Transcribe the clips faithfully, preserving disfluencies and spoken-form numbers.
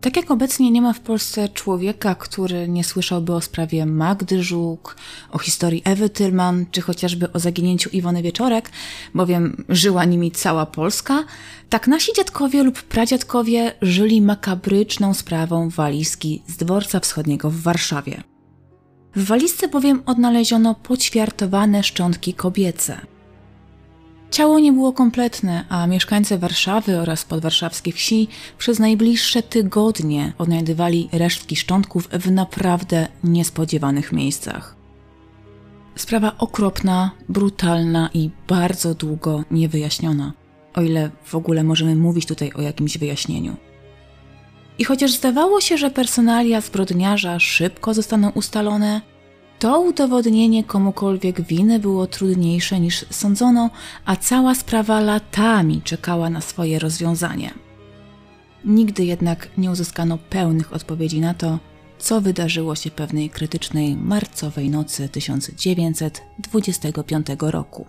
Tak jak obecnie nie ma w Polsce człowieka, który nie słyszałby o sprawie Magdy Żuk, o historii Ewy Tylman, czy chociażby o zaginięciu Iwony Wieczorek, bowiem żyła nimi cała Polska, tak nasi dziadkowie lub pradziadkowie żyli makabryczną sprawą walizki z dworca wschodniego w Warszawie. W walizce bowiem odnaleziono poćwiartowane szczątki kobiece. Ciało nie było kompletne, a mieszkańcy Warszawy oraz podwarszawskich wsi przez najbliższe tygodnie odnajdywali resztki szczątków w naprawdę niespodziewanych miejscach. Sprawa okropna, brutalna i bardzo długo niewyjaśniona, o ile w ogóle możemy mówić tutaj o jakimś wyjaśnieniu. I chociaż zdawało się, że personalia zbrodniarza szybko zostaną ustalone, to udowodnienie komukolwiek winy było trudniejsze niż sądzono, a cała sprawa latami czekała na swoje rozwiązanie. Nigdy jednak nie uzyskano pełnych odpowiedzi na to, co wydarzyło się pewnej krytycznej marcowej nocy tysiąc dziewięćset dwudziestego piątego roku.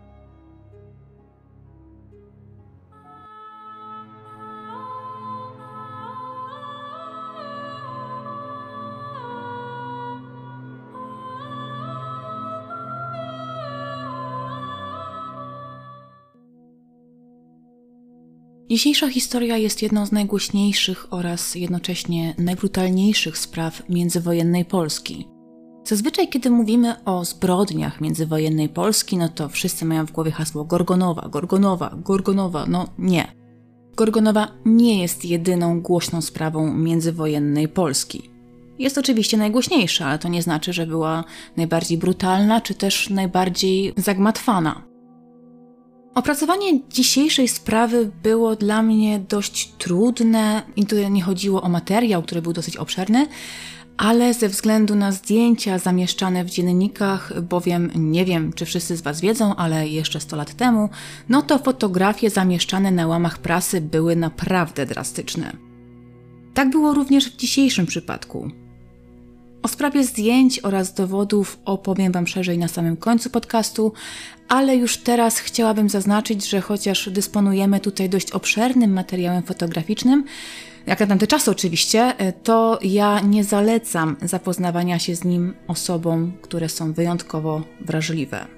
Dzisiejsza historia jest jedną z najgłośniejszych oraz jednocześnie najbrutalniejszych spraw międzywojennej Polski. Zazwyczaj, kiedy mówimy o zbrodniach międzywojennej Polski, no to wszyscy mają w głowie hasło Gorgonowa, Gorgonowa, Gorgonowa. No nie. Gorgonowa nie jest jedyną głośną sprawą międzywojennej Polski. Jest oczywiście najgłośniejsza, ale to nie znaczy, że była najbardziej brutalna, czy też najbardziej zagmatwana. Opracowanie dzisiejszej sprawy było dla mnie dość trudne i tutaj nie chodziło o materiał, który był dosyć obszerny, ale ze względu na zdjęcia zamieszczane w dziennikach, bowiem nie wiem, czy wszyscy z Was wiedzą, ale jeszcze sto lat temu, no to fotografie zamieszczane na łamach prasy były naprawdę drastyczne. Tak było również w dzisiejszym przypadku. O sprawie zdjęć oraz dowodów opowiem Wam szerzej na samym końcu podcastu, ale już teraz chciałabym zaznaczyć, że chociaż dysponujemy tutaj dość obszernym materiałem fotograficznym, jak na tamte czasy oczywiście, to ja nie zalecam zapoznawania się z nim osobom, które są wyjątkowo wrażliwe.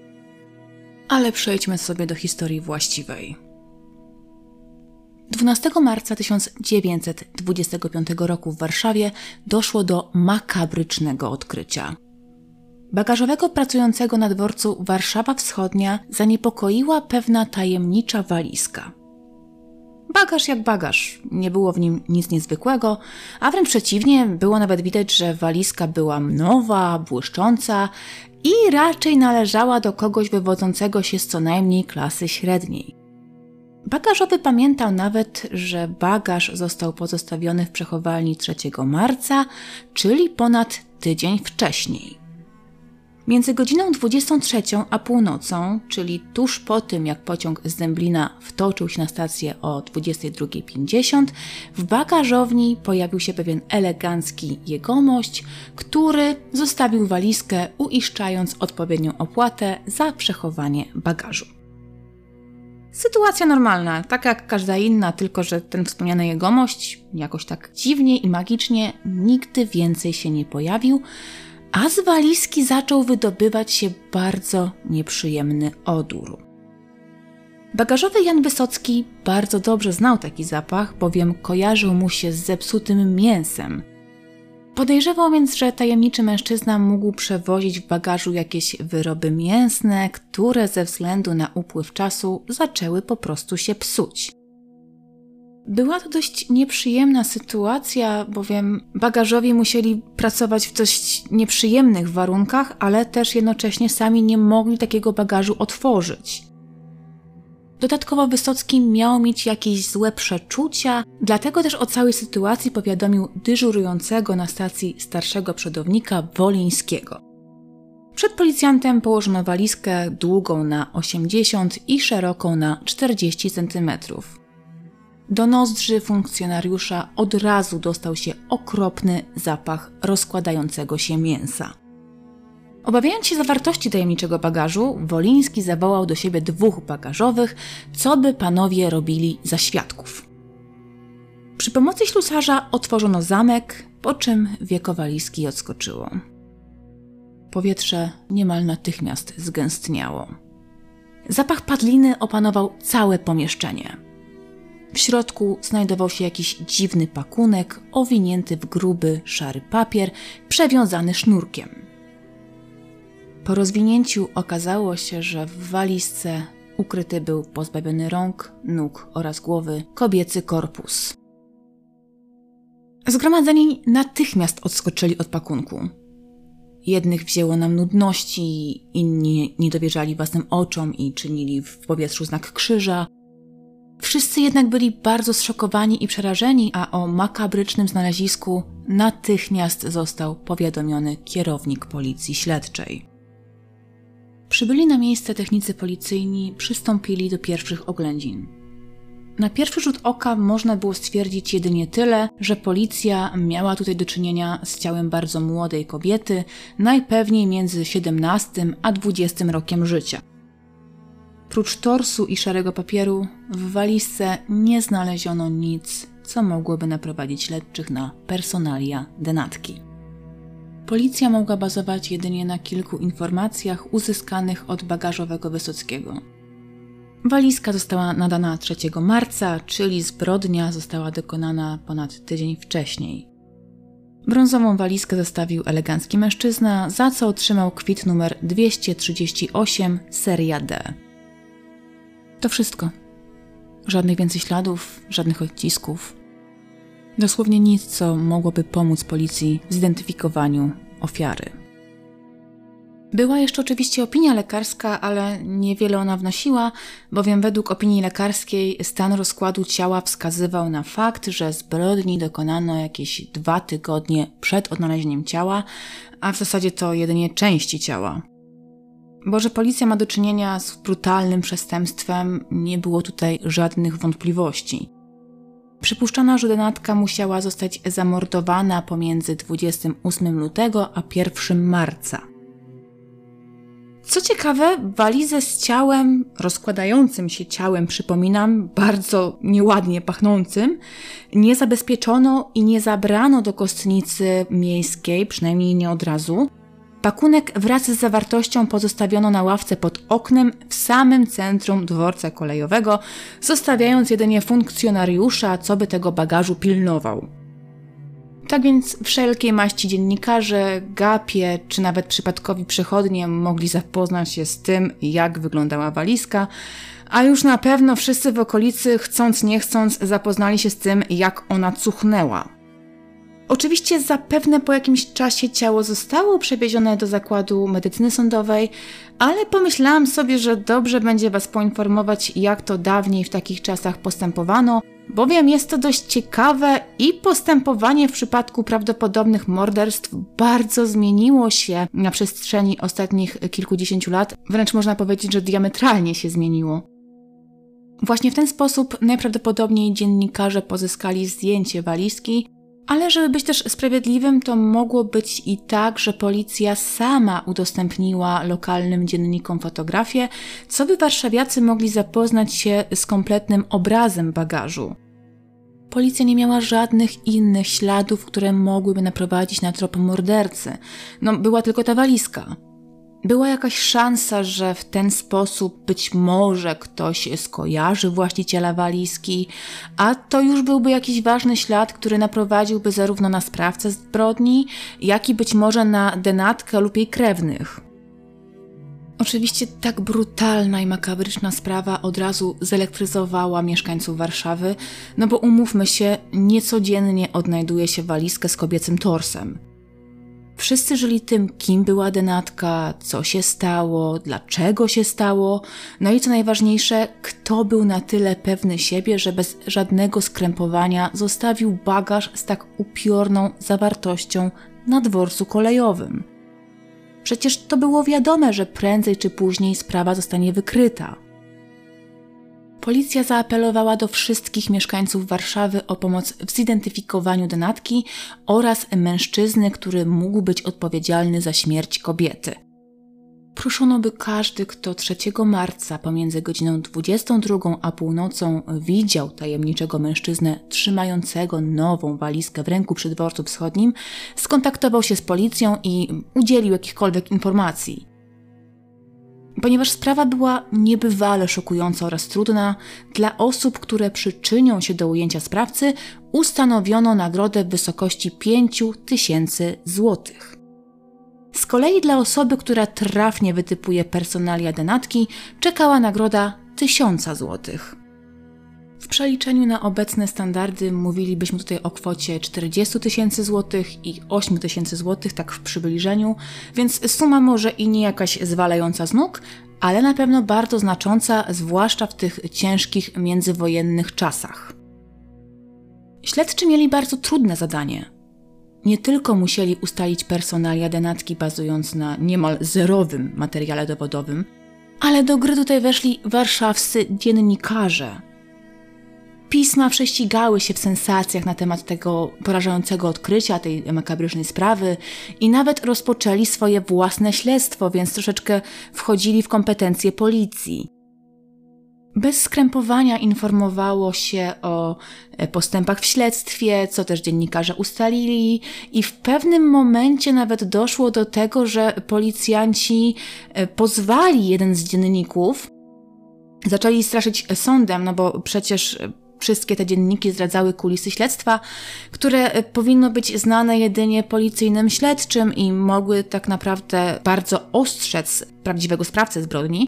Ale przejdźmy sobie do historii właściwej. dwunastego marca tysiąc dziewięćset dwudziestego piątego roku w Warszawie doszło do makabrycznego odkrycia. Bagażowego pracującego na dworcu Warszawa Wschodnia zaniepokoiła pewna tajemnicza walizka. Bagaż jak bagaż, nie było w nim nic niezwykłego, a wręcz przeciwnie, było nawet widać, że walizka była nowa, błyszcząca i raczej należała do kogoś wywodzącego się z co najmniej klasy średniej. Bagażowy pamiętał nawet, że bagaż został pozostawiony w przechowalni trzeciego marca, czyli ponad tydzień wcześniej. Między godziną dwudziestą trzecią a północą, czyli tuż po tym, jak pociąg z Dęblina wtoczył się na stację o dwudziestej drugiej pięćdziesiąt, w bagażowni pojawił się pewien elegancki jegomość, który zostawił walizkę, uiszczając odpowiednią opłatę za przechowanie bagażu. Sytuacja normalna, taka jak każda inna, tylko że ten wspomniany jegomość jakoś tak dziwnie i magicznie nigdy więcej się nie pojawił, a z walizki zaczął wydobywać się bardzo nieprzyjemny odór. Bagażowy Jan Wysocki bardzo dobrze znał taki zapach, bowiem kojarzył mu się z zepsutym mięsem. Podejrzewał więc, że tajemniczy mężczyzna mógł przewozić w bagażu jakieś wyroby mięsne, które ze względu na upływ czasu zaczęły po prostu się psuć. Była to dość nieprzyjemna sytuacja, bowiem bagażowi musieli pracować w dość nieprzyjemnych warunkach, ale też jednocześnie sami nie mogli takiego bagażu otworzyć. Dodatkowo Wysocki miał mieć jakieś złe przeczucia, dlatego też o całej sytuacji powiadomił dyżurującego na stacji starszego przodownika Wolińskiego. Przed policjantem położono walizkę długą na osiemdziesiąt i szeroką na czterdzieści centymetrów. Do nozdrzy funkcjonariusza od razu dostał się okropny zapach rozkładającego się mięsa. Obawiając się zawartości tajemniczego bagażu, Woliński zawołał do siebie dwóch bagażowych, co by panowie robili za świadków. Przy pomocy ślusarza otworzono zamek, po czym wieko walizki odskoczyło. Powietrze niemal natychmiast zgęstniało. Zapach padliny opanował całe pomieszczenie. W środku znajdował się jakiś dziwny pakunek, owinięty w gruby, szary papier, przewiązany sznurkiem. Po rozwinięciu okazało się, że w walizce ukryty był pozbawiony rąk, nóg oraz głowy kobiecy korpus. Zgromadzeni natychmiast odskoczyli od pakunku. Jednych wzięło nam nudności, inni nie dowierzali własnym oczom i czynili w powietrzu znak krzyża. Wszyscy jednak byli bardzo zszokowani i przerażeni, a o makabrycznym znalezisku natychmiast został powiadomiony kierownik policji śledczej. Przybyli na miejsce technicy policyjni, przystąpili do pierwszych oględzin. Na pierwszy rzut oka można było stwierdzić jedynie tyle, że policja miała tutaj do czynienia z ciałem bardzo młodej kobiety, najpewniej między siedemnastym a dwudziestym rokiem życia. Prócz torsu i szarego papieru w walizce nie znaleziono nic, co mogłoby naprowadzić śledczych na personalia denatki. Policja mogła bazować jedynie na kilku informacjach uzyskanych od bagażowego Wysockiego. Walizka została nadana trzeciego marca, czyli zbrodnia została dokonana ponad tydzień wcześniej. Brązową walizkę zostawił elegancki mężczyzna, za co otrzymał kwit numer dwieście trzydzieści osiem, seria D. To wszystko. Żadnych więcej śladów, żadnych odcisków. Dosłownie nic, co mogłoby pomóc policji w zidentyfikowaniu ofiary. Była jeszcze oczywiście opinia lekarska, ale niewiele ona wnosiła, bowiem według opinii lekarskiej stan rozkładu ciała wskazywał na fakt, że zbrodni dokonano jakieś dwa tygodnie przed odnalezieniem ciała, a w zasadzie to jedynie części ciała. Bo że policja ma do czynienia z brutalnym przestępstwem, nie było tutaj żadnych wątpliwości. Przypuszczano, że denatka musiała zostać zamordowana pomiędzy dwudziestego ósmego lutego a pierwszego marca. Co ciekawe, walizę z ciałem, rozkładającym się ciałem, przypominam, bardzo nieładnie pachnącym, nie zabezpieczono i nie zabrano do kostnicy miejskiej, przynajmniej nie od razu. Pakunek wraz z zawartością pozostawiono na ławce pod oknem w samym centrum dworca kolejowego, zostawiając jedynie funkcjonariusza, co by tego bagażu pilnował. Tak więc wszelkiej maści dziennikarze, gapie czy nawet przypadkowi przechodnie mogli zapoznać się z tym, jak wyglądała walizka, a już na pewno wszyscy w okolicy, chcąc nie chcąc, zapoznali się z tym, jak ona cuchnęła. Oczywiście zapewne po jakimś czasie ciało zostało przewiezione do zakładu medycyny sądowej, ale pomyślałam sobie, że dobrze będzie Was poinformować, jak to dawniej w takich czasach postępowano, bowiem jest to dość ciekawe i postępowanie w przypadku prawdopodobnych morderstw bardzo zmieniło się na przestrzeni ostatnich kilkudziesięciu lat, wręcz można powiedzieć, że diametralnie się zmieniło. Właśnie w ten sposób najprawdopodobniej dziennikarze pozyskali zdjęcie walizki, ale żeby być też sprawiedliwym, to mogło być i tak, że policja sama udostępniła lokalnym dziennikom fotografię, co by warszawiacy mogli zapoznać się z kompletnym obrazem bagażu. Policja nie miała żadnych innych śladów, które mogłyby naprowadzić na trop mordercy. No, była tylko ta walizka. Była jakaś szansa, że w ten sposób być może ktoś skojarzy właściciela walizki, a to już byłby jakiś ważny ślad, który naprowadziłby zarówno na sprawcę zbrodni, jak i być może na denatkę lub jej krewnych. Oczywiście tak brutalna i makabryczna sprawa od razu zelektryzowała mieszkańców Warszawy, no bo umówmy się, niecodziennie odnajduje się walizkę z kobiecym torsem. Wszyscy żyli tym, kim była denatka, co się stało, dlaczego się stało, no i co najważniejsze, kto był na tyle pewny siebie, że bez żadnego skrępowania zostawił bagaż z tak upiorną zawartością na dworcu kolejowym. Przecież to było wiadome, że prędzej czy później sprawa zostanie wykryta. Policja zaapelowała do wszystkich mieszkańców Warszawy o pomoc w zidentyfikowaniu denatki oraz mężczyzny, który mógł być odpowiedzialny za śmierć kobiety. Proszono, by każdy, kto trzeciego marca pomiędzy godziną dwudziestą drugą a północą widział tajemniczego mężczyznę trzymającego nową walizkę w ręku przy dworcu wschodnim, skontaktował się z policją i udzielił jakichkolwiek informacji. Ponieważ sprawa była niebywale szokująca oraz trudna, dla osób, które przyczynią się do ujęcia sprawcy, ustanowiono nagrodę w wysokości pięć tysięcy złotych. Z kolei dla osoby, która trafnie wytypuje personalia denatki, czekała nagroda tysiąca złotych. W przeliczeniu na obecne standardy mówilibyśmy tutaj o kwocie czterdziestu tysięcy złotych i ośmiu tysięcy złotych, tak w przybliżeniu, więc suma może i nie jakaś zwalająca z nóg, ale na pewno bardzo znacząca, zwłaszcza w tych ciężkich międzywojennych czasach. Śledczy mieli bardzo trudne zadanie. Nie tylko musieli ustalić personalia denatki bazując na niemal zerowym materiale dowodowym, ale do gry tutaj weszli warszawscy dziennikarze. Pisma prześcigały się w sensacjach na temat tego porażającego odkrycia, tej makabrycznej sprawy i nawet rozpoczęli swoje własne śledztwo, więc troszeczkę wchodzili w kompetencje policji. Bez skrępowania informowało się o postępach w śledztwie, co też dziennikarze ustalili i w pewnym momencie nawet doszło do tego, że policjanci pozwali jeden z dzienników, zaczęli straszyć sądem, no bo przecież wszystkie te dzienniki zdradzały kulisy śledztwa, które powinno być znane jedynie policyjnym śledczym i mogły tak naprawdę bardzo ostrzec prawdziwego sprawcę zbrodni.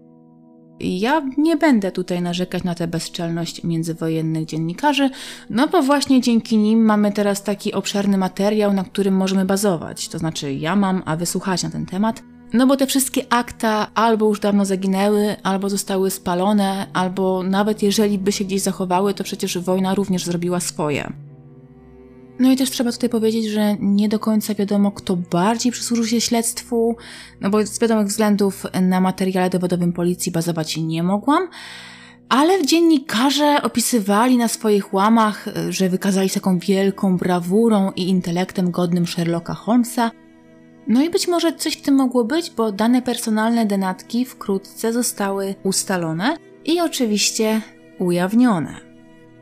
Ja nie będę tutaj narzekać na tę bezczelność międzywojennych dziennikarzy, no bo właśnie dzięki nim mamy teraz taki obszerny materiał, na którym możemy bazować. To znaczy ja mam, a wysłuchać na ten temat. No bo te wszystkie akta albo już dawno zaginęły, albo zostały spalone, albo nawet jeżeli by się gdzieś zachowały, to przecież wojna również zrobiła swoje. No i też trzeba tutaj powiedzieć, że nie do końca wiadomo, kto bardziej przysłużył się śledztwu, no bo z wiadomych względów na materiale dowodowym policji bazować nie mogłam, ale dziennikarze opisywali na swoich łamach, że wykazali się taką wielką brawurą i intelektem godnym Sherlocka Holmesa. No i być może coś w tym mogło być, bo dane personalne denatki wkrótce zostały ustalone i oczywiście ujawnione.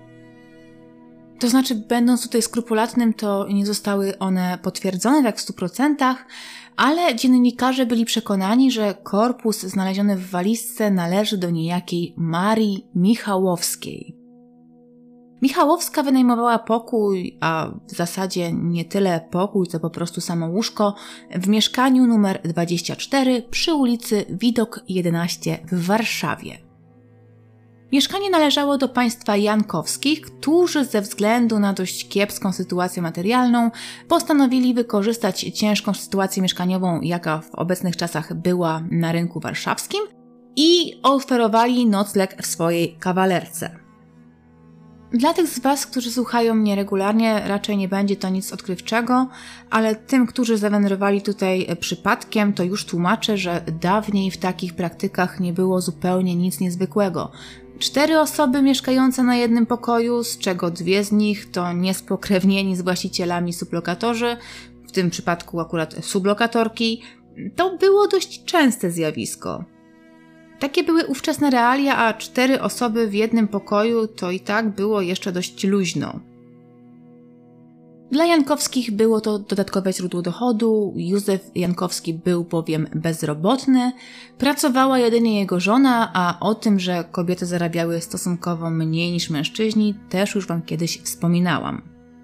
To znaczy, będąc tutaj skrupulatnym, to nie zostały one potwierdzone tak w stu procentach, ale dziennikarze byli przekonani, że korpus znaleziony w walizce należy do niejakiej Marii Michałowskiej. Michałowska wynajmowała pokój, a w zasadzie nie tyle pokój, co po prostu samo łóżko, w mieszkaniu numer dwadzieścia cztery przy ulicy Widok jedenaście w Warszawie. Mieszkanie należało do państwa Jankowskich, którzy ze względu na dość kiepską sytuację materialną postanowili wykorzystać ciężką sytuację mieszkaniową, jaka w obecnych czasach była na rynku warszawskim, i oferowali nocleg w swojej kawalerce. Dla tych z Was, którzy słuchają mnie regularnie, raczej nie będzie to nic odkrywczego, ale tym, którzy zawędrowali tutaj przypadkiem, to już tłumaczę, że dawniej w takich praktykach nie było zupełnie nic niezwykłego. Cztery osoby mieszkające na jednym pokoju, z czego dwie z nich to niespokrewnieni z właścicielami sublokatorzy, w tym przypadku akurat sublokatorki, to było dość częste zjawisko. Takie były ówczesne realia, a cztery osoby w jednym pokoju to i tak było jeszcze dość luźno. Dla Jankowskich było to dodatkowe źródło dochodu, Józef Jankowski był bowiem bezrobotny, pracowała jedynie jego żona, a o tym, że kobiety zarabiały stosunkowo mniej niż mężczyźni, też już Wam kiedyś wspominałam.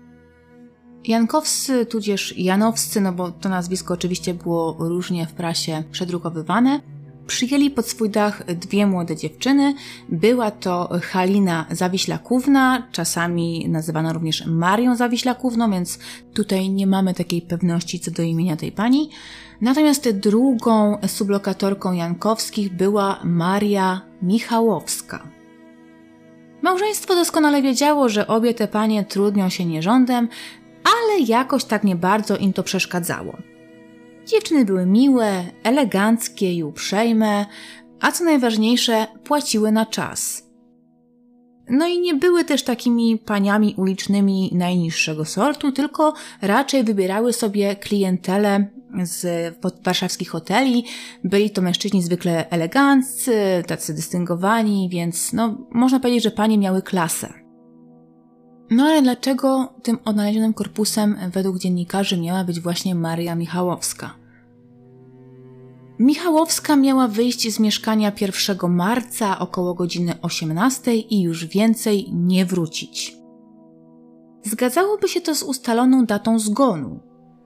Jankowscy, tudzież Janowscy, no bo to nazwisko oczywiście było różnie w prasie przedrukowywane, przyjęli pod swój dach dwie młode dziewczyny. Była to Halina Zawiślakówna, czasami nazywana również Marią Zawiślakówną, więc tutaj nie mamy takiej pewności co do imienia tej pani. Natomiast drugą sublokatorką Jankowskich była Maria Michałowska. Małżeństwo doskonale wiedziało, że obie te panie trudnią się nierządem, ale jakoś tak nie bardzo im to przeszkadzało. Dziewczyny były miłe, eleganckie i uprzejme, a co najważniejsze, płaciły na czas. No i nie były też takimi paniami ulicznymi najniższego sortu, tylko raczej wybierały sobie klientelę z warszawskich hoteli. Byli to mężczyźni zwykle eleganccy, tacy dystyngowani, więc no, można powiedzieć, że panie miały klasę. No ale dlaczego tym odnalezionym korpusem według dziennikarzy miała być właśnie Maria Michałowska? Michałowska miała wyjść z mieszkania pierwszego marca około godziny osiemnastej i już więcej nie wrócić. Zgadzałoby się to z ustaloną datą zgonu.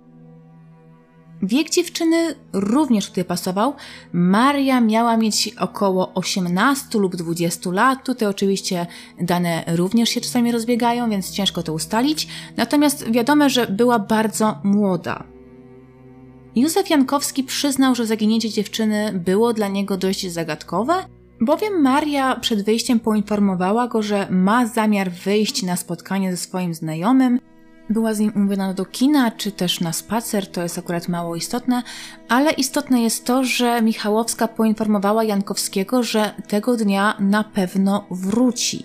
Wiek dziewczyny również tutaj pasował. Maria miała mieć około osiemnaście lub dwadzieścia lat. Tutaj oczywiście dane również się czasami rozbiegają, więc ciężko to ustalić. Natomiast wiadomo, że była bardzo młoda. Józef Jankowski przyznał, że zaginięcie dziewczyny było dla niego dość zagadkowe, bowiem Maria przed wyjściem poinformowała go, że ma zamiar wyjść na spotkanie ze swoim znajomym. Była z nim umówiona do kina, czy też na spacer, to jest akurat mało istotne, ale istotne jest to, że Michałowska poinformowała Jankowskiego, że tego dnia na pewno wróci.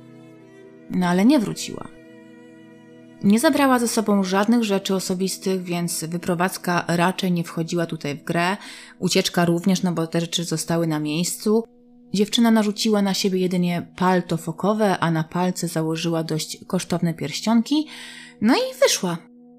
No ale nie wróciła. Nie zabrała ze sobą żadnych rzeczy osobistych, więc wyprowadzka raczej nie wchodziła tutaj w grę, ucieczka również, no bo te rzeczy zostały na miejscu. Dziewczyna narzuciła na siebie jedynie palto fokowe, a na palce założyła dość kosztowne pierścionki, no i wyszła.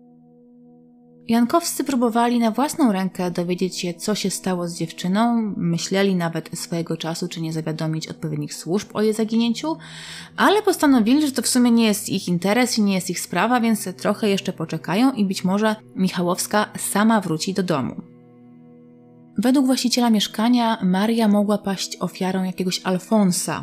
Jankowscy próbowali na własną rękę dowiedzieć się, co się stało z dziewczyną, myśleli nawet swojego czasu, czy nie zawiadomić odpowiednich służb o jej zaginięciu, ale postanowili, że to w sumie nie jest ich interes i nie jest ich sprawa, więc trochę jeszcze poczekają i być może Michałowska sama wróci do domu. Według właściciela mieszkania Maria mogła paść ofiarą jakiegoś Alfonsa.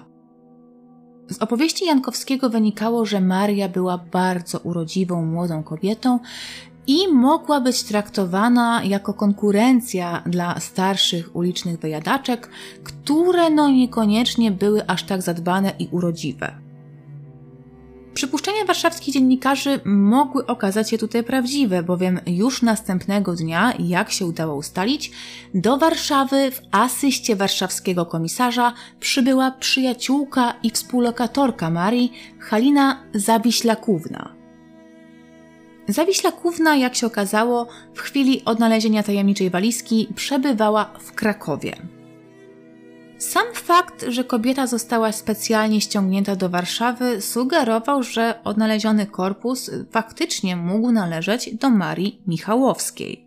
Z opowieści Jankowskiego wynikało, że Maria była bardzo urodziwą, młodą kobietą i mogła być traktowana jako konkurencja dla starszych ulicznych wyjadaczek, które no niekoniecznie były aż tak zadbane i urodziwe. Przypuszczenia warszawskich dziennikarzy mogły okazać się tutaj prawdziwe, bowiem już następnego dnia, jak się udało ustalić, do Warszawy w asyście warszawskiego komisarza przybyła przyjaciółka i współlokatorka Marii, Halina Zawiślakówna. Zawiślakówna, jak się okazało, w chwili odnalezienia tajemniczej walizki przebywała w Krakowie. Sam fakt, że kobieta została specjalnie ściągnięta do Warszawy, sugerował, że odnaleziony korpus faktycznie mógł należeć do Marii Michałowskiej.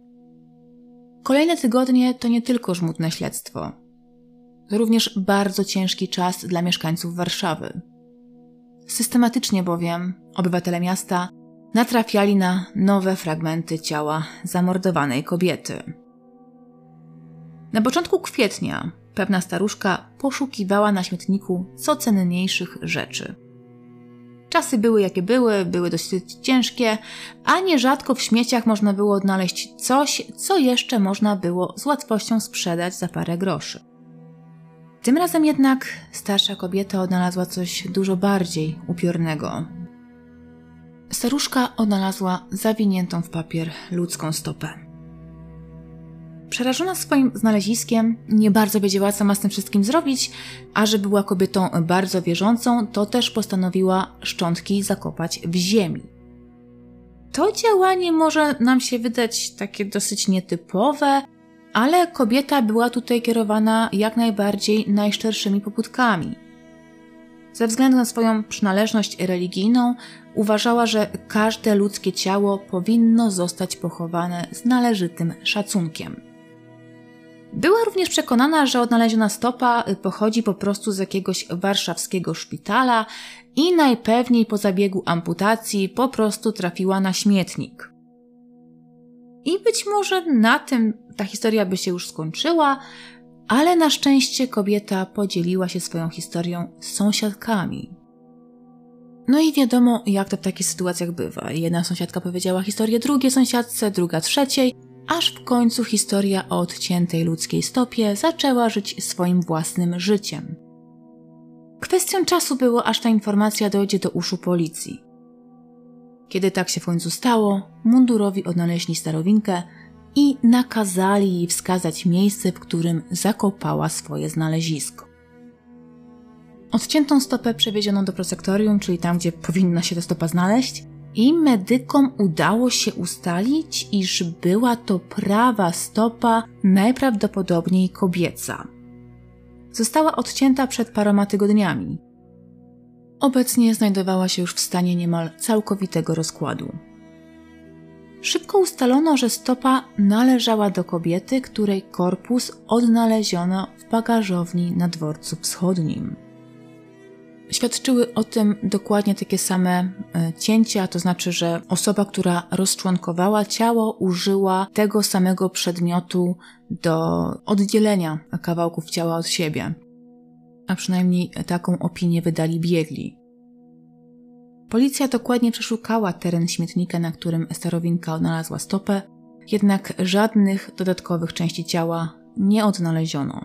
Kolejne tygodnie to nie tylko żmudne śledztwo. To również bardzo ciężki czas dla mieszkańców Warszawy. Systematycznie bowiem obywatele miasta natrafiali na nowe fragmenty ciała zamordowanej kobiety. Na początku kwietnia pewna staruszka poszukiwała na śmietniku co cenniejszych rzeczy. Czasy były jakie były, były dosyć ciężkie, a nierzadko w śmieciach można było odnaleźć coś, co jeszcze można było z łatwością sprzedać za parę groszy. Tym razem jednak starsza kobieta odnalazła coś dużo bardziej upiornego. Staruszka odnalazła zawiniętą w papier ludzką stopę. Przerażona swoim znaleziskiem, nie bardzo wiedziała, co ma z tym wszystkim zrobić, a że była kobietą bardzo wierzącą, to też postanowiła szczątki zakopać w ziemi. To działanie może nam się wydać takie dosyć nietypowe, ale kobieta była tutaj kierowana jak najbardziej najszczerszymi pobudkami. Ze względu na swoją przynależność religijną uważała, że każde ludzkie ciało powinno zostać pochowane z należytym szacunkiem. Była również przekonana, że odnaleziona stopa pochodzi po prostu z jakiegoś warszawskiego szpitala i najpewniej po zabiegu amputacji po prostu trafiła na śmietnik. I być może na tym ta historia by się już skończyła, ale na szczęście kobieta podzieliła się swoją historią z sąsiadkami. No i wiadomo, jak to w takich sytuacjach bywa. Jedna sąsiadka powiedziała historię drugiej sąsiadce, druga trzeciej, aż w końcu historia o odciętej ludzkiej stopie zaczęła żyć swoim własnym życiem. Kwestią czasu było, aż ta informacja dojdzie do uszu policji. Kiedy tak się w końcu stało, mundurowi odnaleźli starowinkę i nakazali jej wskazać miejsce, w którym zakopała swoje znalezisko. Odciętą stopę przewieziono do prosektorium, czyli tam, gdzie powinna się ta stopa znaleźć, i medykom udało się ustalić, iż była to prawa stopa, najprawdopodobniej kobieca. Została odcięta przed paroma tygodniami. Obecnie znajdowała się już w stanie niemal całkowitego rozkładu. Szybko ustalono, że stopa należała do kobiety, której korpus odnaleziono w bagażowni na dworcu wschodnim. Świadczyły o tym dokładnie takie same cięcia, to znaczy, że osoba, która rozczłonkowała ciało, użyła tego samego przedmiotu do oddzielenia kawałków ciała od siebie. A przynajmniej taką opinię wydali biegli. Policja dokładnie przeszukała teren śmietnika, na którym starowinka odnalazła stopę, jednak żadnych dodatkowych części ciała nie odnaleziono.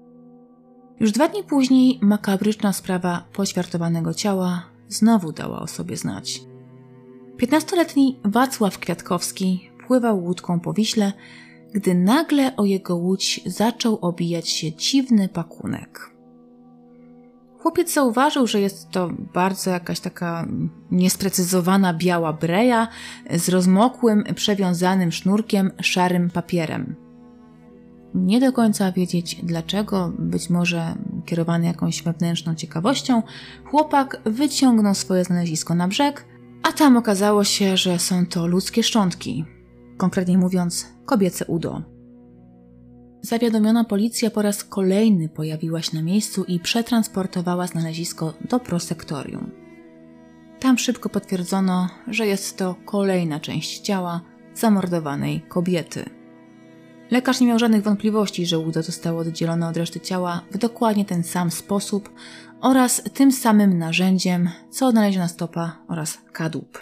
Już dwa dni później makabryczna sprawa poćwiartowanego ciała znowu dała o sobie znać. Piętnastoletni Wacław Kwiatkowski pływał łódką po Wiśle, gdy nagle o jego łódź zaczął obijać się dziwny pakunek. Chłopiec zauważył, że jest to bardzo jakaś taka niesprecyzowana biała breja z rozmokłym, przewiązanym sznurkiem szarym papierem. Nie do końca wiedzieć dlaczego, być może kierowany jakąś wewnętrzną ciekawością, chłopak wyciągnął swoje znalezisko na brzeg, a tam okazało się, że są to ludzkie szczątki, konkretnie mówiąc kobiece udo. Zawiadomiona policja po raz kolejny pojawiła się na miejscu i przetransportowała znalezisko do prosektorium. Tam szybko potwierdzono, że jest to kolejna część ciała zamordowanej kobiety. Lekarz nie miał żadnych wątpliwości, że udo zostało oddzielone od reszty ciała w dokładnie ten sam sposób oraz tym samym narzędziem, co odnaleziona stopa oraz kadłub.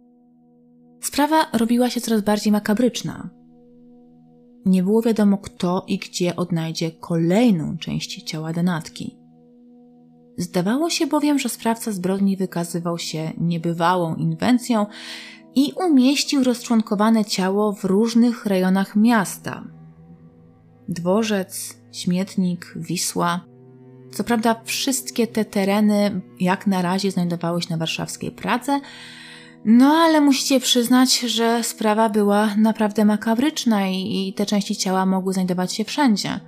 Sprawa robiła się coraz bardziej makabryczna. Nie było wiadomo, kto i gdzie odnajdzie kolejną część ciała denatki. Zdawało się bowiem, że sprawca zbrodni wykazywał się niebywałą inwencją i umieścił rozczłonkowane ciało w różnych rejonach miasta. Dworzec, śmietnik, Wisła. Co prawda wszystkie te tereny jak na razie znajdowały się na warszawskiej Pradze, no ale musicie przyznać, że sprawa była naprawdę makabryczna i, i te części ciała mogły znajdować się wszędzie.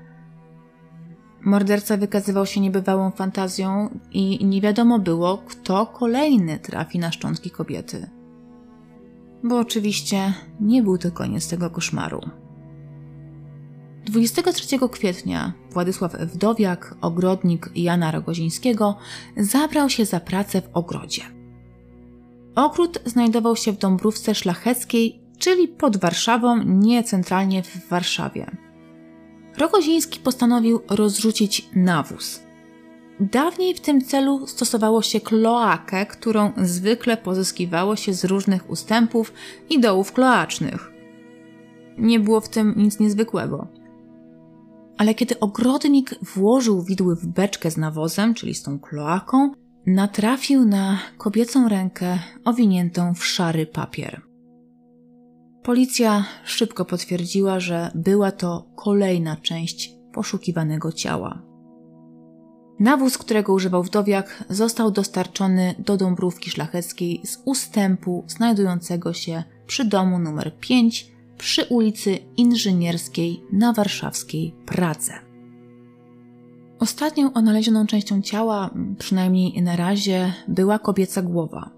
Morderca wykazywał się niebywałą fantazją i nie wiadomo było, kto kolejny trafi na szczątki kobiety. Bo oczywiście nie był to koniec tego koszmaru. dwudziestego trzeciego kwietnia Władysław Wdowiak, ogrodnik Jana Rogozińskiego, zabrał się za pracę w ogrodzie. Ogród znajdował się w Dąbrówce Szlacheckiej, czyli pod Warszawą, nie centralnie w Warszawie. Rogoziński postanowił rozrzucić nawóz. Dawniej w tym celu stosowało się kloakę, którą zwykle pozyskiwało się z różnych ustępów i dołów kloacznych. Nie było w tym nic niezwykłego. Ale kiedy ogrodnik włożył widły w beczkę z nawozem, czyli z tą kloaką, natrafił na kobiecą rękę owiniętą w szary papier. Policja szybko potwierdziła, że była to kolejna część poszukiwanego ciała. Nawóz, którego używał Wdowiak, został dostarczony do Dąbrówki Szlacheckiej z ustępu znajdującego się przy domu numer pięć przy ulicy Inżynierskiej na warszawskiej Pradze. Ostatnią odnalezioną częścią ciała, przynajmniej na razie, była kobieca głowa.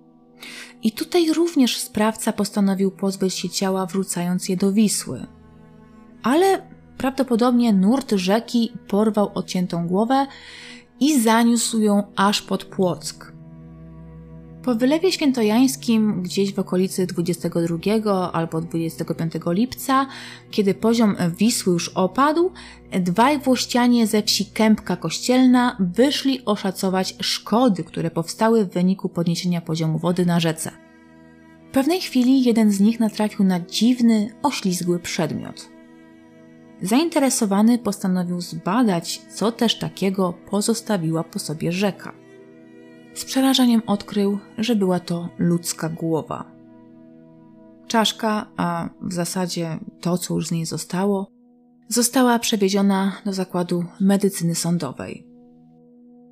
I tutaj również sprawca postanowił pozbyć się ciała, wrzucając je do Wisły. Ale prawdopodobnie nurt rzeki porwał odciętą głowę i zaniósł ją aż pod Płock. Po wylewie świętojańskim, gdzieś w okolicy dwudziestego drugiego albo dwudziestego piątego lipca, kiedy poziom Wisły już opadł, dwaj włościanie ze wsi Kępka Kościelna wyszli oszacować szkody, które powstały w wyniku podniesienia poziomu wody na rzece. W pewnej chwili jeden z nich natrafił na dziwny, oślizgły przedmiot. Zainteresowany postanowił zbadać, co też takiego pozostawiła po sobie rzeka. Z przerażeniem odkrył, że była to ludzka głowa. Czaszka, a w zasadzie to, co już z niej zostało, została przewieziona do zakładu medycyny sądowej.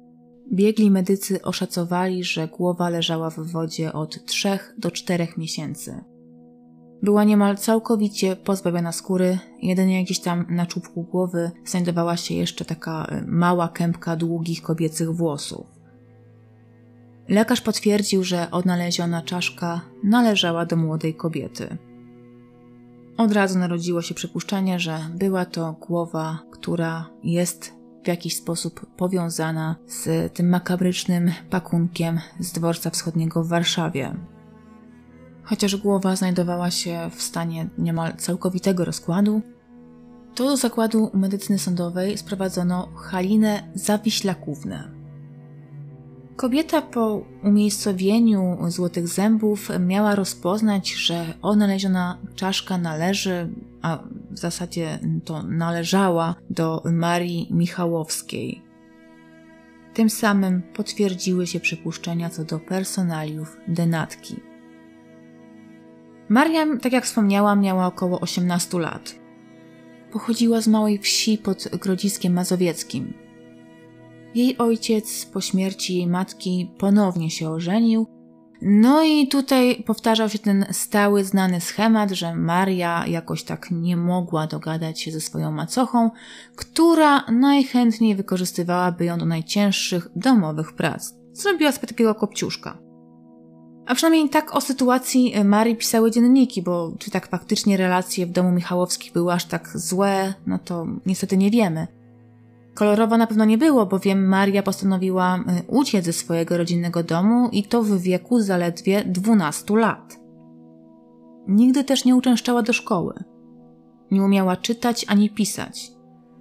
Biegli medycy oszacowali, że głowa leżała w wodzie od trzech do czterech miesięcy. Była niemal całkowicie pozbawiona skóry, jedynie gdzieś tam na czubku głowy znajdowała się jeszcze taka mała kępka długich kobiecych włosów. Lekarz potwierdził, że odnaleziona czaszka należała do młodej kobiety. Od razu narodziło się przypuszczenie, że była to głowa, która jest w jakiś sposób powiązana z tym makabrycznym pakunkiem z dworca wschodniego w Warszawie. Chociaż głowa znajdowała się w stanie niemal całkowitego rozkładu, to do zakładu medycyny sądowej sprowadzono Halinę Zawiślakównę. Kobieta po umiejscowieniu złotych zębów miała rozpoznać, że odnaleziona czaszka należy, a w zasadzie to należała do Marii Michałowskiej. Tym samym potwierdziły się przypuszczenia co do personaliów denatki. Maria, tak jak wspomniałam, miała około osiemnastu lat. Pochodziła z małej wsi pod Grodziskiem Mazowieckim. Jej ojciec po śmierci jej matki ponownie się ożenił. No i tutaj powtarzał się ten stały, znany schemat, że Maria jakoś tak nie mogła dogadać się ze swoją macochą, która najchętniej wykorzystywałaby ją do najcięższych domowych prac. Zrobiła sobie takiego kopciuszka. A przynajmniej tak o sytuacji Marii pisały dzienniki, bo czy tak faktycznie relacje w domu Michałowskich były aż tak złe, no to niestety nie wiemy. Kolorowo na pewno nie było, bowiem Maria postanowiła uciec ze swojego rodzinnego domu i to w wieku zaledwie dwunastu lat. Nigdy też nie uczęszczała do szkoły. Nie umiała czytać ani pisać.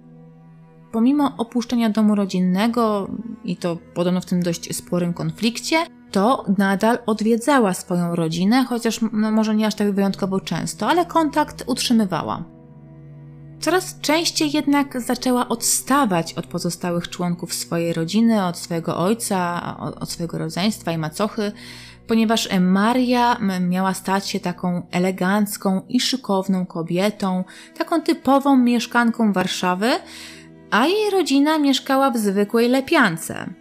Pomimo opuszczenia domu rodzinnego, i to podobno w tym dość sporym konflikcie, to nadal odwiedzała swoją rodzinę, chociaż no może nie aż tak wyjątkowo często, ale kontakt utrzymywała. Coraz częściej jednak zaczęła odstawać od pozostałych członków swojej rodziny, od swojego ojca, od swojego rodzeństwa i macochy, ponieważ Maria miała stać się taką elegancką i szykowną kobietą, taką typową mieszkanką Warszawy, a jej rodzina mieszkała w zwykłej lepiance.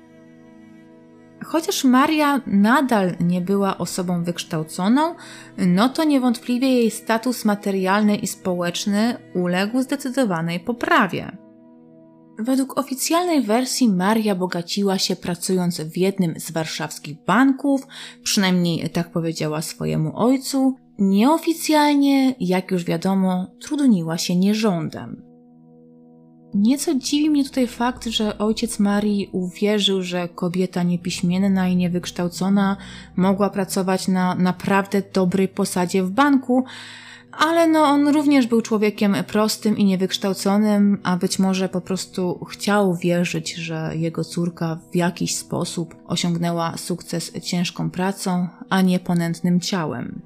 Chociaż Maria nadal nie była osobą wykształconą, no to niewątpliwie jej status materialny i społeczny uległ zdecydowanej poprawie. Według oficjalnej wersji Maria bogaciła się pracując w jednym z warszawskich banków, przynajmniej tak powiedziała swojemu ojcu. Nieoficjalnie, jak już wiadomo, trudniła się nierządem. Nieco dziwi mnie tutaj fakt, że ojciec Marii uwierzył, że kobieta niepiśmienna i niewykształcona mogła pracować na naprawdę dobrej posadzie w banku, ale no on również był człowiekiem prostym i niewykształconym, a być może po prostu chciał wierzyć, że jego córka w jakiś sposób osiągnęła sukces ciężką pracą, a nie ponętnym ciałem.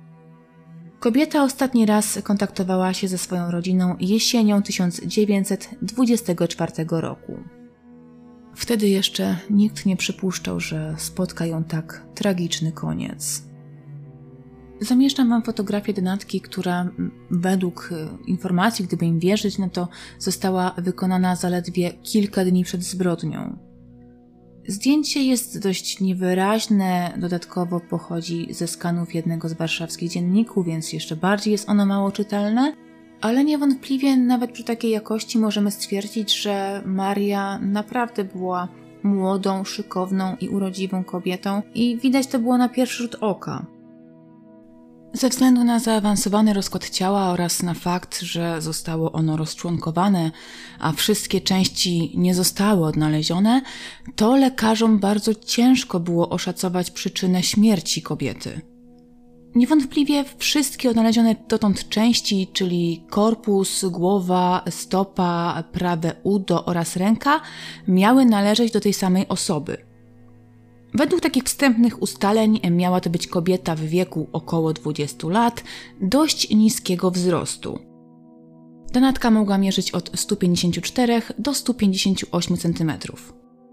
Kobieta ostatni raz kontaktowała się ze swoją rodziną jesienią tysiąc dziewięćset dwudziestego czwartego roku. Wtedy jeszcze nikt nie przypuszczał, że spotka ją tak tragiczny koniec. Zamieszczam wam fotografię denatki, która według informacji, gdyby im wierzyć, no to została wykonana zaledwie kilka dni przed zbrodnią. Zdjęcie jest dość niewyraźne, dodatkowo pochodzi ze skanów jednego z warszawskich dzienników, więc jeszcze bardziej jest ono mało czytelne, ale niewątpliwie nawet przy takiej jakości możemy stwierdzić, że Maria naprawdę była młodą, szykowną i urodziwą kobietą i widać to było na pierwszy rzut oka. Ze względu na zaawansowany rozkład ciała oraz na fakt, że zostało ono rozczłonkowane, a wszystkie części nie zostały odnalezione, to lekarzom bardzo ciężko było oszacować przyczynę śmierci kobiety. Niewątpliwie wszystkie odnalezione dotąd części, czyli korpus, głowa, stopa, prawe udo oraz ręka, miały należeć do tej samej osoby. Według takich wstępnych ustaleń miała to być kobieta w wieku około dwudziestu lat, dość niskiego wzrostu. Denatka mogła mierzyć od stu pięćdziesięciu czterech do stu pięćdziesięciu ośmiu centymetrów.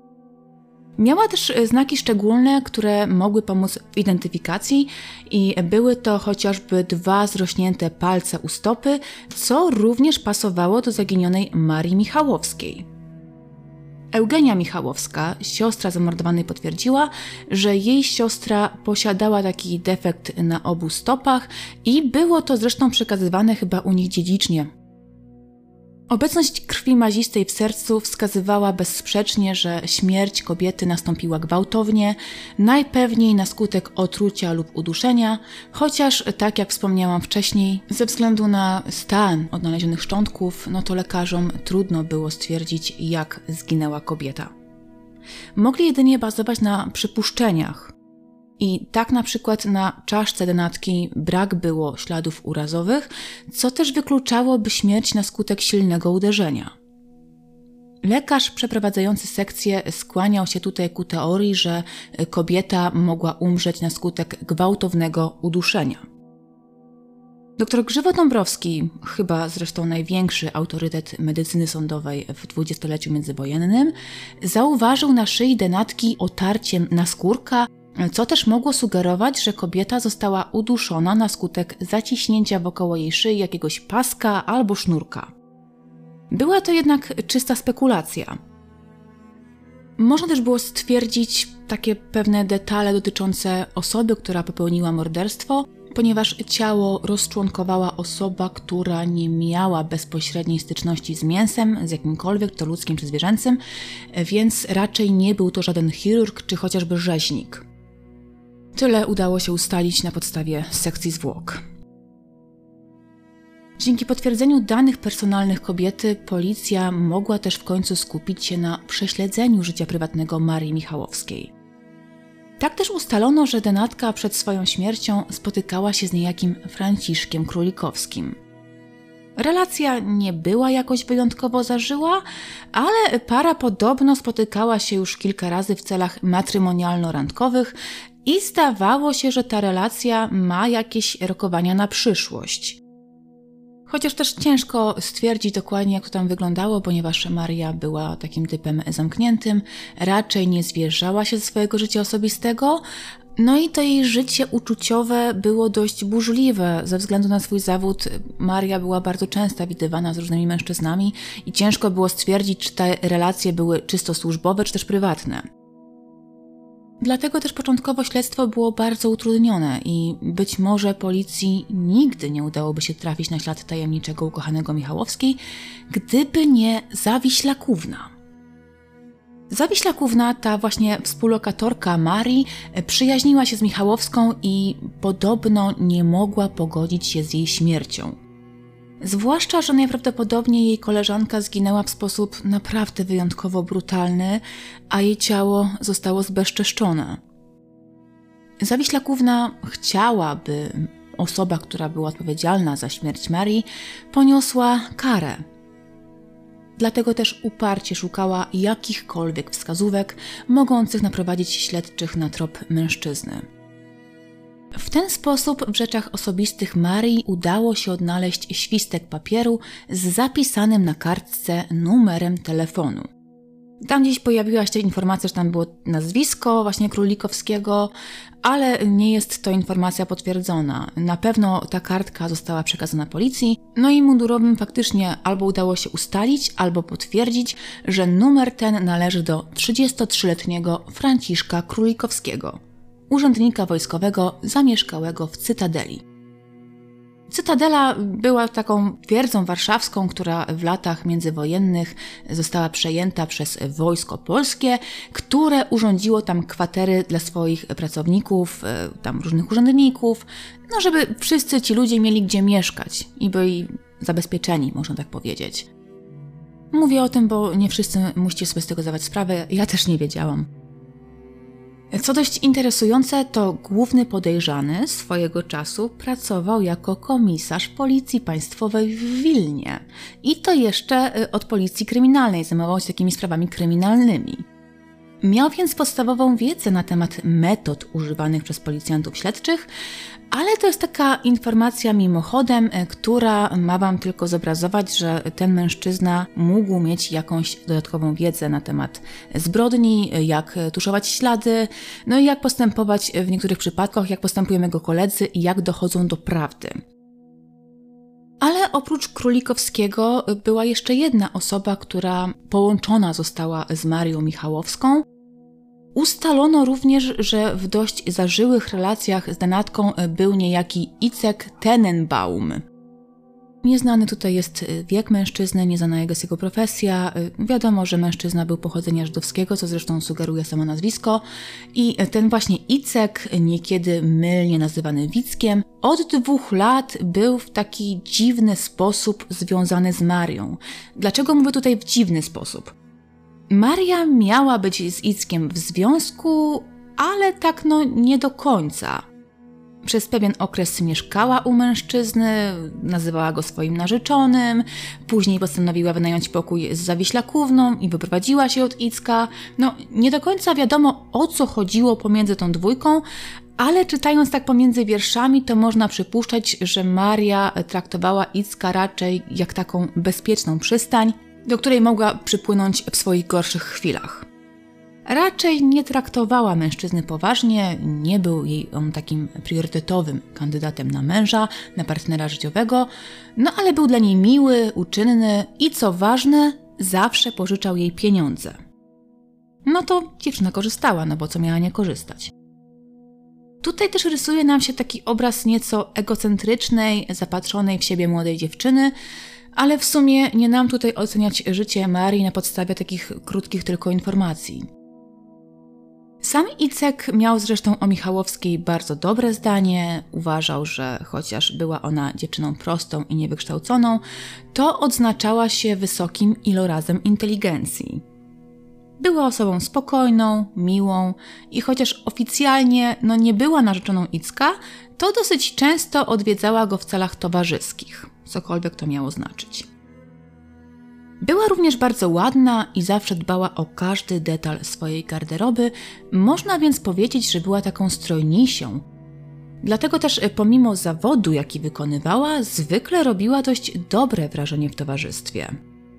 Miała też znaki szczególne, które mogły pomóc w identyfikacji i były to chociażby dwa zrośnięte palce u stopy, co również pasowało do zaginionej Marii Michałowskiej. Eugenia Michałowska, siostra zamordowanej, potwierdziła, że jej siostra posiadała taki defekt na obu stopach i było to zresztą przekazywane chyba u nich dziedzicznie. Obecność krwi mazistej w sercu wskazywała bezsprzecznie, że śmierć kobiety nastąpiła gwałtownie, najpewniej na skutek otrucia lub uduszenia, chociaż, tak jak wspomniałam wcześniej, ze względu na stan odnalezionych szczątków, no to lekarzom trudno było stwierdzić, jak zginęła kobieta. Mogli jedynie bazować na przypuszczeniach. I tak na przykład na czaszce denatki brak było śladów urazowych, co też wykluczałoby śmierć na skutek silnego uderzenia. Lekarz przeprowadzający sekcję skłaniał się tutaj ku teorii, że kobieta mogła umrzeć na skutek gwałtownego uduszenia. Doktor Grzywo-Dąbrowski, chyba zresztą największy autorytet medycyny sądowej w dwudziestoleciu międzywojennym, zauważył na szyi denatki otarcie naskórka, co też mogło sugerować, że kobieta została uduszona na skutek zaciśnięcia wokoło jej szyi jakiegoś paska albo sznurka. Była to jednak czysta spekulacja. Można też było stwierdzić takie pewne detale dotyczące osoby, która popełniła morderstwo, ponieważ ciało rozczłonkowała osoba, która nie miała bezpośredniej styczności z mięsem, z jakimkolwiek, to ludzkim czy zwierzęcym, więc raczej nie był to żaden chirurg czy chociażby rzeźnik. Tyle udało się ustalić na podstawie sekcji zwłok. Dzięki potwierdzeniu danych personalnych kobiety, policja mogła też w końcu skupić się na prześledzeniu życia prywatnego Marii Michałowskiej. Tak też ustalono, że denatka przed swoją śmiercią spotykała się z niejakim Franciszkiem Królikowskim. Relacja nie była jakoś wyjątkowo zażyła, ale para podobno spotykała się już kilka razy w celach matrymonialno-randkowych i zdawało się, że ta relacja ma jakieś rokowania na przyszłość. Chociaż też ciężko stwierdzić dokładnie, jak to tam wyglądało, ponieważ Maria była takim typem zamkniętym, raczej nie zwierzała się ze swojego życia osobistego, no i to jej życie uczuciowe było dość burzliwe. Ze względu na swój zawód Maria była bardzo często widywana z różnymi mężczyznami i ciężko było stwierdzić, czy te relacje były czysto służbowe, czy też prywatne. Dlatego też początkowo śledztwo było bardzo utrudnione i być może policji nigdy nie udałoby się trafić na ślad tajemniczego ukochanego Michałowskiej, gdyby nie Zawiślakówna. Zawiślakówna, ta właśnie współlokatorka Marii, przyjaźniła się z Michałowską i podobno nie mogła pogodzić się z jej śmiercią. Zwłaszcza, że najprawdopodobniej jej koleżanka zginęła w sposób naprawdę wyjątkowo brutalny, a jej ciało zostało zbezczeszczone. Zawiślakówna chciała, by osoba, która była odpowiedzialna za śmierć Marii, poniosła karę. Dlatego też uparcie szukała jakichkolwiek wskazówek mogących naprowadzić śledczych na trop mężczyzny. W ten sposób w rzeczach osobistych Marii udało się odnaleźć świstek papieru z zapisanym na kartce numerem telefonu. Tam gdzieś pojawiła się informacja, że tam było nazwisko właśnie Królikowskiego, ale nie jest to informacja potwierdzona. Na pewno ta kartka została przekazana policji, no i mundurowym faktycznie albo udało się ustalić, albo potwierdzić, że numer ten należy do trzydziestotrzyletniego Franciszka Królikowskiego, urzędnika wojskowego zamieszkałego w Cytadeli. Cytadela była taką twierdzą warszawską, która w latach międzywojennych została przejęta przez wojsko polskie, które urządziło tam kwatery dla swoich pracowników, tam różnych urzędników, no żeby wszyscy ci ludzie mieli gdzie mieszkać i byli zabezpieczeni, można tak powiedzieć. Mówię o tym, bo nie wszyscy musicie sobie z tego zdawać sprawę, ja też nie wiedziałam. Co dość interesujące, to główny podejrzany swojego czasu pracował jako komisarz Policji Państwowej w Wilnie. I to jeszcze od policji kryminalnej, zajmował się takimi sprawami kryminalnymi. Miał więc podstawową wiedzę na temat metod używanych przez policjantów śledczych, ale to jest taka informacja mimochodem, która ma wam tylko zobrazować, że ten mężczyzna mógł mieć jakąś dodatkową wiedzę na temat zbrodni, jak tuszować ślady, no i jak postępować w niektórych przypadkach, jak postępują jego koledzy i jak dochodzą do prawdy. Ale oprócz Królikowskiego była jeszcze jedna osoba, która połączona została z Marią Michałowską. Ustalono również, że w dość zażyłych relacjach z denatką był niejaki Icek Tenenbaum. Nieznany tutaj jest wiek mężczyzny, nieznana jest jego profesja. Wiadomo, że mężczyzna był pochodzenia żydowskiego, co zresztą sugeruje samo nazwisko. I ten właśnie Icek, niekiedy mylnie nazywany Wickiem, od dwóch lat był w taki dziwny sposób związany z Marią. Dlaczego mówię tutaj w dziwny sposób? Maria miała być z Ickiem w związku, ale tak no nie do końca. Przez pewien okres mieszkała u mężczyzny, nazywała go swoim narzeczonym, później postanowiła wynająć pokój z zawiślakówną i wyprowadziła się od Icka. No, nie do końca wiadomo, o co chodziło pomiędzy tą dwójką, ale czytając tak pomiędzy wierszami, to można przypuszczać, że Maria traktowała Icka raczej jak taką bezpieczną przystań, do której mogła przypłynąć w swoich gorszych chwilach. Raczej nie traktowała mężczyzny poważnie, nie był jej on takim priorytetowym kandydatem na męża, na partnera życiowego, no ale był dla niej miły, uczynny i co ważne, zawsze pożyczał jej pieniądze. No to dziewczyna korzystała, no bo co miała nie korzystać. Tutaj też rysuje nam się taki obraz nieco egocentrycznej, zapatrzonej w siebie młodej dziewczyny, ale w sumie nie nam tutaj oceniać życie Marii na podstawie takich krótkich tylko informacji. Sam Icek miał zresztą o Michałowskiej bardzo dobre zdanie. Uważał, że chociaż była ona dziewczyną prostą i niewykształconą, to odznaczała się wysokim ilorazem inteligencji. Była osobą spokojną, miłą i chociaż oficjalnie no, nie była narzeczoną Icka, to dosyć często odwiedzała go w celach towarzyskich, cokolwiek to miało znaczyć. Była również bardzo ładna i zawsze dbała o każdy detal swojej garderoby, można więc powiedzieć, że była taką strojnisią. Dlatego też pomimo zawodu, jaki wykonywała, zwykle robiła dość dobre wrażenie w towarzystwie.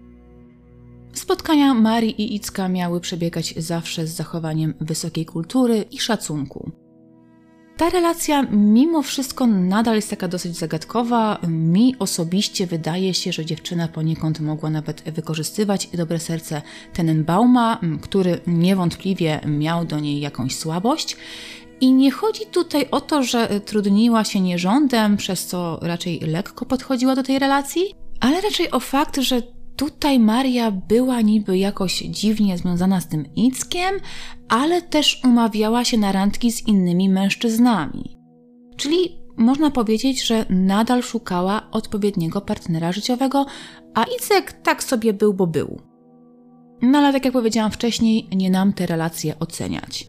Spotkania Marii i Icka miały przebiegać zawsze z zachowaniem wysokiej kultury i szacunku. Ta relacja mimo wszystko nadal jest taka dosyć zagadkowa. Mi osobiście wydaje się, że dziewczyna poniekąd mogła nawet wykorzystywać dobre serce Tenenbauma, który niewątpliwie miał do niej jakąś słabość. I nie chodzi tutaj o to, że trudniła się nierządem, przez co raczej lekko podchodziła do tej relacji, ale raczej o fakt, że tutaj Maria była niby jakoś dziwnie związana z tym Ickiem, ale też umawiała się na randki z innymi mężczyznami. Czyli można powiedzieć, że nadal szukała odpowiedniego partnera życiowego, a Icek tak sobie był, bo był. No ale tak jak powiedziałam wcześniej, nie nam te relacje oceniać.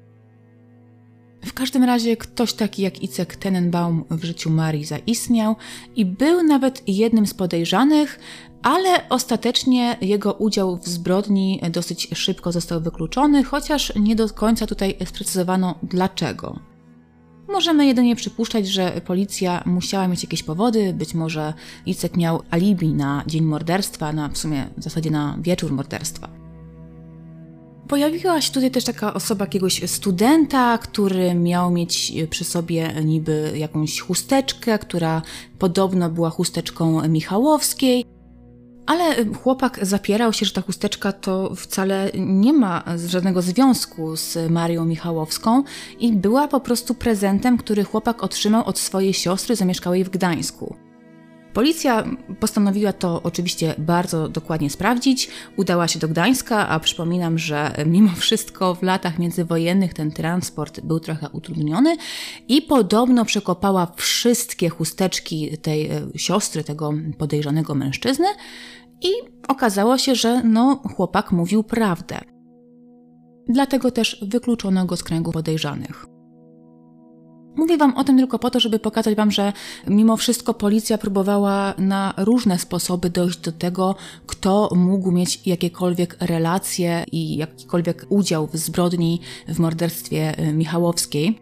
W każdym razie ktoś taki jak Icek Tenenbaum w życiu Marii zaistniał i był nawet jednym z podejrzanych, ale ostatecznie jego udział w zbrodni dosyć szybko został wykluczony, chociaż nie do końca tutaj sprecyzowano dlaczego. Możemy jedynie przypuszczać, że policja musiała mieć jakieś powody, być może Icek miał alibi na dzień morderstwa, na w sumie w zasadzie na wieczór morderstwa. Pojawiła się tutaj też taka osoba jakiegoś studenta, który miał mieć przy sobie niby jakąś chusteczkę, która podobno była chusteczką Michałowskiej, ale chłopak zapierał się, że ta chusteczka to wcale nie ma żadnego związku z Marią Michałowską i była po prostu prezentem, który chłopak otrzymał od swojej siostry zamieszkałej w Gdańsku. Policja postanowiła to oczywiście bardzo dokładnie sprawdzić, udała się do Gdańska, a przypominam, że mimo wszystko w latach międzywojennych ten transport był trochę utrudniony i podobno przekopała wszystkie chusteczki tej siostry, tego podejrzanego mężczyzny i okazało się, że no, chłopak mówił prawdę. Dlatego też wykluczono go z kręgu podejrzanych. Mówię wam o tym tylko po to, żeby pokazać wam, że mimo wszystko policja próbowała na różne sposoby dojść do tego, kto mógł mieć jakiekolwiek relacje i jakikolwiek udział w zbrodni, w morderstwie Michałowskiej.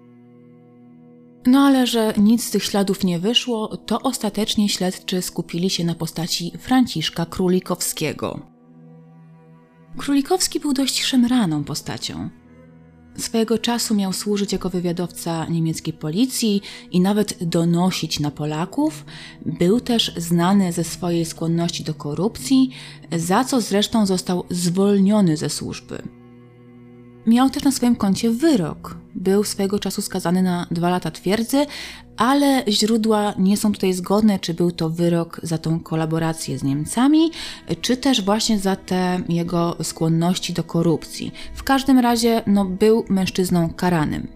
No ale że nic z tych śladów nie wyszło, to ostatecznie śledczy skupili się na postaci Franciszka Królikowskiego. Królikowski był dość szemraną postacią. Swojego czasu miał służyć jako wywiadowca niemieckiej policji i nawet donosić na Polaków. Był też znany ze swojej skłonności do korupcji, za co zresztą został zwolniony ze służby. Miał też na swoim koncie wyrok. Był swojego czasu skazany na dwa lata twierdzy, ale źródła nie są tutaj zgodne, czy był to wyrok za tą kolaborację z Niemcami, czy też właśnie za te jego skłonności do korupcji. W każdym razie no, był mężczyzną karanym.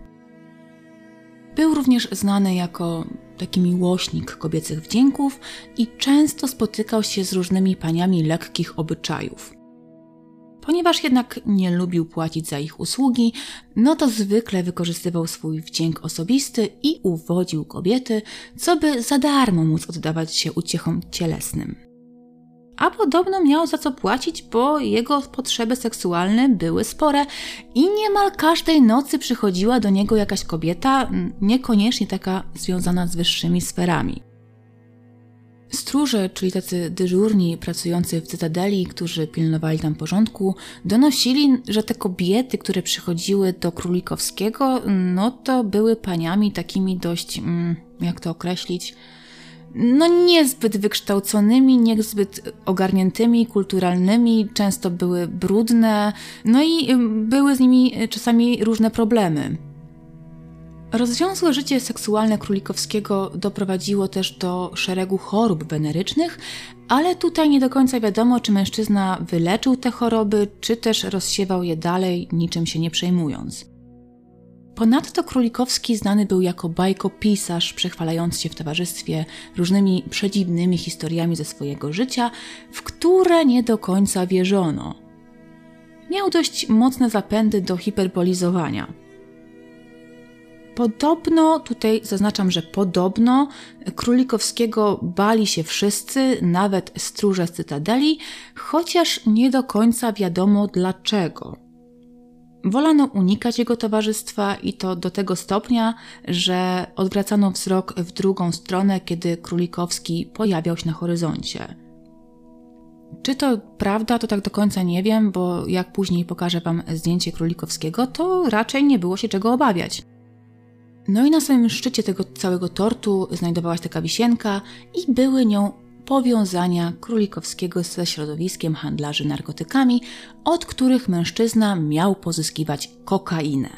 Był również znany jako taki miłośnik kobiecych wdzięków i często spotykał się z różnymi paniami lekkich obyczajów. Ponieważ jednak nie lubił płacić za ich usługi, no to zwykle wykorzystywał swój wdzięk osobisty i uwodził kobiety, co by za darmo móc oddawać się uciechom cielesnym. A podobno miał za co płacić, bo jego potrzeby seksualne były spore i niemal każdej nocy przychodziła do niego jakaś kobieta, niekoniecznie taka związana z wyższymi sferami. Stróże, czyli tacy dyżurni pracujący w Cytadeli, którzy pilnowali tam porządku, donosili, że te kobiety, które przychodziły do Królikowskiego, no to były paniami takimi dość, jak to określić, no niezbyt wykształconymi, niezbyt ogarniętymi, kulturalnymi, często były brudne, no i były z nimi czasami różne problemy. Rozwiązłe życie seksualne Królikowskiego doprowadziło też do szeregu chorób wenerycznych, ale tutaj nie do końca wiadomo, czy mężczyzna wyleczył te choroby, czy też rozsiewał je dalej, niczym się nie przejmując. Ponadto Królikowski znany był jako bajkopisarz, przechwalając się w towarzystwie różnymi przedziwnymi historiami ze swojego życia, w które nie do końca wierzono. Miał dość mocne zapędy do hiperbolizowania. Podobno, tutaj zaznaczam, że podobno, Królikowskiego bali się wszyscy, nawet stróże z Cytadeli, chociaż nie do końca wiadomo dlaczego. Wolano unikać jego towarzystwa i to do tego stopnia, że odwracano wzrok w drugą stronę, kiedy Królikowski pojawiał się na horyzoncie. Czy to prawda, to tak do końca nie wiem, bo jak później pokażę Wam zdjęcie Królikowskiego, to raczej nie było się czego obawiać. No i na samym szczycie tego całego tortu znajdowała się taka wisienka i były nią powiązania Królikowskiego ze środowiskiem handlarzy narkotykami, od których mężczyzna miał pozyskiwać kokainę.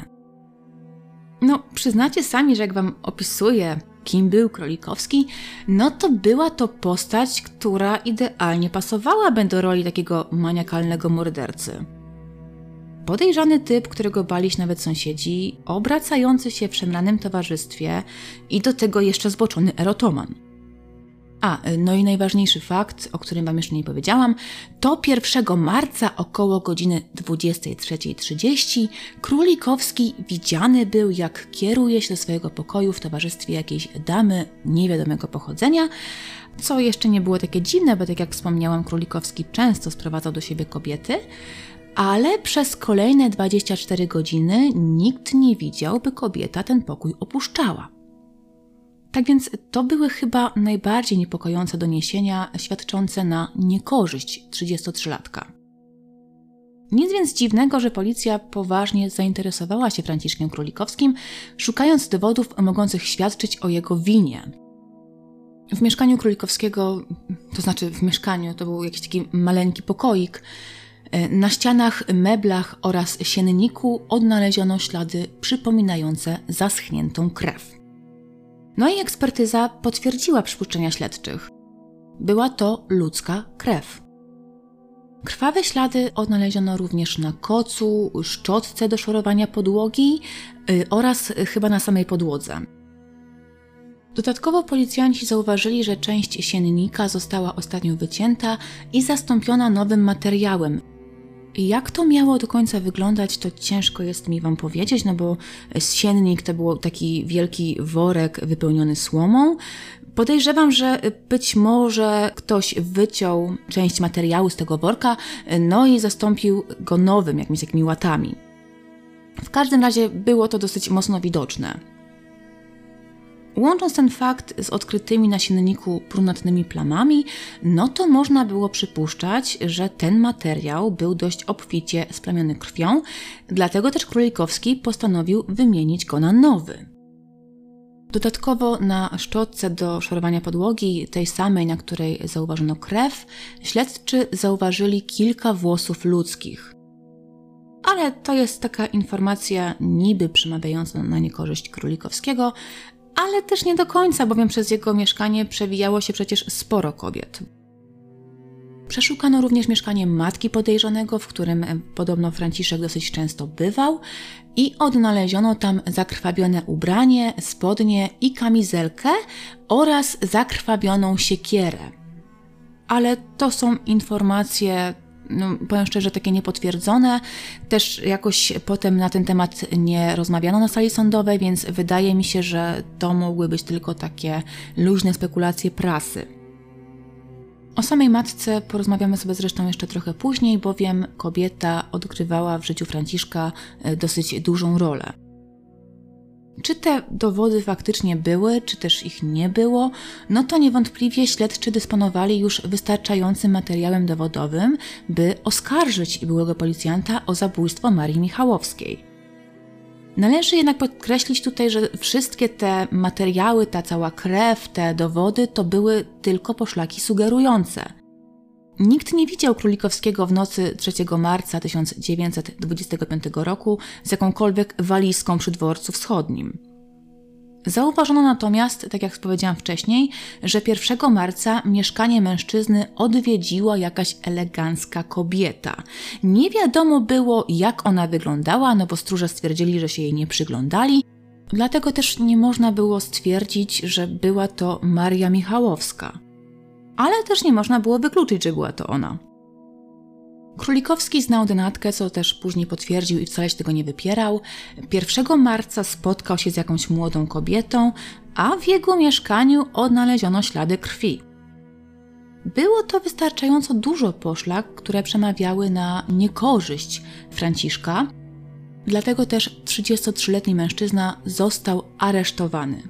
No, przyznacie sami, że jak Wam opisuję, kim był Królikowski, no to była to postać, która idealnie pasowałaby do roli takiego maniakalnego mordercy. Podejrzany typ, którego bali się nawet sąsiedzi, obracający się w szemranym towarzystwie i do tego jeszcze zboczony erotoman. A, no i najważniejszy fakt, o którym Wam jeszcze nie powiedziałam, to pierwszego marca około godziny dwudziestej trzeciej trzydzieści Królikowski widziany był, jak kieruje się do swojego pokoju w towarzystwie jakiejś damy niewiadomego pochodzenia, co jeszcze nie było takie dziwne, bo tak jak wspomniałam, Królikowski często sprowadzał do siebie kobiety, ale przez kolejne dwadzieścia cztery godziny nikt nie widział, by kobieta ten pokój opuszczała. Tak więc to były chyba najbardziej niepokojące doniesienia świadczące na niekorzyść trzydziestotrzylatka. Nic więc dziwnego, że policja poważnie zainteresowała się Franciszkiem Królikowskim, szukając dowodów mogących świadczyć o jego winie. W mieszkaniu Królikowskiego, to znaczy w mieszkaniu, to był jakiś taki maleńki pokoik, na ścianach, meblach oraz sienniku odnaleziono ślady przypominające zaschniętą krew. No i ekspertyza potwierdziła przypuszczenia śledczych. Była to ludzka krew. Krwawe ślady odnaleziono również na kocu, szczotce do szorowania podłogi yy, oraz chyba na samej podłodze. Dodatkowo policjanci zauważyli, że część siennika została ostatnio wycięta i zastąpiona nowym materiałem. Jak to miało do końca wyglądać, to ciężko jest mi Wam powiedzieć, no bo siennik to był taki wielki worek wypełniony słomą. Podejrzewam, że być może ktoś wyciął część materiału z tego worka, no i zastąpił go nowym, jakimiś takimi łatami. W każdym razie było to dosyć mocno widoczne. Łącząc ten fakt z odkrytymi na silniku brunatnymi plamami, no to można było przypuszczać, że ten materiał był dość obficie splamiony krwią, dlatego też Królikowski postanowił wymienić go na nowy. Dodatkowo na szczotce do szorowania podłogi, tej samej, na której zauważono krew, śledczy zauważyli kilka włosów ludzkich. Ale to jest taka informacja niby przemawiająca na niekorzyść Królikowskiego, ale też nie do końca, bowiem przez jego mieszkanie przewijało się przecież sporo kobiet. Przeszukano również mieszkanie matki podejrzanego, w którym podobno Franciszek dosyć często bywał, i odnaleziono tam zakrwawione ubranie, spodnie i kamizelkę oraz zakrwawioną siekierę. Ale to są informacje, no, powiem szczerze, takie niepotwierdzone. Też jakoś potem na ten temat nie rozmawiano na sali sądowej, więc wydaje mi się, że to mogły być tylko takie luźne spekulacje prasy. O samej matce porozmawiamy sobie zresztą jeszcze trochę później, bowiem kobieta odgrywała w życiu Franciszka dosyć dużą rolę. Czy te dowody faktycznie były, czy też ich nie było, no to niewątpliwie śledczy dysponowali już wystarczającym materiałem dowodowym, by oskarżyć byłego policjanta o zabójstwo Marii Michałowskiej. Należy jednak podkreślić tutaj, że wszystkie te materiały, ta cała krew, te dowody to były tylko poszlaki sugerujące. Nikt nie widział Królikowskiego w nocy trzeciego marca tysiąc dziewięćset dwudziestego piątego roku z jakąkolwiek walizką przy dworcu wschodnim. Zauważono natomiast, tak jak powiedziałam wcześniej, że pierwszego marca mieszkanie mężczyzny odwiedziła jakaś elegancka kobieta. Nie wiadomo było, jak ona wyglądała, no bo stróże stwierdzili, że się jej nie przyglądali, dlatego też nie można było stwierdzić, że była to Maria Michałowska. Ale też nie można było wykluczyć, że była to ona. Królikowski znał denatkę, co też później potwierdził i wcale się tego nie wypierał. pierwszego marca spotkał się z jakąś młodą kobietą, a w jego mieszkaniu odnaleziono ślady krwi. Było to wystarczająco dużo poszlak, które przemawiały na niekorzyść Franciszka, dlatego też trzydziestotrzyletni mężczyzna został aresztowany.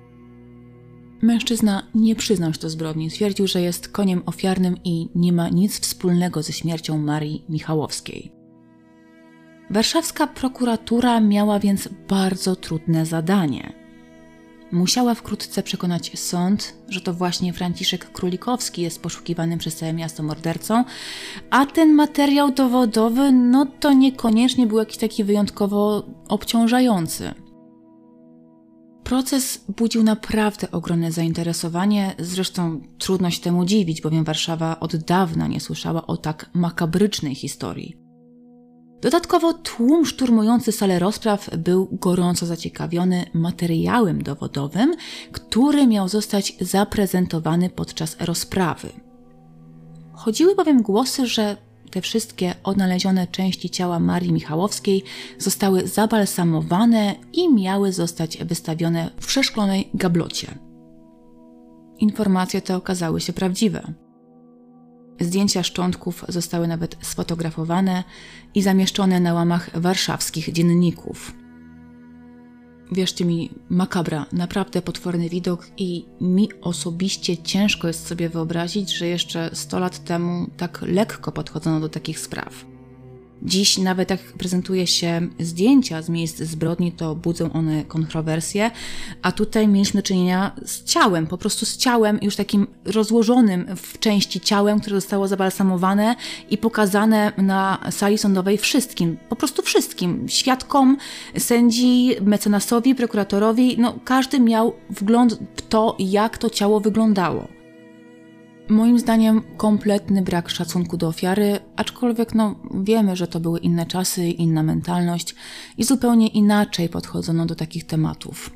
Mężczyzna nie przyznał się do zbrodni, twierdził, że jest koniem ofiarnym i nie ma nic wspólnego ze śmiercią Marii Michałowskiej. Warszawska prokuratura miała więc bardzo trudne zadanie. Musiała wkrótce przekonać sąd, że to właśnie Franciszek Królikowski jest poszukiwanym przez całe miasto mordercą, a ten materiał dowodowy, no to niekoniecznie był jakiś taki wyjątkowo obciążający. Proces budził naprawdę ogromne zainteresowanie, zresztą trudno się temu dziwić, bowiem Warszawa od dawna nie słyszała o tak makabrycznej historii. Dodatkowo tłum szturmujący salę rozpraw był gorąco zaciekawiony materiałem dowodowym, który miał zostać zaprezentowany podczas rozprawy. Chodziły bowiem głosy, że te wszystkie odnalezione części ciała Marii Michałowskiej zostały zabalsamowane i miały zostać wystawione w przeszklonej gablocie. Informacje te okazały się prawdziwe. Zdjęcia szczątków zostały nawet sfotografowane i zamieszczone na łamach warszawskich dzienników. Wierzcie mi, makabra, naprawdę potworny widok i mi osobiście ciężko jest sobie wyobrazić, że jeszcze sto lat temu tak lekko podchodzono do takich spraw. Dziś nawet jak prezentuje się zdjęcia z miejsc zbrodni, to budzą one kontrowersje, a tutaj mieliśmy do czynienia z ciałem, po prostu z ciałem już takim rozłożonym w części ciałem, które zostało zabalsamowane i pokazane na sali sądowej wszystkim, po prostu wszystkim, świadkom, sędzi, mecenasowi, prokuratorowi, no każdy miał wgląd w to, jak to ciało wyglądało. Moim zdaniem kompletny brak szacunku do ofiary, aczkolwiek no, wiemy, że to były inne czasy, inna mentalność i zupełnie inaczej podchodzono do takich tematów.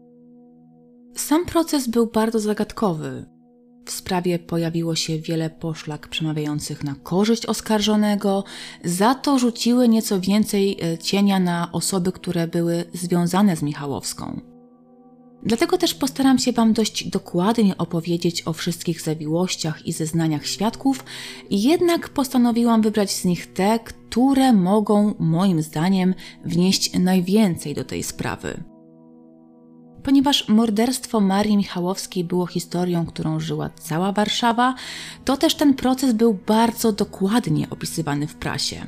Sam proces był bardzo zagadkowy. W sprawie pojawiło się wiele poszlak przemawiających na korzyść oskarżonego, za to rzuciły nieco więcej cienia na osoby, które były związane z Michałowską. Dlatego też postaram się Wam dość dokładnie opowiedzieć o wszystkich zawiłościach i zeznaniach świadków, jednak postanowiłam wybrać z nich te, które mogą, moim zdaniem, wnieść najwięcej do tej sprawy. Ponieważ morderstwo Marii Michałowskiej było historią, którą żyła cała Warszawa, to też ten proces był bardzo dokładnie opisywany w prasie.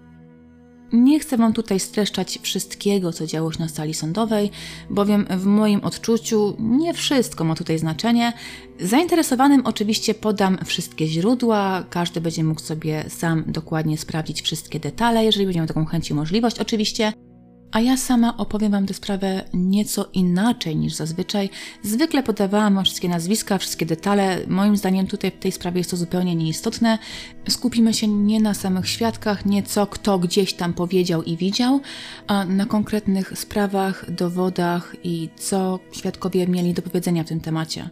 Nie chcę Wam tutaj streszczać wszystkiego, co działo się na sali sądowej, bowiem w moim odczuciu nie wszystko ma tutaj znaczenie. Zainteresowanym oczywiście podam wszystkie źródła, każdy będzie mógł sobie sam dokładnie sprawdzić wszystkie detale, jeżeli będzie miał taką chęć i możliwość oczywiście. A ja sama opowiem Wam tę sprawę nieco inaczej niż zazwyczaj. Zwykle podawałam Wam wszystkie nazwiska, wszystkie detale. Moim zdaniem tutaj w tej sprawie jest to zupełnie nieistotne. Skupimy się nie na samych świadkach, nie co kto gdzieś tam powiedział i widział, a na konkretnych sprawach, dowodach i co świadkowie mieli do powiedzenia w tym temacie.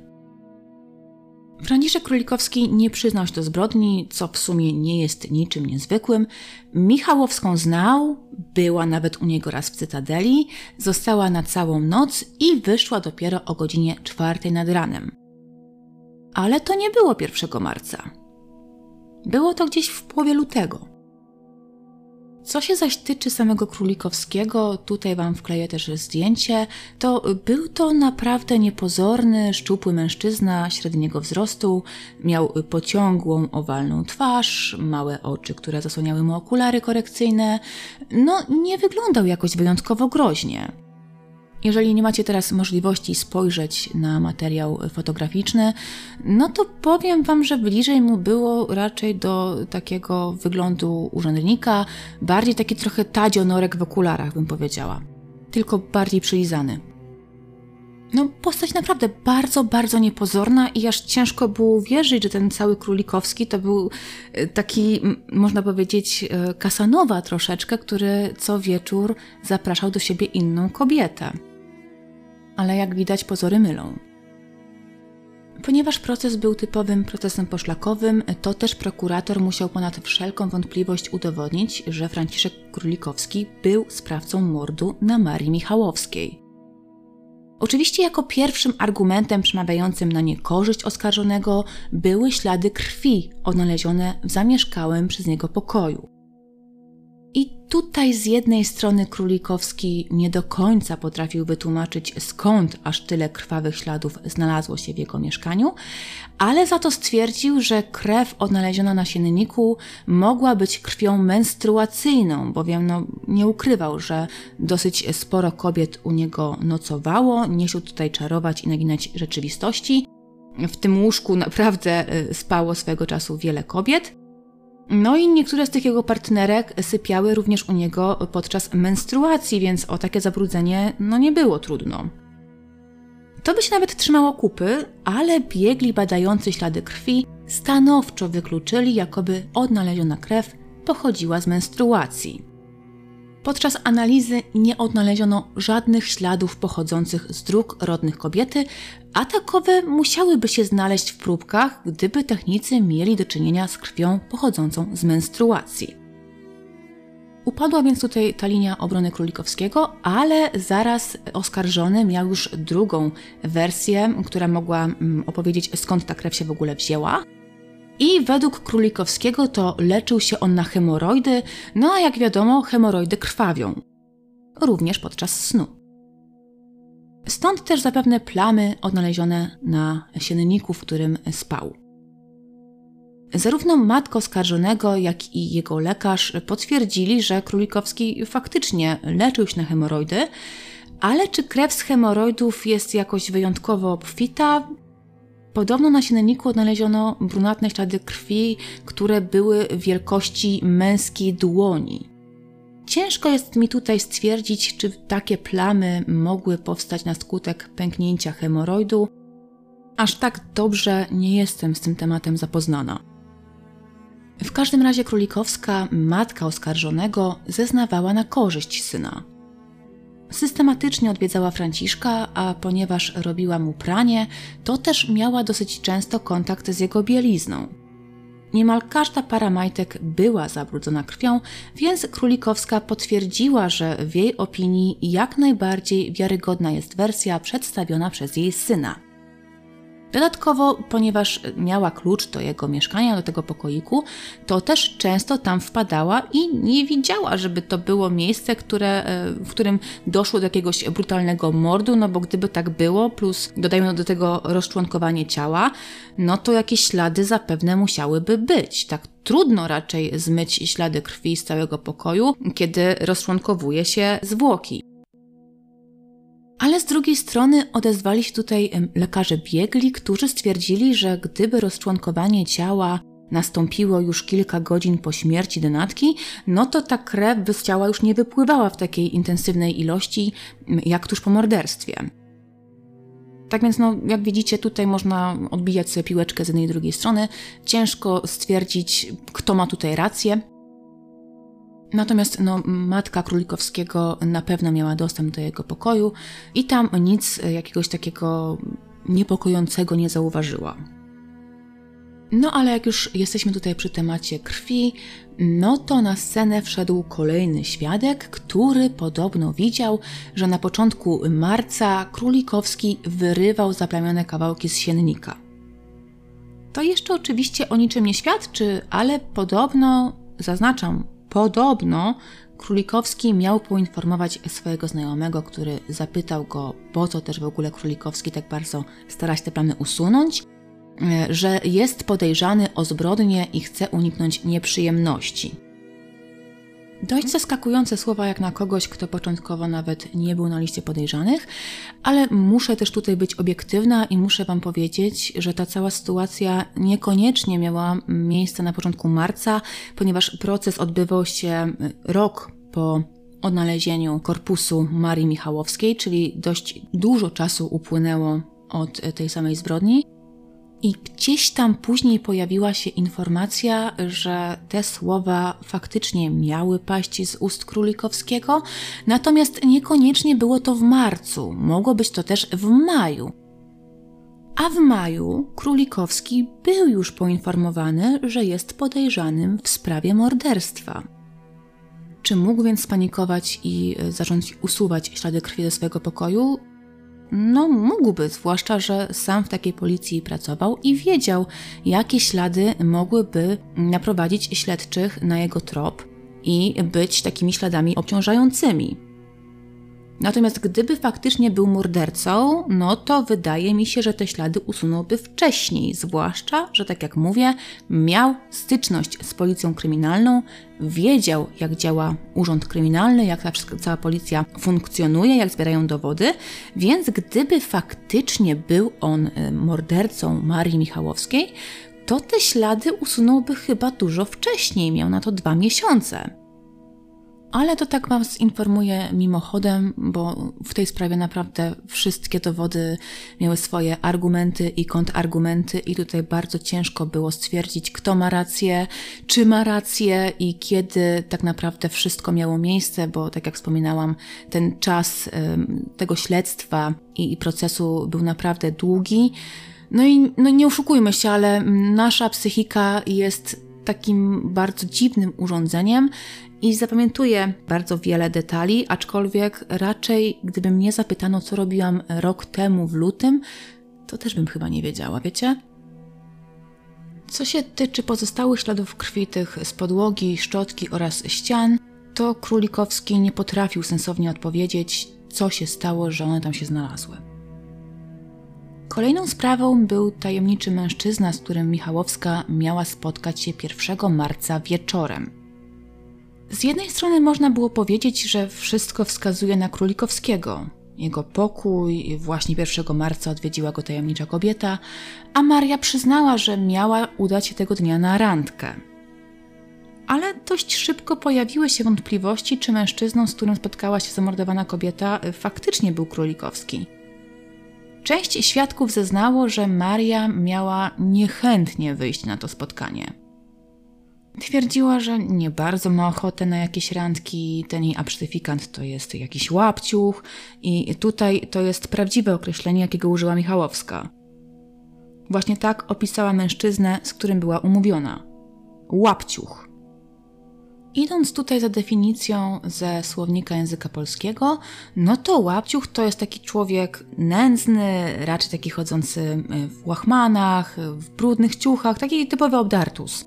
Franciszek Królikowski nie przyznał się do zbrodni, co w sumie nie jest niczym niezwykłym. Michałowską znał, była nawet u niego raz w Cytadeli, została na całą noc i wyszła dopiero o godzinie czwartej nad ranem. Ale to nie było pierwszego marca. Było to gdzieś w połowie lutego. Co się zaś tyczy samego Królikowskiego, tutaj Wam wkleję też zdjęcie, to był to naprawdę niepozorny, szczupły mężczyzna średniego wzrostu, miał pociągłą, owalną twarz, małe oczy, które zasłaniały mu okulary korekcyjne, no nie wyglądał jakoś wyjątkowo groźnie. Jeżeli nie macie teraz możliwości spojrzeć na materiał fotograficzny, no to powiem Wam, że bliżej mu było raczej do takiego wyglądu urzędnika, bardziej taki trochę Tadzio Norek w okularach, bym powiedziała. Tylko bardziej przylizany. No, postać naprawdę bardzo, bardzo niepozorna i aż ciężko było uwierzyć, że ten cały Królikowski to był taki, można powiedzieć, Casanova troszeczkę, który co wieczór zapraszał do siebie inną kobietę. Ale jak widać, pozory mylą. Ponieważ proces był typowym procesem poszlakowym, to też prokurator musiał ponad wszelką wątpliwość udowodnić, że Franciszek Królikowski był sprawcą mordu na Marii Michałowskiej. Oczywiście jako pierwszym argumentem przemawiającym na niekorzyść oskarżonego były ślady krwi odnalezione w zamieszkałym przez niego pokoju. I tutaj z jednej strony Królikowski nie do końca potrafił wytłumaczyć, skąd aż tyle krwawych śladów znalazło się w jego mieszkaniu, ale za to stwierdził, że krew odnaleziona na sienniku mogła być krwią menstruacyjną, bowiem no, nie ukrywał, że dosyć sporo kobiet u niego nocowało, nie chciał tutaj czarować i naginać rzeczywistości. W tym łóżku naprawdę spało swego czasu wiele kobiet. No i niektóre z tych jego partnerek sypiały również u niego podczas menstruacji, więc o takie zabrudzenie no nie było trudno. To by się nawet trzymało kupy, ale biegli badający ślady krwi stanowczo wykluczyli, jakoby odnaleziona krew pochodziła z menstruacji. Podczas analizy nie odnaleziono żadnych śladów pochodzących z dróg rodnych kobiety, a takowe musiałyby się znaleźć w próbkach, gdyby technicy mieli do czynienia z krwią pochodzącą z menstruacji. Upadła więc tutaj ta linia obrony Królikowskiego, ale zaraz oskarżony miał już drugą wersję, która mogła opowiedzieć, skąd ta krew się w ogóle wzięła. I według Królikowskiego to leczył się on na hemoroidy, no a jak wiadomo, hemoroidy krwawią. Również podczas snu. Stąd też zapewne plamy odnalezione na sienniku, w którym spał. Zarówno matka oskarżonego, jak i jego lekarz potwierdzili, że Królikowski faktycznie leczył się na hemoroidy, ale czy krew z hemoroidów jest jakoś wyjątkowo obfita? Podobno na sienniku odnaleziono brunatne ślady krwi, które były wielkości męskiej dłoni. Ciężko jest mi tutaj stwierdzić, czy takie plamy mogły powstać na skutek pęknięcia hemoroidu. Aż tak dobrze nie jestem z tym tematem zapoznana. W każdym razie Królikowska, matka oskarżonego, zeznawała na korzyść syna. Systematycznie odwiedzała Franciszka, a ponieważ robiła mu pranie, to też miała dosyć często kontakt z jego bielizną. Niemal każda para majtek była zabrudzona krwią, więc Królikowska potwierdziła, że w jej opinii jak najbardziej wiarygodna jest wersja przedstawiona przez jej syna. Dodatkowo, ponieważ miała klucz do jego mieszkania, do tego pokoiku, to też często tam wpadała i nie widziała, żeby to było miejsce, które, w którym doszło do jakiegoś brutalnego mordu, no bo gdyby tak było, plus dodajmy do tego rozczłonkowanie ciała, no to jakieś ślady zapewne musiałyby być. Tak trudno raczej zmyć ślady krwi z całego pokoju, kiedy rozczłonkowuje się zwłoki. Ale z drugiej strony odezwali się tutaj lekarze biegli, którzy stwierdzili, że gdyby rozczłonkowanie ciała nastąpiło już kilka godzin po śmierci denatki, no to ta krew z ciała już nie wypływała w takiej intensywnej ilości jak tuż po morderstwie. Tak więc, no, jak widzicie, tutaj można odbijać sobie piłeczkę z jednej i drugiej strony. Ciężko stwierdzić, kto ma tutaj rację. Natomiast no, matka Królikowskiego na pewno miała dostęp do jego pokoju i tam nic jakiegoś takiego niepokojącego nie zauważyła. No ale jak już jesteśmy tutaj przy temacie krwi, no to na scenę wszedł kolejny świadek, który podobno widział, że na początku marca Królikowski wyrywał zaplamione kawałki z siennika. To jeszcze oczywiście o niczym nie świadczy, ale podobno, zaznaczam, podobno Królikowski miał poinformować swojego znajomego, który zapytał go, po co też w ogóle Królikowski tak bardzo stara się te plamy usunąć, że jest podejrzany o zbrodnię i chce uniknąć nieprzyjemności. Dość zaskakujące słowa jak na kogoś, kto początkowo nawet nie był na liście podejrzanych, ale muszę też tutaj być obiektywna i muszę Wam powiedzieć, że ta cała sytuacja niekoniecznie miała miejsce na początku marca, ponieważ proces odbywał się rok po odnalezieniu korpusu Marii Michałowskiej, czyli dość dużo czasu upłynęło od tej samej zbrodni. I gdzieś tam później pojawiła się informacja, że te słowa faktycznie miały paść z ust Królikowskiego, natomiast niekoniecznie było to w marcu, mogło być to też w maju. A w maju Królikowski był już poinformowany, że jest podejrzanym w sprawie morderstwa. Czy mógł więc spanikować i zacząć usuwać ślady krwi ze swojego pokoju? No mógłby, zwłaszcza że sam w takiej policji pracował i wiedział, jakie ślady mogłyby naprowadzić śledczych na jego trop i być takimi śladami obciążającymi. Natomiast gdyby faktycznie był mordercą, no to wydaje mi się, że te ślady usunąłby wcześniej, zwłaszcza, że tak jak mówię, miał styczność z policją kryminalną, wiedział, jak działa urząd kryminalny, jak ta cała policja funkcjonuje, jak zbierają dowody, więc gdyby faktycznie był on mordercą Marii Michałowskiej, to te ślady usunąłby chyba dużo wcześniej, miał na to dwa miesiące. Ale to tak Was informuję mimochodem, bo w tej sprawie naprawdę wszystkie dowody miały swoje argumenty i kontrargumenty i tutaj bardzo ciężko było stwierdzić, kto ma rację, czy ma rację i kiedy tak naprawdę wszystko miało miejsce, bo tak jak wspominałam, ten czas ym, tego śledztwa i, i procesu był naprawdę długi. No i no nie oszukujmy się, ale nasza psychika jest takim bardzo dziwnym urządzeniem i zapamiętuję bardzo wiele detali, aczkolwiek raczej gdyby mnie zapytano, co robiłam rok temu w lutym, to też bym chyba nie wiedziała, wiecie? Co się tyczy pozostałych śladów krwi tych z podłogi, szczotki oraz ścian, to Królikowski nie potrafił sensownie odpowiedzieć, co się stało, że one tam się znalazły. Kolejną sprawą był tajemniczy mężczyzna, z którym Michałowska miała spotkać się pierwszego marca wieczorem. Z jednej strony można było powiedzieć, że wszystko wskazuje na Królikowskiego. Jego pokój, właśnie pierwszego marca odwiedziła go tajemnicza kobieta, a Maria przyznała, że miała udać się tego dnia na randkę. Ale dość szybko pojawiły się wątpliwości, czy mężczyzną, z którym spotkała się zamordowana kobieta, faktycznie był Królikowski. Część świadków zeznało, że Maria miała niechętnie wyjść na to spotkanie. Twierdziła, że nie bardzo ma ochotę na jakieś randki, ten jej absztyfikant to jest jakiś łapciuch i tutaj to jest prawdziwe określenie, jakiego użyła Michałowska. Właśnie tak opisała mężczyznę, z którym była umówiona. Łapciuch. Idąc tutaj za definicją ze słownika języka polskiego, no to łapciuch to jest taki człowiek nędzny, raczej taki chodzący w łachmanach, w brudnych ciuchach, taki typowy obdartus.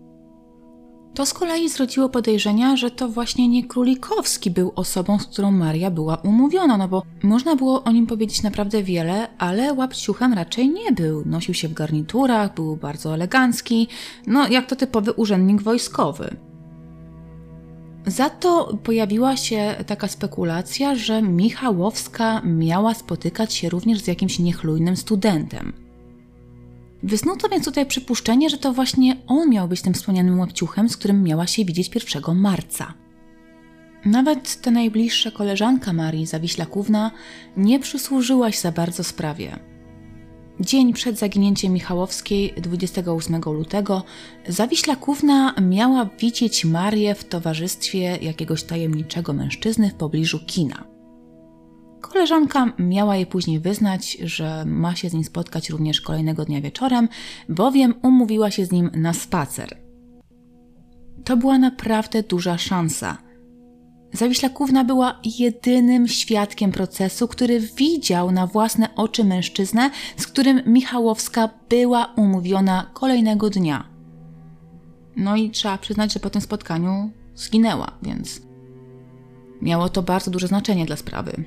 To z kolei zrodziło podejrzenia, że to właśnie nie Królikowski był osobą, z którą Maria była umówiona, no bo można było o nim powiedzieć naprawdę wiele, ale łapciuchem raczej nie był. Nosił się w garniturach, był bardzo elegancki, no jak to typowy urzędnik wojskowy. Za to pojawiła się taka spekulacja, że Michałowska miała spotykać się również z jakimś niechlujnym studentem. Wysnuto więc tutaj przypuszczenie, że to właśnie on miał być tym wspomnianym łapciuchem, z którym miała się widzieć pierwszego marca. Nawet ta najbliższa koleżanka Marii, Zawiślakówna, nie przysłużyła się za bardzo sprawie. Dzień przed zaginięciem Michałowskiej, dwudziestego ósmego lutego, Zawiślakówna miała widzieć Marię w towarzystwie jakiegoś tajemniczego mężczyzny w pobliżu kina. Koleżanka miała jej później wyznać, że ma się z nim spotkać również kolejnego dnia wieczorem, bowiem umówiła się z nim na spacer. To była naprawdę duża szansa. Zawiślakówna była jedynym świadkiem procesu, który widział na własne oczy mężczyznę, z którym Michałowska była umówiona kolejnego dnia. No i trzeba przyznać, że po tym spotkaniu zginęła, więc miało to bardzo duże znaczenie dla sprawy.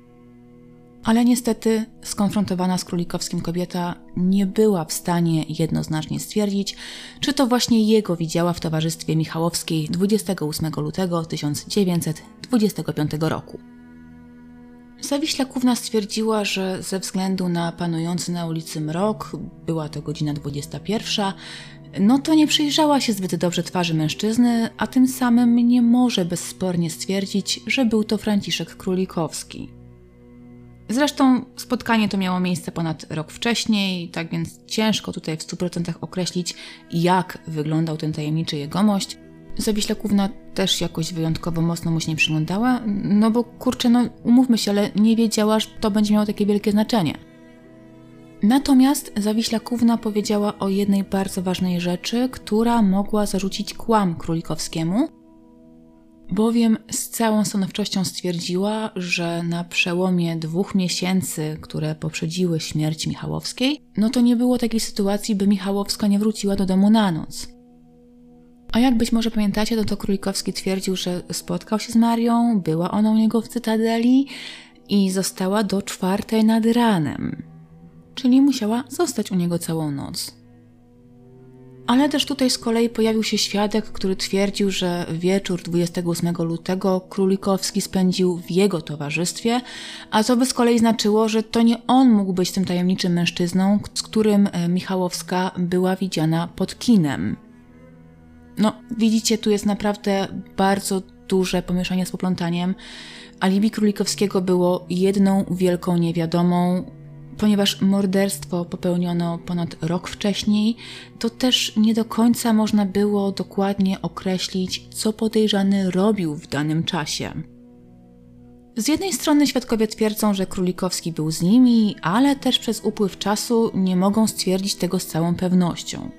Ale niestety skonfrontowana z Królikowskim kobieta nie była w stanie jednoznacznie stwierdzić, czy to właśnie jego widziała w towarzystwie Michałowskiej dwudziestego ósmego lutego tysiąc dziewięćset dwudziestego piątego roku. Zawiślakówna stwierdziła, że ze względu na panujący na ulicy mrok, była to godzina dwudziesta pierwsza, no to nie przyjrzała się zbyt dobrze twarzy mężczyzny, a tym samym nie może bezspornie stwierdzić, że był to Franciszek Królikowski. Zresztą spotkanie to miało miejsce ponad rok wcześniej, tak więc ciężko tutaj w stu procentach określić, jak wyglądał ten tajemniczy jegomość. Zawiślakówna też jakoś wyjątkowo mocno mu się nie przyglądała, no bo kurczę, no umówmy się, ale nie wiedziała, że to będzie miało takie wielkie znaczenie. Natomiast Zawiślakówna powiedziała o jednej bardzo ważnej rzeczy, która mogła zarzucić kłam Królikowskiemu, bowiem z całą stanowczością stwierdziła, że na przełomie dwóch miesięcy, które poprzedziły śmierć Michałowskiej, no to nie było takiej sytuacji, by Michałowska nie wróciła do domu na noc. A jak być może pamiętacie, to, to Królikowski twierdził, że spotkał się z Marią, była ona u niego w Cytadeli i została do czwartej nad ranem, czyli musiała zostać u niego całą noc. Ale też tutaj z kolei pojawił się świadek, który twierdził, że wieczór dwudziestego ósmego lutego Królikowski spędził w jego towarzystwie, a to by z kolei znaczyło, że to nie on mógł być tym tajemniczym mężczyzną, z którym Michałowska była widziana pod kinem. No, widzicie, tu jest naprawdę bardzo duże pomieszanie z poplątaniem. Alibi Królikowskiego było jedną wielką niewiadomą. Ponieważ morderstwo popełniono ponad rok wcześniej, to też nie do końca można było dokładnie określić, co podejrzany robił w danym czasie. Z jednej strony świadkowie twierdzą, że Królikowski był z nimi, ale też przez upływ czasu nie mogą stwierdzić tego z całą pewnością.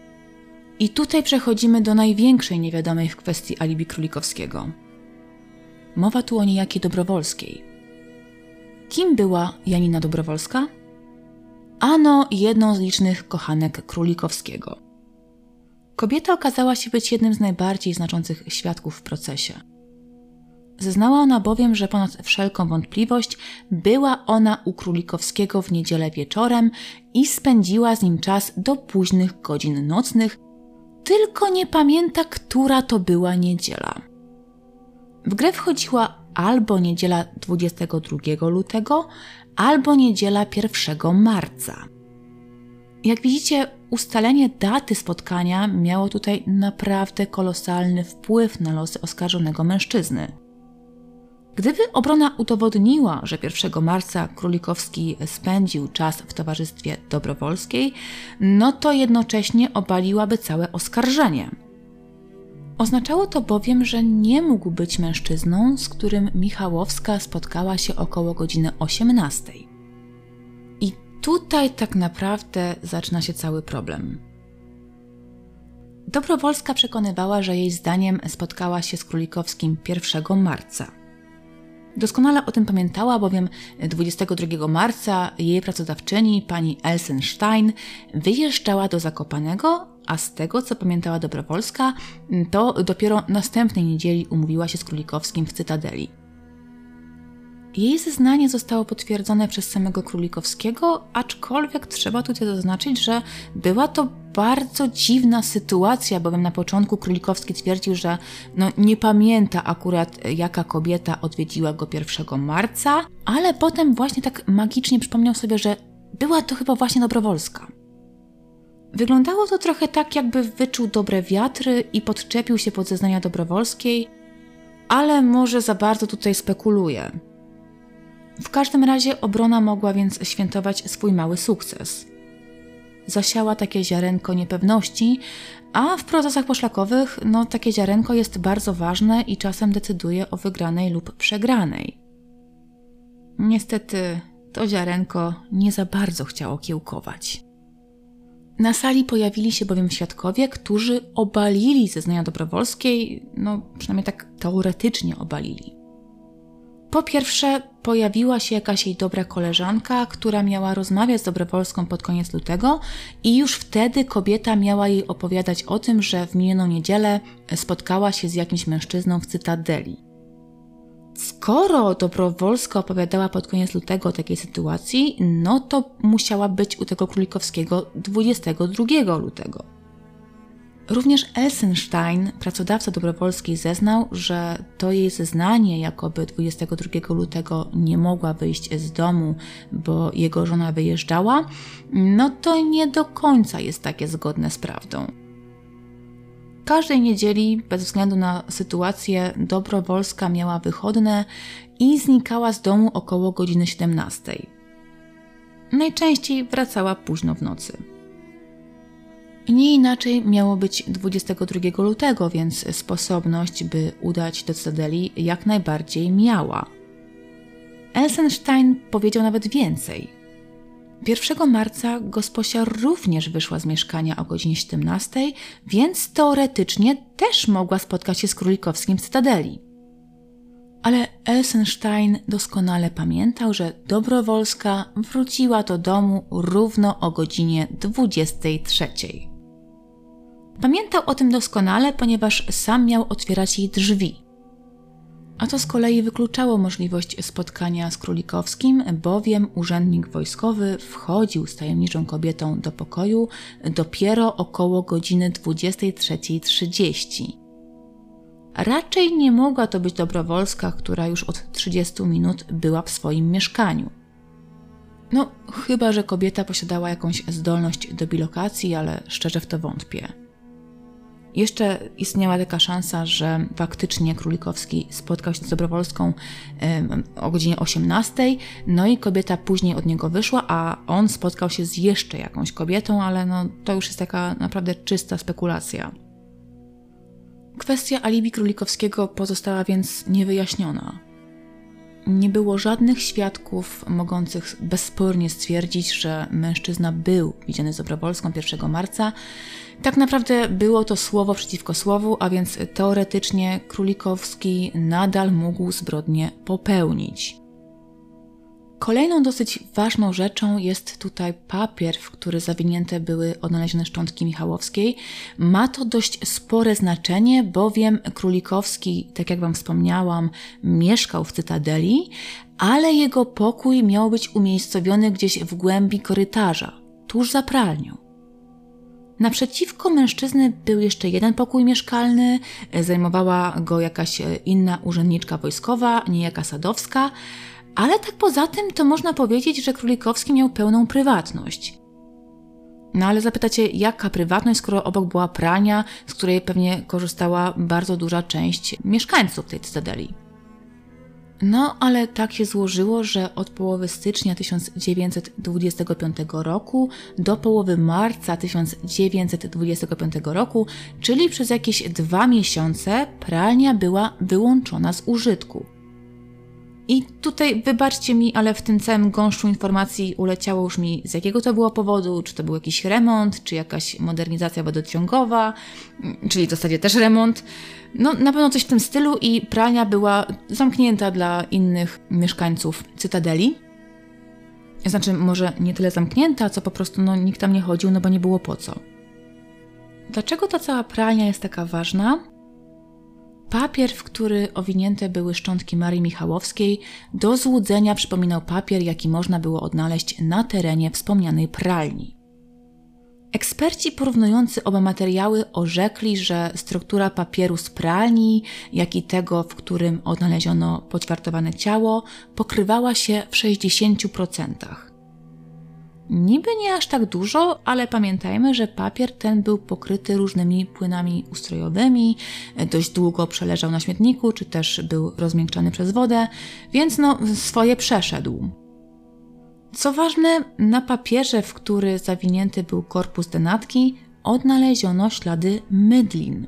I tutaj przechodzimy do największej niewiadomej w kwestii alibi Królikowskiego. Mowa tu o niejakiej Dobrowolskiej. Kim była Janina Dobrowolska? Ano jedną z licznych kochanek Królikowskiego. Kobieta okazała się być jednym z najbardziej znaczących świadków w procesie. Zeznała ona bowiem, że ponad wszelką wątpliwość była ona u Królikowskiego w niedzielę wieczorem i spędziła z nim czas do późnych godzin nocnych, tylko nie pamięta, która to była niedziela. W grę wchodziła albo niedziela dwudziestego drugiego lutego, albo niedziela pierwszego marca. Jak widzicie, ustalenie daty spotkania miało tutaj naprawdę kolosalny wpływ na losy oskarżonego mężczyzny. Gdyby obrona udowodniła, że pierwszego marca Królikowski spędził czas w towarzystwie Dobrowolskiej, no to jednocześnie obaliłaby całe oskarżenie. Oznaczało to bowiem, że nie mógł być mężczyzną, z którym Michałowska spotkała się około godziny osiemnastej. I tutaj tak naprawdę zaczyna się cały problem. Dobrowolska przekonywała, że jej zdaniem spotkała się z Królikowskim pierwszego marca. Doskonale o tym pamiętała, bowiem dwudziestego drugiego marca jej pracodawczyni, pani Elsenstein, wyjeżdżała do Zakopanego, a z tego, co pamiętała Dobrowolska, to dopiero następnej niedzieli umówiła się z Królikowskim w Cytadeli. Jej zeznanie zostało potwierdzone przez samego Królikowskiego, aczkolwiek trzeba tutaj zaznaczyć, że była to bardzo dziwna sytuacja, bowiem na początku Królikowski twierdził, że no, nie pamięta akurat, jaka kobieta odwiedziła go pierwszego marca, ale potem właśnie tak magicznie przypomniał sobie, że była to chyba właśnie Dobrowolska. Wyglądało to trochę tak, jakby wyczuł dobre wiatry i podczepił się pod zeznania Dobrowolskiej, ale może za bardzo tutaj spekuluje. W każdym razie obrona mogła więc świętować swój mały sukces. Zasiała takie ziarenko niepewności, a w procesach poszlakowych no, takie ziarenko jest bardzo ważne i czasem decyduje o wygranej lub przegranej. Niestety to ziarenko nie za bardzo chciało kiełkować. Na sali pojawili się bowiem świadkowie, którzy obalili zeznania Dobrowolskiej, no przynajmniej tak teoretycznie obalili. Po pierwsze, pojawiła się jakaś jej dobra koleżanka, która miała rozmawiać z Dobrowolską pod koniec lutego i już wtedy kobieta miała jej opowiadać o tym, że w minioną niedzielę spotkała się z jakimś mężczyzną w Cytadeli. Skoro Dobrowolska opowiadała pod koniec lutego o takiej sytuacji, no to musiała być u tego Królikowskiego dwudziestego drugiego lutego. Również Elsenstein, pracodawca Dobrowolskiej, zeznał, że to jej zeznanie, jakoby dwudziestego drugiego lutego nie mogła wyjść z domu, bo jego żona wyjeżdżała, no to nie do końca jest takie zgodne z prawdą. Każdej niedzieli, bez względu na sytuację, Dobrowolska miała wychodne i znikała z domu około godziny siedemnastej. Najczęściej wracała późno w nocy. Nie inaczej miało być dwudziestego drugiego lutego, więc sposobność, by udać do Cytadeli, jak najbardziej miała. Elsenstein powiedział nawet więcej. pierwszego marca gosposia również wyszła z mieszkania o godzinie siedemnastej, więc teoretycznie też mogła spotkać się z Królikowskim w Cytadeli. Ale Elsenstein doskonale pamiętał, że Dobrowolska wróciła do domu równo o godzinie dwudziestej trzeciej. Pamiętał o tym doskonale, ponieważ sam miał otwierać jej drzwi. A to z kolei wykluczało możliwość spotkania z Królikowskim, bowiem urzędnik wojskowy wchodził z tajemniczą kobietą do pokoju dopiero około godziny dwudziestej trzeciej trzydzieści. Raczej nie mogła to być Dobrowolska, która już od trzydziestu minut była w swoim mieszkaniu. No, chyba że kobieta posiadała jakąś zdolność do bilokacji, ale szczerze w to wątpię. Jeszcze istniała taka szansa, że faktycznie Królikowski spotkał się z Dobrowolską y, o godzinie osiemnastej, no i kobieta później od niego wyszła, a on spotkał się z jeszcze jakąś kobietą, ale no, to już jest taka naprawdę czysta spekulacja. Kwestia alibi Królikowskiego pozostała więc niewyjaśniona. Nie było żadnych świadków mogących bezspornie stwierdzić, że mężczyzna był widziany z Dobrowolską pierwszego marca. Tak naprawdę było to słowo przeciwko słowu, a więc teoretycznie Królikowski nadal mógł zbrodnię popełnić. Kolejną dosyć ważną rzeczą jest tutaj papier, w który zawinięte były odnalezione szczątki Michałowskiej. Ma to dość spore znaczenie, bowiem Królikowski, tak jak Wam wspomniałam, mieszkał w Cytadeli, ale jego pokój miał być umiejscowiony gdzieś w głębi korytarza, tuż za pralnią. Naprzeciwko mężczyzny był jeszcze jeden pokój mieszkalny, zajmowała go jakaś inna urzędniczka wojskowa, niejaka Sadowska, ale tak poza tym to można powiedzieć, że Królikowski miał pełną prywatność. No ale zapytacie, jaka prywatność, skoro obok była pralnia, z której pewnie korzystała bardzo duża część mieszkańców tej Cytadeli. No ale tak się złożyło, że od połowy stycznia tysiąc dziewięćset dwudziestego piątego roku do połowy marca tysiąc dziewięćset dwudziestego piątego roku, czyli przez jakieś dwa miesiące, pralnia była wyłączona z użytku. I tutaj wybaczcie mi, ale w tym całym gąszczu informacji uleciało już mi, z jakiego to było powodu, czy to był jakiś remont, czy jakaś modernizacja wodociągowa, czyli w zasadzie też remont. No na pewno coś w tym stylu i pralnia była zamknięta dla innych mieszkańców Cytadeli. Znaczy może nie tyle zamknięta, co po prostu no, nikt tam nie chodził, no bo nie było po co. Dlaczego ta cała pralnia jest taka ważna? Papier, w który owinięte były szczątki Marii Michałowskiej, do złudzenia przypominał papier, jaki można było odnaleźć na terenie wspomnianej pralni. Eksperci porównujący oba materiały orzekli, że struktura papieru z pralni, jak i tego, w którym odnaleziono poćwiartowane ciało, pokrywała się w sześćdziesięciu procentach. Niby nie aż tak dużo, ale pamiętajmy, że papier ten był pokryty różnymi płynami ustrojowymi, dość długo przeleżał na śmietniku, czy też był rozmiękczany przez wodę, więc no swoje przeszedł. Co ważne, na papierze, w który zawinięty był korpus denatki, odnaleziono ślady mydlin.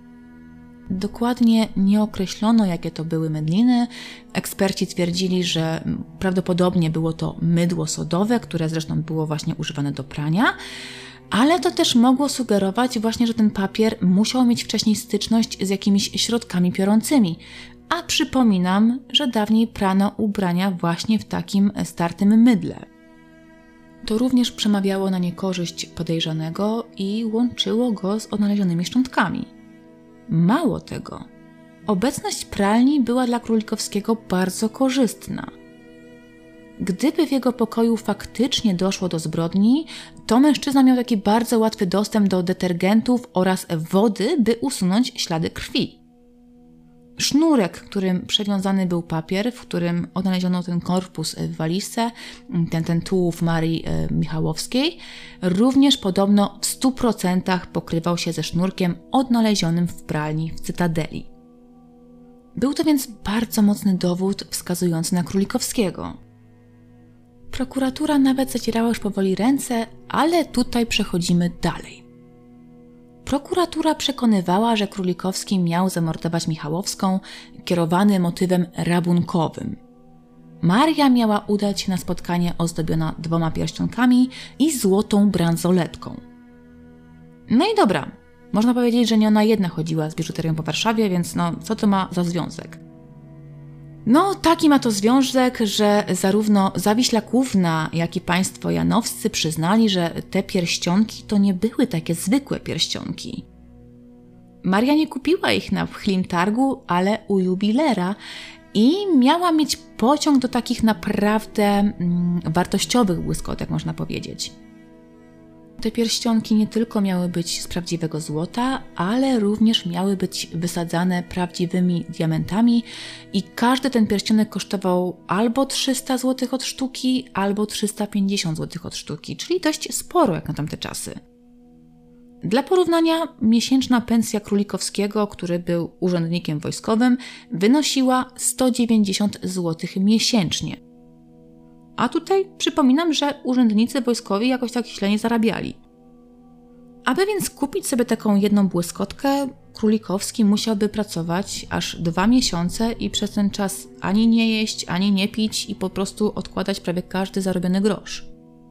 Dokładnie nie określono, jakie to były mydliny. Eksperci twierdzili, że prawdopodobnie było to mydło sodowe, które zresztą było właśnie używane do prania, ale to też mogło sugerować właśnie, że ten papier musiał mieć wcześniej styczność z jakimiś środkami piorącymi. A przypominam, że dawniej prano ubrania właśnie w takim startym mydle. To również przemawiało na niekorzyść podejrzanego i łączyło go z odnalezionymi szczątkami. Mało tego, obecność pralni była dla Królikowskiego bardzo korzystna. Gdyby w jego pokoju faktycznie doszło do zbrodni, to mężczyzna miał taki bardzo łatwy dostęp do detergentów oraz wody, by usunąć ślady krwi. Sznurek, którym przewiązany był papier, w którym odnaleziono ten korpus w walizce, ten, ten tułów Marii e, Michałowskiej, również podobno w stu procentach pokrywał się ze sznurkiem odnalezionym w pralni w Cytadeli. Był to więc bardzo mocny dowód wskazujący na Królikowskiego. Prokuratura nawet zacierała już powoli ręce, ale tutaj przechodzimy dalej. Prokuratura przekonywała, że Królikowski miał zamordować Michałowską, kierowany motywem rabunkowym. Maria miała udać się na spotkanie ozdobiona dwoma pierścionkami i złotą bransoletką. No i dobra, można powiedzieć, że nie ona jedna chodziła z biżuterią po Warszawie, więc no, co to ma za związek? No, taki ma to związek, że zarówno Zawiślakówna, jak i państwo janowscy przyznali, że te pierścionki to nie były takie zwykłe pierścionki. Maria nie kupiła ich na pchlim targu, ale u jubilera i miała mieć pociąg do takich naprawdę mm, wartościowych błyskotek, można powiedzieć. Te pierścionki nie tylko miały być z prawdziwego złota, ale również miały być wysadzane prawdziwymi diamentami i każdy ten pierścionek kosztował albo trzysta złotych od sztuki, albo trzysta pięćdziesiąt złotych od sztuki, czyli dość sporo jak na tamte czasy. Dla porównania, miesięczna pensja Królikowskiego, który był urzędnikiem wojskowym, wynosiła sto dziewięćdziesiąt złotych miesięcznie. A tutaj przypominam, że urzędnicy wojskowi jakoś tak źle nie zarabiali. Aby więc kupić sobie taką jedną błyskotkę, Królikowski musiałby pracować aż dwa miesiące i przez ten czas ani nie jeść, ani nie pić i po prostu odkładać prawie każdy zarobiony grosz.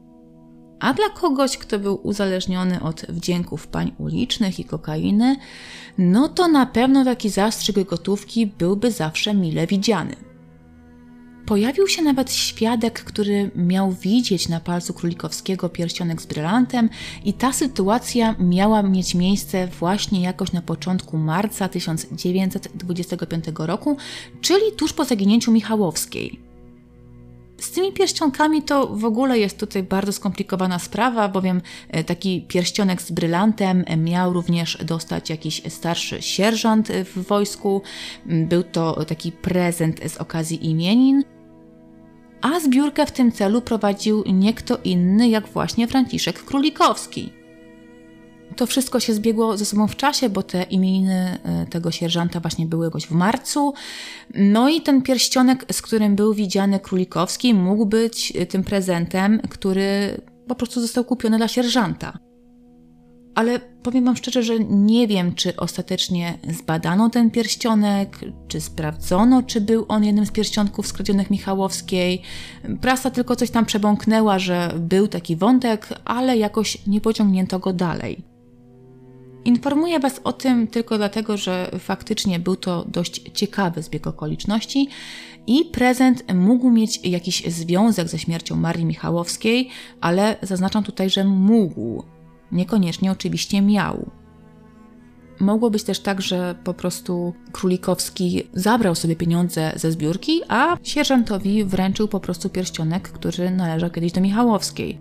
A dla kogoś, kto był uzależniony od wdzięków pań ulicznych i kokainy, no to na pewno taki zastrzyk gotówki byłby zawsze mile widziany. Pojawił się nawet świadek, który miał widzieć na palcu Królikowskiego pierścionek z brylantem i ta sytuacja miała mieć miejsce właśnie jakoś na początku marca tysiąc dziewięćset dwudziestego piątego roku, czyli tuż po zaginięciu Michałowskiej. Z tymi pierścionkami to w ogóle jest tutaj bardzo skomplikowana sprawa, bowiem taki pierścionek z brylantem miał również dostać jakiś starszy sierżant w wojsku. Był to taki prezent z okazji imienin, a zbiórkę w tym celu prowadził nie kto inny jak właśnie Franciszek Królikowski. To wszystko się zbiegło ze sobą w czasie, bo te imieniny tego sierżanta właśnie były jakoś w marcu. No i ten pierścionek, z którym był widziany Królikowski, mógł być tym prezentem, który po prostu został kupiony dla sierżanta. ale powiem Wam szczerze, że nie wiem, czy ostatecznie zbadano ten pierścionek, czy sprawdzono, czy był on jednym z pierścionków skradzionych Michałowskiej. Prasa tylko coś tam przebąknęła, że był taki wątek, ale jakoś nie pociągnięto go dalej. Informuję Was o tym tylko dlatego, że faktycznie był to dość ciekawy zbieg okoliczności i prezent mógł mieć jakiś związek ze śmiercią Marii Michałowskiej, ale zaznaczam tutaj, że mógł. Niekoniecznie oczywiście miał. Mogło być też tak, że po prostu Królikowski zabrał sobie pieniądze ze zbiórki, a sierżantowi wręczył po prostu pierścionek, który należał kiedyś do Michałowskiej.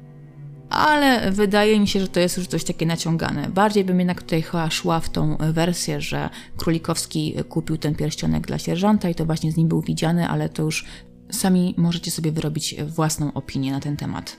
Ale wydaje mi się, że to jest już coś takie naciągane. Bardziej bym jednak tutaj chyba szła w tą wersję, że Królikowski kupił ten pierścionek dla sierżanta i to właśnie z nim był widziany, ale to już sami możecie sobie wyrobić własną opinię na ten temat.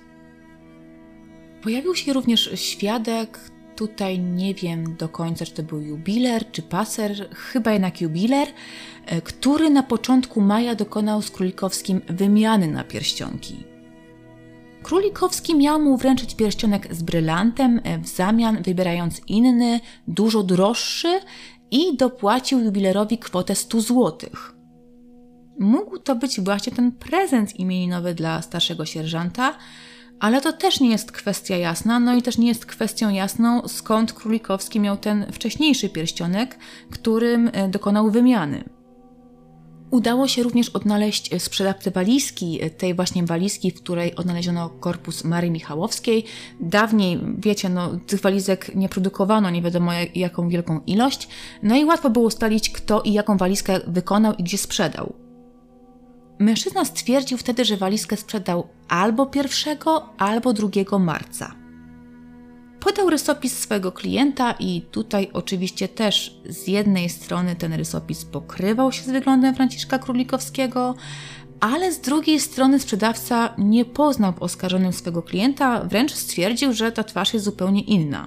Pojawił się również świadek, tutaj nie wiem do końca, czy to był jubiler, czy paser, chyba jednak jubiler, który na początku maja dokonał z Królikowskim wymiany na pierścionki. Królikowski miał mu wręczyć pierścionek z brylantem, w zamian wybierając inny, dużo droższy i dopłacił jubilerowi kwotę stu złotych. Mógł to być właśnie ten prezent imieninowy dla starszego sierżanta, ale to też nie jest kwestia jasna, no i też nie jest kwestią jasną, skąd Królikowski miał ten wcześniejszy pierścionek, którym dokonał wymiany. Udało się również odnaleźć sprzedawcę walizki, tej właśnie walizki, w której odnaleziono korpus Marii Michałowskiej. Dawniej, wiecie, no, tych walizek nie produkowano, nie wiadomo jak, jaką wielką ilość, no i łatwo było ustalić, kto i jaką walizkę wykonał i gdzie sprzedał. Mężczyzna stwierdził wtedy, że walizkę sprzedał albo pierwszego, albo drugiego marca. Podał rysopis swojego klienta i tutaj oczywiście też z jednej strony ten rysopis pokrywał się z wyglądem Franciszka Królikowskiego, ale z drugiej strony sprzedawca nie poznał w oskarżonym swojego klienta, wręcz stwierdził, że ta twarz jest zupełnie inna.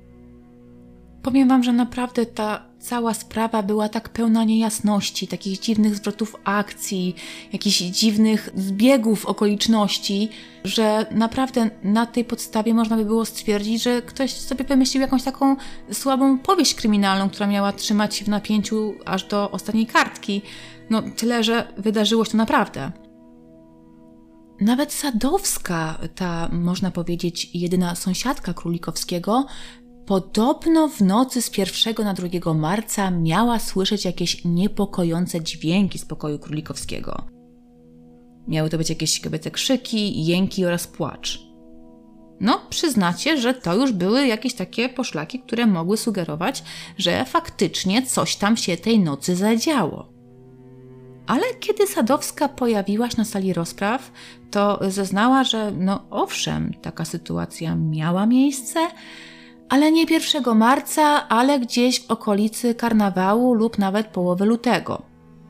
Powiem Wam, że naprawdę ta cała sprawa była tak pełna niejasności, takich dziwnych zwrotów akcji, jakichś dziwnych zbiegów okoliczności, że naprawdę na tej podstawie można by było stwierdzić, że ktoś sobie wymyślił jakąś taką słabą powieść kryminalną, która miała trzymać w napięciu aż do ostatniej kartki. No tyle, że wydarzyło się to naprawdę. Nawet Sadowska, ta można powiedzieć jedyna sąsiadka Królikowskiego, podobno w nocy z pierwszego na drugiego marca miała słyszeć jakieś niepokojące dźwięki z pokoju Królikowskiego. Miały to być jakieś kobiece krzyki, jęki oraz płacz. No, przyznacie, że to już były jakieś takie poszlaki, które mogły sugerować, że faktycznie coś tam się tej nocy zadziało. Ale kiedy Sadowska pojawiła się na sali rozpraw, to zeznała, że no owszem, taka sytuacja miała miejsce, ale nie pierwszego marca, ale gdzieś w okolicy karnawału lub nawet połowy lutego.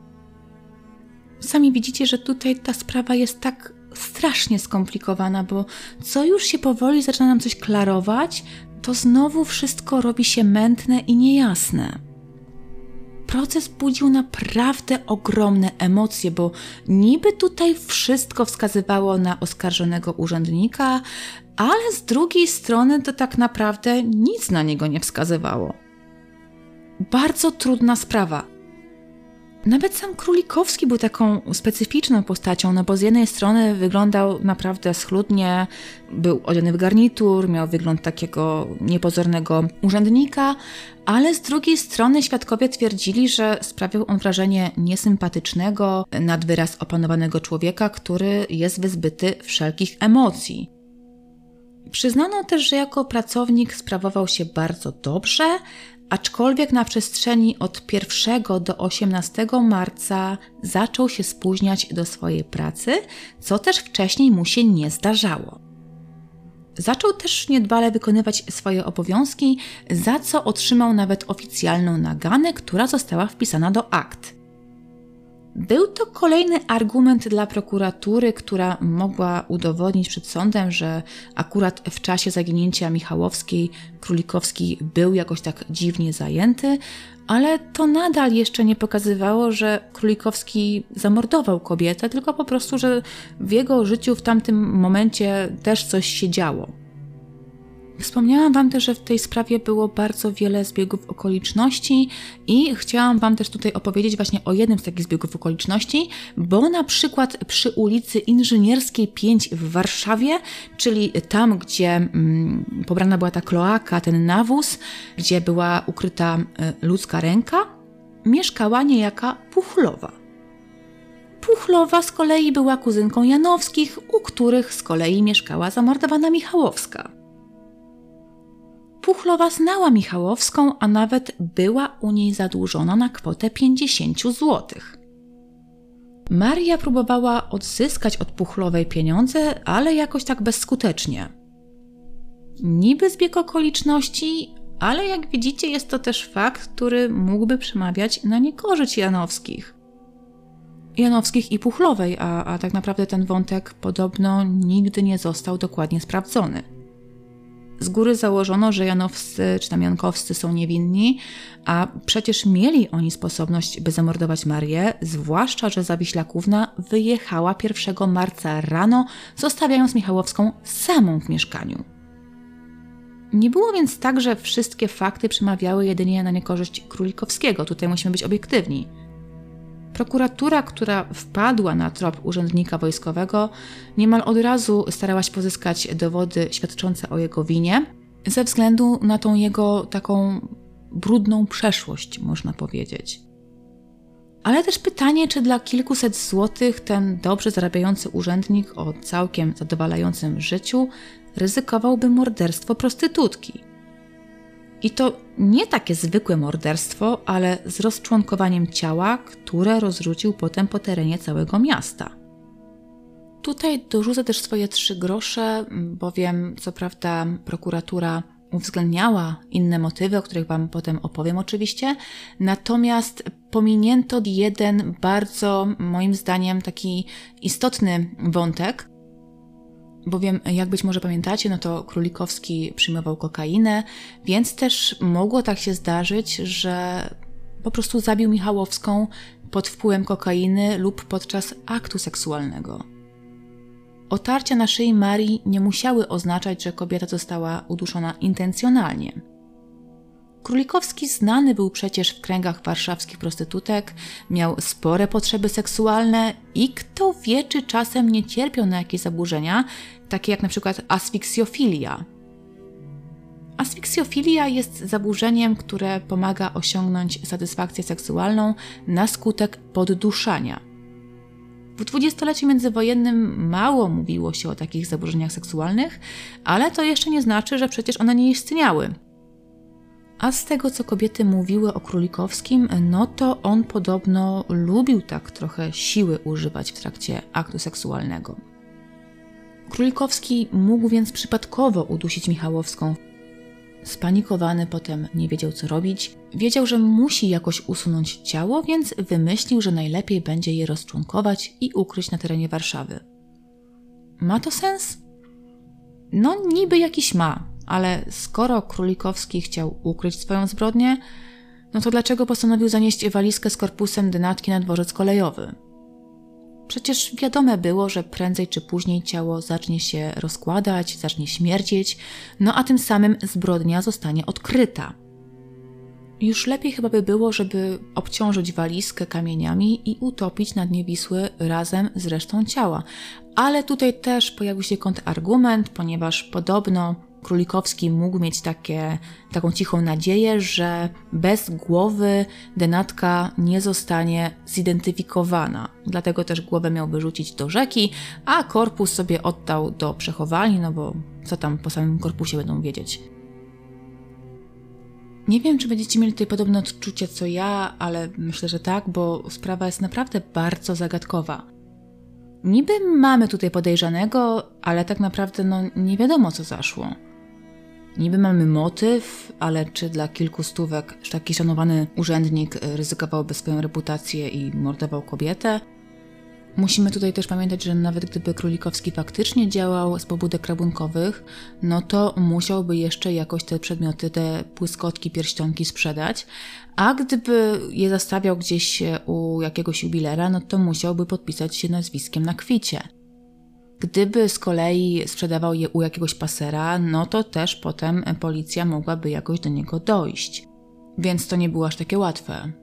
Sami widzicie, że tutaj ta sprawa jest tak strasznie skomplikowana, bo co już się powoli zaczyna nam coś klarować, to znowu wszystko robi się mętne i niejasne. Proces budził naprawdę ogromne emocje, bo niby tutaj wszystko wskazywało na oskarżonego urzędnika, ale z drugiej strony to tak naprawdę nic na niego nie wskazywało. Bardzo trudna sprawa. Nawet sam Królikowski był taką specyficzną postacią, no bo z jednej strony wyglądał naprawdę schludnie, był odziany w garnitur, miał wygląd takiego niepozornego urzędnika, ale z drugiej strony świadkowie twierdzili, że sprawiał on wrażenie niesympatycznego, nad wyraz opanowanego człowieka, który jest wyzbyty wszelkich emocji. Przyznano też, że jako pracownik sprawował się bardzo dobrze, aczkolwiek na przestrzeni od pierwszego do osiemnastego marca zaczął się spóźniać do swojej pracy, co też wcześniej mu się nie zdarzało. Zaczął też niedbale wykonywać swoje obowiązki, za co otrzymał nawet oficjalną naganę, która została wpisana do akt. Był to kolejny argument dla prokuratury, która mogła udowodnić przed sądem, że akurat w czasie zaginięcia Michałowskiej Królikowski był jakoś tak dziwnie zajęty, ale to nadal jeszcze nie pokazywało, że Królikowski zamordował kobietę, tylko po prostu, że w jego życiu w tamtym momencie też coś się działo. Wspomniałam Wam też, że w tej sprawie było bardzo wiele zbiegów okoliczności i chciałam Wam też tutaj opowiedzieć właśnie o jednym z takich zbiegów okoliczności, bo na przykład przy ulicy Inżynierskiej pięć w Warszawie, czyli tam, gdzie mm, pobrana była ta kloaka, ten nawóz, gdzie była ukryta y, ludzka ręka, mieszkała niejaka Puchlowa. Puchlowa z kolei była kuzynką Janowskich, u których z kolei mieszkała zamordowana Michałowska. Puchlowa znała Michałowską, a nawet była u niej zadłużona na kwotę pięćdziesiąt złotych. Maria próbowała odzyskać od Puchlowej pieniądze, ale jakoś tak bezskutecznie. Niby zbieg okoliczności, ale jak widzicie jest to też fakt, który mógłby przemawiać na niekorzyść Janowskich. Janowskich i Puchlowej, a, a tak naprawdę ten wątek podobno nigdy nie został dokładnie sprawdzony. Z góry założono, że Janowscy czy tam Jankowscy są niewinni, a przecież mieli oni sposobność, by zamordować Marię, zwłaszcza, że Zawiślakówna wyjechała pierwszego marca rano, zostawiając Michałowską samą w mieszkaniu. Nie było więc tak, że wszystkie fakty przemawiały jedynie na niekorzyść Królikowskiego. Tutaj musimy być obiektywni. Prokuratura, która wpadła na trop urzędnika wojskowego, niemal od razu starała się pozyskać dowody świadczące o jego winie, ze względu na tą jego taką brudną przeszłość, można powiedzieć. Ale też pytanie, czy dla kilkuset złotych ten dobrze zarabiający urzędnik o całkiem zadowalającym życiu ryzykowałby morderstwo prostytutki. I to nie takie zwykłe morderstwo, ale z rozczłonkowaniem ciała, które rozrzucił potem po terenie całego miasta. Tutaj dorzucę też swoje trzy grosze, bowiem co prawda prokuratura uwzględniała inne motywy, o których Wam potem opowiem oczywiście, natomiast pominięto jeden bardzo, moim zdaniem, taki istotny wątek, bowiem, jak być może pamiętacie, no to Królikowski przyjmował kokainę, więc też mogło tak się zdarzyć, że po prostu zabił Michałowską pod wpływem kokainy lub podczas aktu seksualnego. Otarcia na szyi Marii nie musiały oznaczać, że kobieta została uduszona intencjonalnie. Królikowski znany był przecież w kręgach warszawskich prostytutek, miał spore potrzeby seksualne i kto wie, czy czasem nie cierpiał na jakieś zaburzenia, takie jak na przykład asfiksjofilia. Asfiksjofilia jest zaburzeniem, które pomaga osiągnąć satysfakcję seksualną na skutek podduszania. W dwudziestoleciu międzywojennym mało mówiło się o takich zaburzeniach seksualnych, ale to jeszcze nie znaczy, że przecież one nie istniały. A z tego, co kobiety mówiły o Królikowskim, no to on podobno lubił tak trochę siły używać w trakcie aktu seksualnego. Królikowski mógł więc przypadkowo udusić Michałowską. Spanikowany potem nie wiedział, co robić. Wiedział, że musi jakoś usunąć ciało, więc wymyślił, że najlepiej będzie je rozczłonkować i ukryć na terenie Warszawy. Ma to sens? No niby jakiś ma. Ale skoro Królikowski chciał ukryć swoją zbrodnię, no to dlaczego postanowił zanieść walizkę z korpusem denatki na dworzec kolejowy? Przecież wiadome było, że prędzej czy później ciało zacznie się rozkładać, zacznie śmierdzieć, no a tym samym zbrodnia zostanie odkryta. Już lepiej chyba by było, żeby obciążyć walizkę kamieniami i utopić na dnie Wisły razem z resztą ciała. Ale tutaj też pojawił się kontrargument, ponieważ podobno Królikowski mógł mieć takie, taką cichą nadzieję, że bez głowy denatka nie zostanie zidentyfikowana. Dlatego też głowę miał wyrzucić do rzeki, a korpus sobie oddał do przechowalni, no bo co tam po samym korpusie będą wiedzieć. Nie wiem, czy będziecie mieli tutaj podobne odczucie co ja, ale myślę, że tak, bo sprawa jest naprawdę bardzo zagadkowa. Niby mamy tutaj podejrzanego, ale tak naprawdę no, nie wiadomo, co zaszło. Niby mamy motyw, ale czy dla kilku stówek taki szanowany urzędnik ryzykowałby swoją reputację i mordował kobietę? Musimy tutaj też pamiętać, że nawet gdyby Królikowski faktycznie działał z pobudek rabunkowych, no to musiałby jeszcze jakoś te przedmioty, te błyskotki, pierścionki sprzedać, a gdyby je zastawiał gdzieś u jakiegoś jubilera, no to musiałby podpisać się nazwiskiem na kwicie. Gdyby z kolei sprzedawał je u jakiegoś pasera, no to też potem policja mogłaby jakoś do niego dojść. Więc to nie było aż takie łatwe.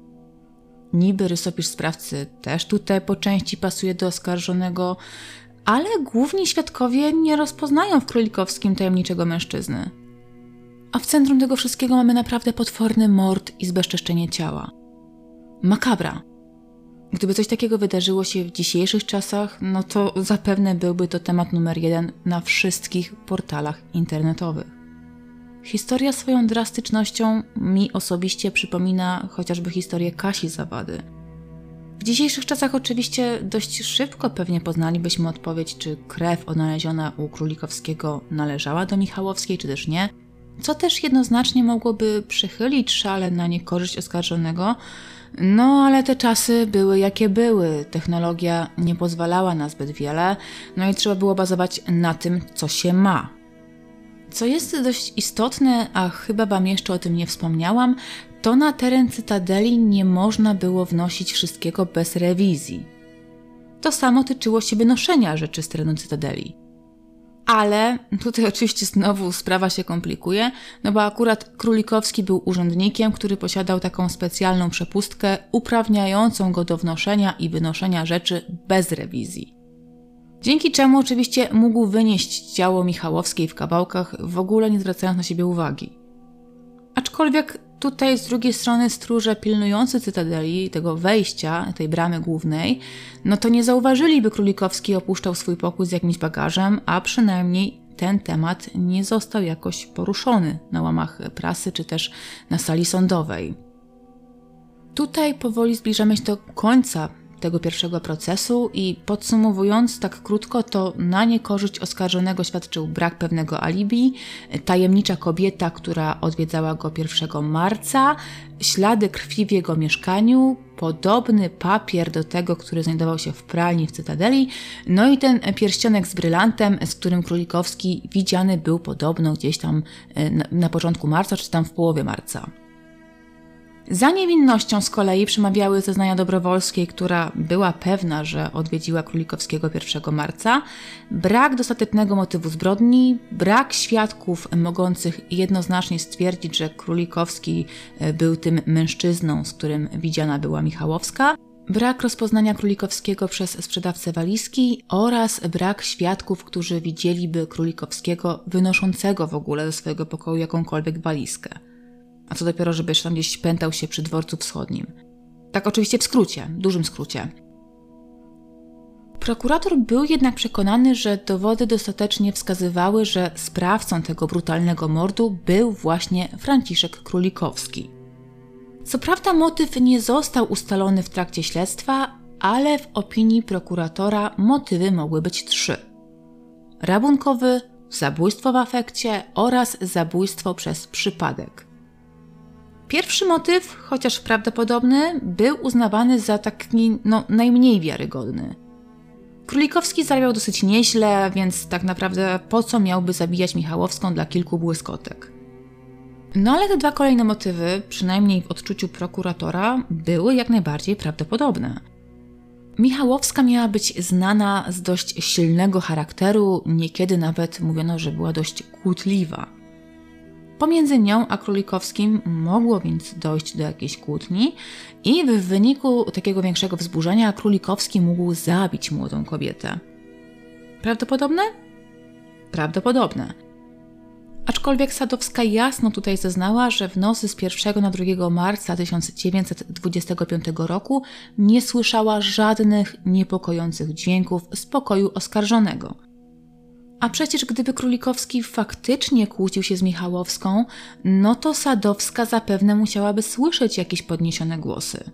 Niby rysopisz sprawcy też tutaj po części pasuje do oskarżonego, ale główni świadkowie nie rozpoznają w Królikowskim tajemniczego mężczyzny. A w centrum tego wszystkiego mamy naprawdę potworny mord i zbezczeszczenie ciała. Makabra. Gdyby coś takiego wydarzyło się w dzisiejszych czasach, no to zapewne byłby to temat numer jeden na wszystkich portalach internetowych. Historia swoją drastycznością mi osobiście przypomina chociażby historię Kasi Zawady. W dzisiejszych czasach oczywiście dość szybko pewnie poznalibyśmy odpowiedź, czy krew odnaleziona u Królikowskiego należała do Michałowskiej, czy też nie, co też jednoznacznie mogłoby przychylić szale na niekorzyść oskarżonego. No ale te czasy były jakie były, technologia nie pozwalała na zbyt wiele, no i trzeba było bazować na tym, co się ma. Co jest dość istotne, a chyba wam jeszcze o tym nie wspomniałam, to na teren Cytadeli nie można było wnosić wszystkiego bez rewizji. To samo tyczyło się wynoszenia rzeczy z terenu Cytadeli. Ale tutaj oczywiście znowu sprawa się komplikuje, no bo akurat Królikowski był urzędnikiem, który posiadał taką specjalną przepustkę uprawniającą go do wnoszenia i wynoszenia rzeczy bez rewizji. Dzięki czemu oczywiście mógł wynieść ciało Michałowskiej w kawałkach, w ogóle nie zwracając na siebie uwagi. Aczkolwiek tutaj z drugiej strony stróże pilnujący Cytadeli, tego wejścia, tej bramy głównej, no to nie zauważyli, by Królikowski opuszczał swój pokój z jakimś bagażem, a przynajmniej ten temat nie został jakoś poruszony na łamach prasy czy też na sali sądowej. Tutaj powoli zbliżamy się do końca tego pierwszego procesu i podsumowując tak krótko, to na niekorzyść oskarżonego świadczył brak pewnego alibi, tajemnicza kobieta, która odwiedzała go pierwszego marca, ślady krwi w jego mieszkaniu, podobny papier do tego, który znajdował się w pralni w Cytadeli, no i ten pierścionek z brylantem, z którym Królikowski widziany był podobno gdzieś tam na, na początku marca, czy tam w połowie marca. Za niewinnością z kolei przemawiały zeznania Dobrowolskiej, która była pewna, że odwiedziła Królikowskiego pierwszego marca, brak dostatecznego motywu zbrodni, brak świadków mogących jednoznacznie stwierdzić, że Królikowski był tym mężczyzną, z którym widziana była Michałowska, brak rozpoznania Królikowskiego przez sprzedawcę walizki oraz brak świadków, którzy widzieliby Królikowskiego wynoszącego w ogóle ze swojego pokoju jakąkolwiek walizkę. A co dopiero, żeby jeszcze tam gdzieś pętał się przy dworcu wschodnim. Tak oczywiście w skrócie, dużym skrócie. Prokurator był jednak przekonany, że dowody dostatecznie wskazywały, że sprawcą tego brutalnego mordu był właśnie Franciszek Królikowski. Co prawda motyw nie został ustalony w trakcie śledztwa, ale w opinii prokuratora motywy mogły być trzy. Rabunkowy, zabójstwo w afekcie oraz zabójstwo przez przypadek. Pierwszy motyw, chociaż prawdopodobny, był uznawany za taki no, najmniej wiarygodny. Królikowski zarabiał dosyć nieźle, więc tak naprawdę po co miałby zabijać Michałowską dla kilku błyskotek? No ale te dwa kolejne motywy, przynajmniej w odczuciu prokuratora, były jak najbardziej prawdopodobne. Michałowska miała być znana z dość silnego charakteru, niekiedy nawet mówiono, że była dość kłótliwa. Pomiędzy nią a Królikowskim mogło więc dojść do jakiejś kłótni i w wyniku takiego większego wzburzenia Królikowski mógł zabić młodą kobietę. Prawdopodobne? Prawdopodobne. Aczkolwiek Sadowska jasno tutaj zeznała, że w nocy z pierwszego na drugiego marca tysiąc dziewięćset dwudziestego piątego roku nie słyszała żadnych niepokojących dźwięków z pokoju oskarżonego. A przecież gdyby Królikowski faktycznie kłócił się z Michałowską, no to Sadowska zapewne musiałaby słyszeć jakieś podniesione głosy.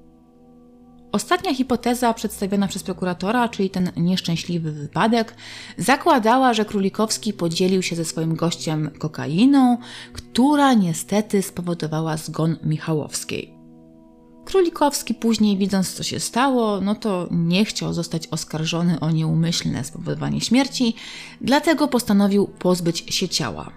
Ostatnia hipoteza przedstawiona przez prokuratora, czyli ten nieszczęśliwy wypadek, zakładała, że Królikowski podzielił się ze swoim gościem kokainą, która niestety spowodowała zgon Michałowskiej. Królikowski później, widząc co się stało, no to nie chciał zostać oskarżony o nieumyślne spowodowanie śmierci, dlatego postanowił pozbyć się ciała.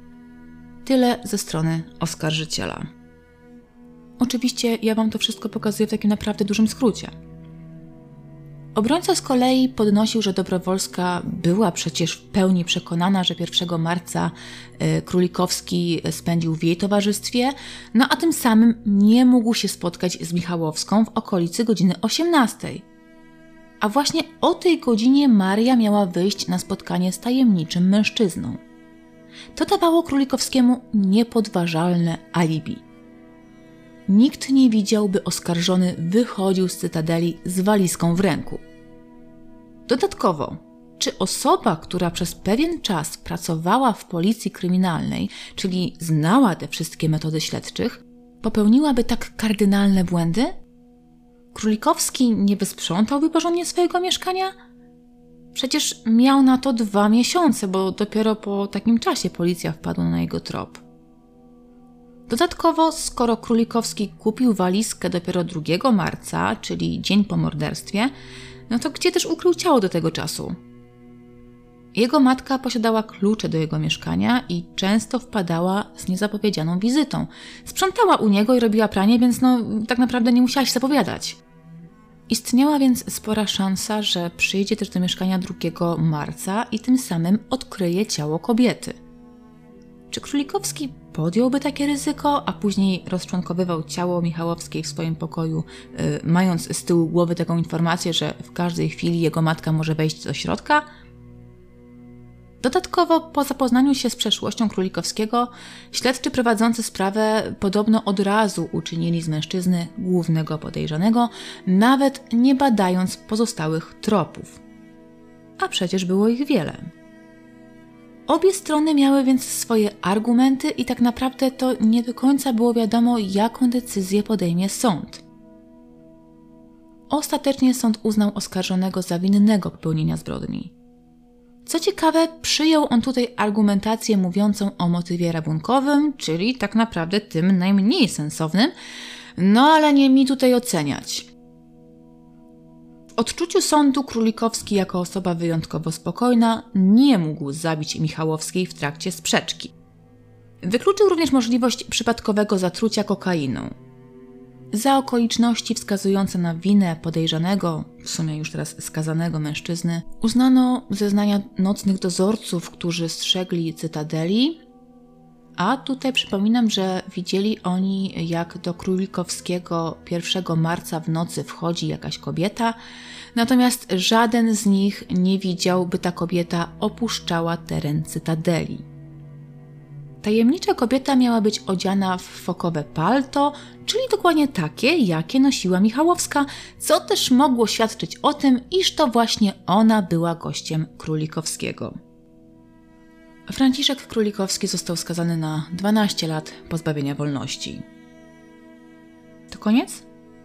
Tyle ze strony oskarżyciela. Oczywiście ja wam to wszystko pokazuję w takim naprawdę dużym skrócie. Obrońca z kolei podnosił, że Dobrowolska była przecież w pełni przekonana, że pierwszego marca Królikowski spędził w jej towarzystwie, no a tym samym nie mógł się spotkać z Michałowską w okolicy godziny osiemnastej. A właśnie o tej godzinie Maria miała wyjść na spotkanie z tajemniczym mężczyzną. To dawało Królikowskiemu niepodważalne alibi. Nikt nie widział, by oskarżony wychodził z Cytadeli z walizką w ręku. Dodatkowo, czy osoba, która przez pewien czas pracowała w policji kryminalnej, czyli znała te wszystkie metody śledczych, popełniłaby tak kardynalne błędy? Królikowski nie wysprzątałby porządnie swojego mieszkania? Przecież miał na to dwa miesiące, bo dopiero po takim czasie policja wpadła na jego trop. Dodatkowo, skoro Królikowski kupił walizkę dopiero drugiego marca, czyli dzień po morderstwie, no to gdzie też ukrył ciało do tego czasu? Jego matka posiadała klucze do jego mieszkania i często wpadała z niezapowiedzianą wizytą. Sprzątała u niego i robiła pranie, więc no tak naprawdę nie musiała się zapowiadać. Istniała więc spora szansa, że przyjdzie też do mieszkania drugiego marca i tym samym odkryje ciało kobiety. Czy Królikowski podjąłby takie ryzyko, a później rozczłonkowywał ciało Michałowskiej w swoim pokoju, yy, mając z tyłu głowy taką informację, że w każdej chwili jego matka może wejść do środka? Dodatkowo, po zapoznaniu się z przeszłością Królikowskiego, śledczy prowadzący sprawę podobno od razu uczynili z mężczyzny głównego podejrzanego, nawet nie badając pozostałych tropów. A przecież było ich wiele. Obie strony miały więc swoje argumenty i tak naprawdę to nie do końca było wiadomo, jaką decyzję podejmie sąd. Ostatecznie sąd uznał oskarżonego za winnego popełnienia zbrodni. Co ciekawe, przyjął on tutaj argumentację mówiącą o motywie rabunkowym, czyli tak naprawdę tym najmniej sensownym, no ale nie mi tutaj oceniać. W odczuciu sądu Królikowski jako osoba wyjątkowo spokojna nie mógł zabić Michałowskiej w trakcie sprzeczki. Wykluczył również możliwość przypadkowego zatrucia kokainą. Za okoliczności wskazujące na winę podejrzanego, w sumie już teraz skazanego mężczyzny, uznano zeznania nocnych dozorców, którzy strzegli Cytadeli, a tutaj przypominam, że widzieli oni, jak do Królikowskiego pierwszego marca w nocy wchodzi jakaś kobieta, natomiast żaden z nich nie widział, by ta kobieta opuszczała teren Cytadeli. Tajemnicza kobieta miała być odziana w fokowe palto, czyli dokładnie takie, jakie nosiła Michałowska, co też mogło świadczyć o tym, iż to właśnie ona była gościem Królikowskiego. Franciszek Królikowski został skazany na dwanaście lat pozbawienia wolności. To koniec?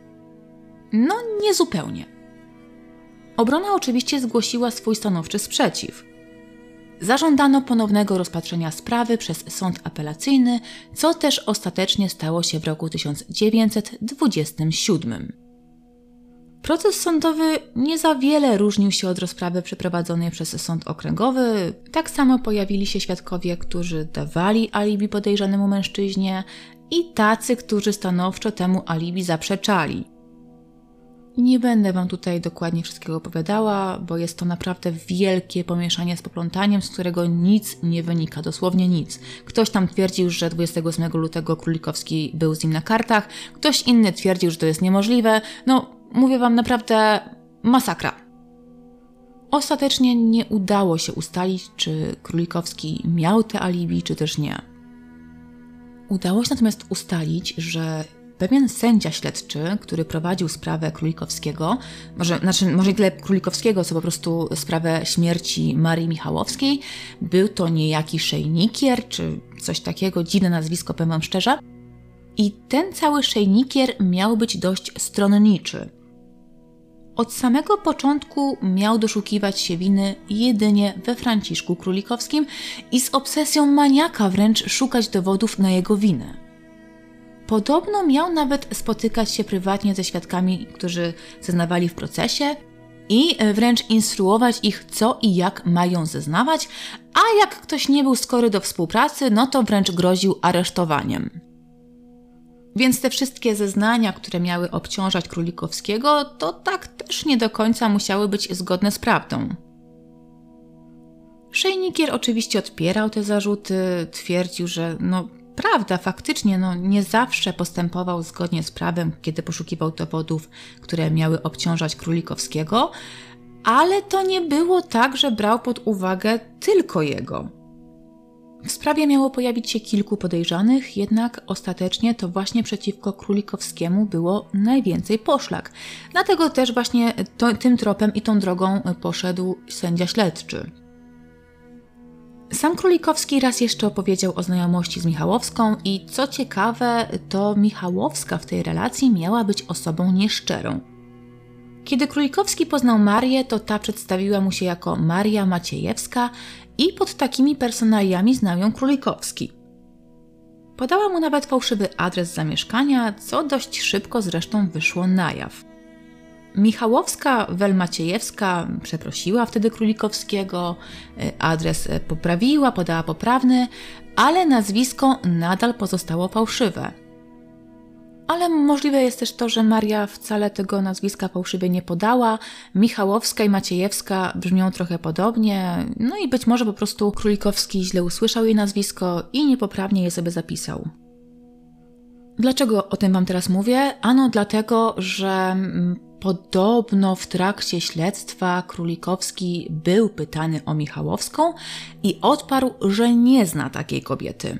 No, niezupełnie. Obrona oczywiście zgłosiła swój stanowczy sprzeciw. Zażądano ponownego rozpatrzenia sprawy przez sąd apelacyjny, co też ostatecznie stało się w roku tysiąc dziewięćset dwudziestym siódmym. Proces sądowy nie za wiele różnił się od rozprawy przeprowadzonej przez sąd okręgowy. Tak samo pojawili się świadkowie, którzy dawali alibi podejrzanemu mężczyźnie i tacy, którzy stanowczo temu alibi zaprzeczali. Nie będę Wam tutaj dokładnie wszystkiego opowiadała, bo jest to naprawdę wielkie pomieszanie z poplątaniem, z którego nic nie wynika, dosłownie nic. Ktoś tam twierdził, że dwudziestego ósmego lutego Królikowski był z nim na kartach, ktoś inny twierdził, że to jest niemożliwe. No, mówię Wam naprawdę masakra. Ostatecznie nie udało się ustalić, czy Królikowski miał te alibi, czy też nie. Udało się natomiast ustalić, że pewien sędzia śledczy, który prowadził sprawę Królikowskiego, może, znaczy, może nie tyle Królikowskiego, co po prostu sprawę śmierci Marii Michałowskiej, był to niejaki Szejnikier, czy coś takiego, dziwne nazwisko, powiem Wam szczerze. I ten cały Szejnikier miał być dość stronniczy. Od samego początku miał doszukiwać się winy jedynie we Franciszku Królikowskim i z obsesją maniaka wręcz szukać dowodów na jego winę. Podobno miał nawet spotykać się prywatnie ze świadkami, którzy zeznawali w procesie i wręcz instruować ich, co i jak mają zeznawać, a jak ktoś nie był skory do współpracy, no to wręcz groził aresztowaniem. Więc te wszystkie zeznania, które miały obciążać Królikowskiego, to tak też nie do końca musiały być zgodne z prawdą. Szejnikier oczywiście odpierał te zarzuty, twierdził, że no prawda, faktycznie no, nie zawsze postępował zgodnie z prawem, kiedy poszukiwał dowodów, które miały obciążać Królikowskiego, ale to nie było tak, że brał pod uwagę tylko jego. W sprawie miało pojawić się kilku podejrzanych, jednak ostatecznie to właśnie przeciwko Królikowskiemu było najwięcej poszlak. Dlatego też właśnie to, tym tropem i tą drogą poszedł sędzia śledczy. Sam Królikowski raz jeszcze opowiedział o znajomości z Michałowską i co ciekawe, to Michałowska w tej relacji miała być osobą nieszczerą. Kiedy Królikowski poznał Marię, to ta przedstawiła mu się jako Maria Maciejewska i pod takimi personaliami znał ją Królikowski. Podała mu nawet fałszywy adres zamieszkania, co dość szybko zresztą wyszło na jaw. Michałowska wel Maciejewska przeprosiła wtedy Królikowskiego, adres poprawiła, podała poprawny, ale nazwisko nadal pozostało fałszywe. Ale możliwe jest też to, że Maria wcale tego nazwiska fałszywie nie podała, Michałowska i Maciejewska brzmią trochę podobnie, no i być może po prostu Królikowski źle usłyszał jej nazwisko i niepoprawnie je sobie zapisał. Dlaczego o tym wam teraz mówię? Ano dlatego, że podobno w trakcie śledztwa Królikowski był pytany o Michałowską i odparł, że nie zna takiej kobiety.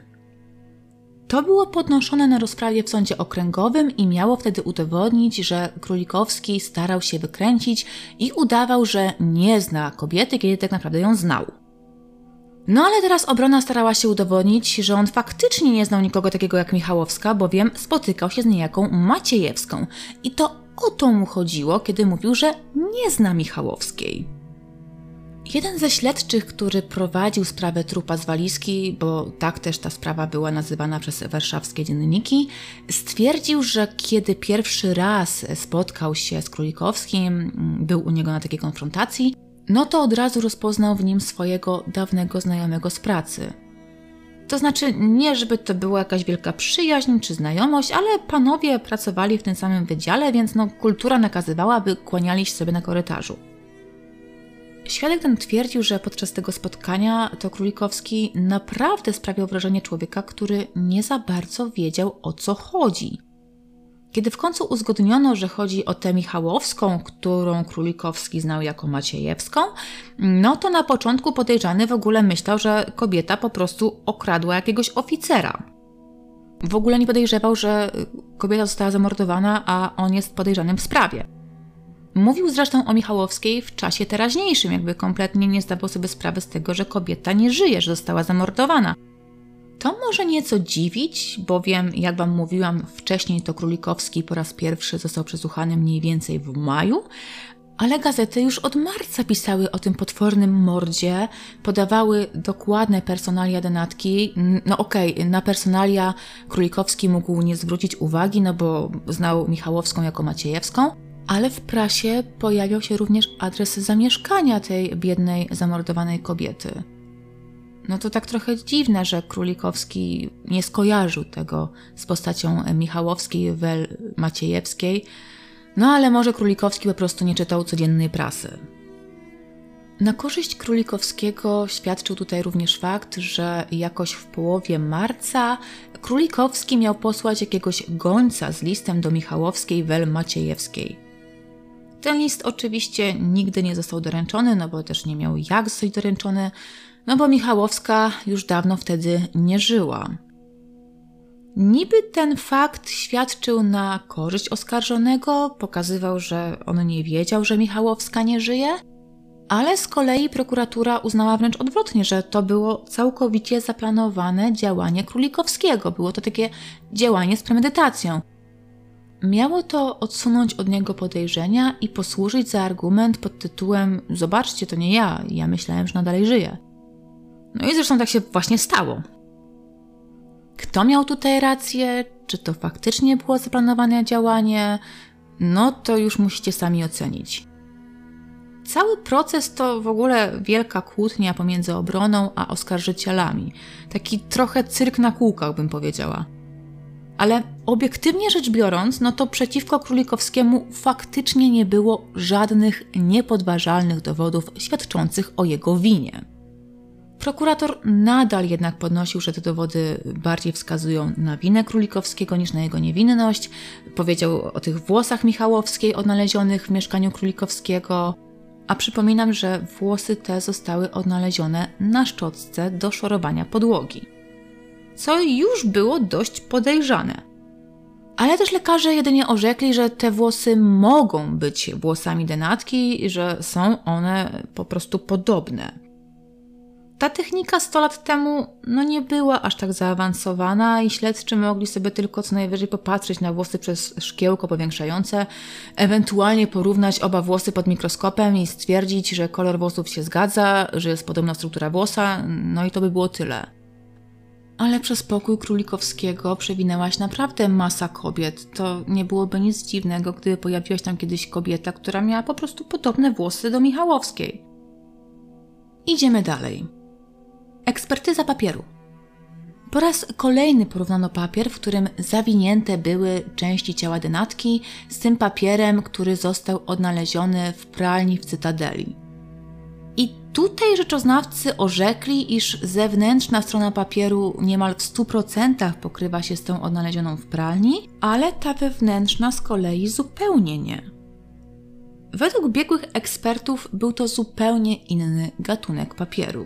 To było podnoszone na rozprawie w sądzie okręgowym i miało wtedy udowodnić, że Królikowski starał się wykręcić i udawał, że nie zna kobiety, kiedy tak naprawdę ją znał. No ale teraz obrona starała się udowodnić, że on faktycznie nie znał nikogo takiego jak Michałowska, bowiem spotykał się z niejaką Maciejewską. I to o to mu chodziło, kiedy mówił, że nie zna Michałowskiej. Jeden ze śledczych, który prowadził sprawę trupa z walizki, bo tak też ta sprawa była nazywana przez warszawskie dzienniki, stwierdził, że kiedy pierwszy raz spotkał się z Królikowskim, był u niego na takiej konfrontacji, no to od razu rozpoznał w nim swojego dawnego znajomego z pracy. To znaczy nie, żeby to była jakaś wielka przyjaźń czy znajomość, ale panowie pracowali w tym samym wydziale, więc no kultura nakazywała, by kłaniali się sobie na korytarzu. Świadek ten twierdził, że podczas tego spotkania to Królikowski naprawdę sprawiał wrażenie człowieka, który nie za bardzo wiedział, o co chodzi. Kiedy w końcu uzgodniono, że chodzi o tę Michałowską, którą Królikowski znał jako Maciejewską, no to na początku podejrzany w ogóle myślał, że kobieta po prostu okradła jakiegoś oficera. W ogóle nie podejrzewał, że kobieta została zamordowana, a on jest podejrzanym w sprawie. Mówił zresztą o Michałowskiej w czasie teraźniejszym, jakby kompletnie nie zdawał sobie sprawy z tego, że kobieta nie żyje, że została zamordowana. To może nieco dziwić, bowiem, jak wam mówiłam wcześniej, to Królikowski po raz pierwszy został przesłuchany mniej więcej w maju, ale gazety już od marca pisały o tym potwornym mordzie, podawały dokładne personalia denatki. No okej, okay, na personalia Królikowski mógł nie zwrócić uwagi, no bo znał Michałowską jako Maciejewską, ale w prasie pojawiał się również adres zamieszkania tej biednej, zamordowanej kobiety. No to tak trochę dziwne, że Królikowski nie skojarzył tego z postacią Michałowskiej wel Maciejewskiej, no ale może Królikowski po prostu nie czytał codziennej prasy. Na korzyść Królikowskiego świadczył tutaj również fakt, że jakoś w połowie marca Królikowski miał posłać jakiegoś gońca z listem do Michałowskiej wel Maciejewskiej. Ten list oczywiście nigdy nie został doręczony, no bo też nie miał jak zostać doręczony, no bo Michałowska już dawno wtedy nie żyła. Niby ten fakt świadczył na korzyść oskarżonego, pokazywał, że on nie wiedział, że Michałowska nie żyje, ale z kolei prokuratura uznała wręcz odwrotnie, że to było całkowicie zaplanowane działanie Królikowskiego. Było to takie działanie z premedytacją. Miało to odsunąć od niego podejrzenia i posłużyć za argument pod tytułem „Zobaczcie, to nie ja, ja myślałem, że nadal żyję”. No i zresztą tak się właśnie stało. Kto miał tutaj rację? Czy to faktycznie było zaplanowane działanie? No to już musicie sami ocenić. Cały proces to w ogóle wielka kłótnia pomiędzy obroną a oskarżycielami. Taki trochę cyrk na kółkach, bym powiedziała. Ale obiektywnie rzecz biorąc, no to przeciwko Królikowskiemu faktycznie nie było żadnych niepodważalnych dowodów świadczących o jego winie. Prokurator nadal jednak podnosił, że te dowody bardziej wskazują na winę Królikowskiego niż na jego niewinność. Powiedział o tych włosach Michałowskiej odnalezionych w mieszkaniu Królikowskiego. A przypominam, że włosy te zostały odnalezione na szczotce do szorowania podłogi, co już było dość podejrzane. Ale też lekarze jedynie orzekli, że te włosy mogą być włosami denatki i że są one po prostu podobne. Ta technika sto lat temu no nie była aż tak zaawansowana i śledczy mogli sobie tylko co najwyżej popatrzeć na włosy przez szkiełko powiększające, ewentualnie porównać oba włosy pod mikroskopem i stwierdzić, że kolor włosów się zgadza, że jest podobna struktura włosa, no i to by było tyle. Ale przez pokój Królikowskiego przewinęłaś naprawdę masa kobiet. To nie byłoby nic dziwnego, gdyby pojawiła się tam kiedyś kobieta, która miała po prostu podobne włosy do Michałowskiej. Idziemy dalej. Ekspertyza papieru. Po raz kolejny porównano papier, w którym zawinięte były części ciała denatki, z tym papierem, który został odnaleziony w pralni w Cytadeli. I tutaj rzeczoznawcy orzekli, iż zewnętrzna strona papieru niemal w stu procentach pokrywa się z tą odnalezioną w pralni, ale ta wewnętrzna z kolei zupełnie nie. Według biegłych ekspertów był to zupełnie inny gatunek papieru.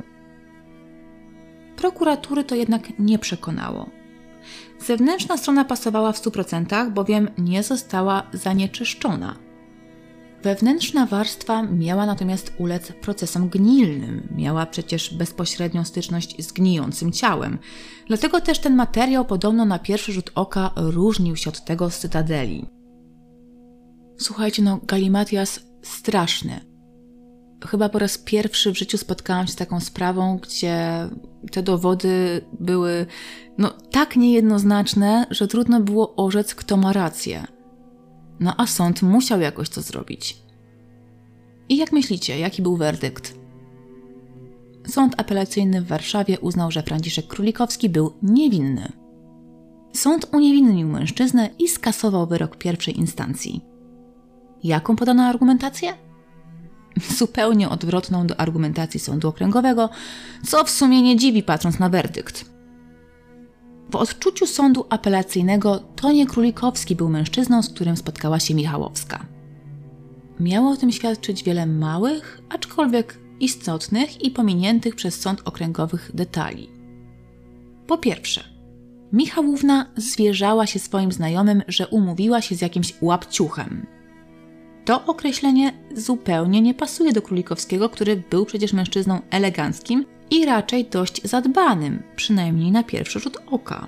Prokuratury to jednak nie przekonało. Zewnętrzna strona pasowała w stu procentach, bowiem nie została zanieczyszczona. Wewnętrzna warstwa miała natomiast ulec procesom gnilnym, miała przecież bezpośrednią styczność z gnijącym ciałem. Dlatego też ten materiał podobno na pierwszy rzut oka różnił się od tego z Cytadeli. Słuchajcie, no galimatias straszny. Chyba po raz pierwszy w życiu spotkałam się z taką sprawą, gdzie te dowody były no tak niejednoznaczne, że trudno było orzec, kto ma rację. No a sąd musiał jakoś to zrobić. I jak myślicie, jaki był werdykt? Sąd apelacyjny w Warszawie uznał, że Franciszek Królikowski był niewinny. Sąd uniewinnił mężczyznę i skasował wyrok pierwszej instancji. Jaką podano argumentację? Zupełnie odwrotną do argumentacji sądu okręgowego, co w sumie nie dziwi, patrząc na werdykt. W odczuciu sądu apelacyjnego to nie Królikowski był mężczyzną, z którym spotkała się Michałowska. Miało o tym świadczyć wiele małych, aczkolwiek istotnych i pominiętych przez sąd okręgowych detali. Po pierwsze, Michałówna zwierzała się swoim znajomym, że umówiła się z jakimś łapciuchem. To określenie zupełnie nie pasuje do Królikowskiego, który był przecież mężczyzną eleganckim i raczej dość zadbanym, przynajmniej na pierwszy rzut oka.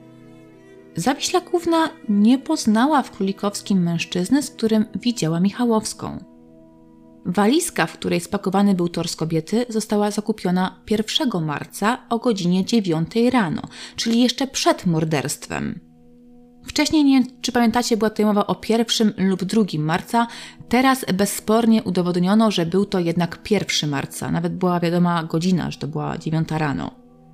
Zawiślakówna nie poznała w Królikowskim mężczyzny, z którym widziała Michałowską. Walizka, w której spakowany był tors kobiety, została zakupiona pierwszego marca o godzinie dziewiątej rano, czyli jeszcze przed morderstwem. Wcześniej, nie wiem, czy pamiętacie, była tutaj mowa o pierwszym lub drugim marca. Teraz bezspornie udowodniono, że był to jednak pierwszy marca. Nawet była wiadoma godzina, że to była dziewiąta rano.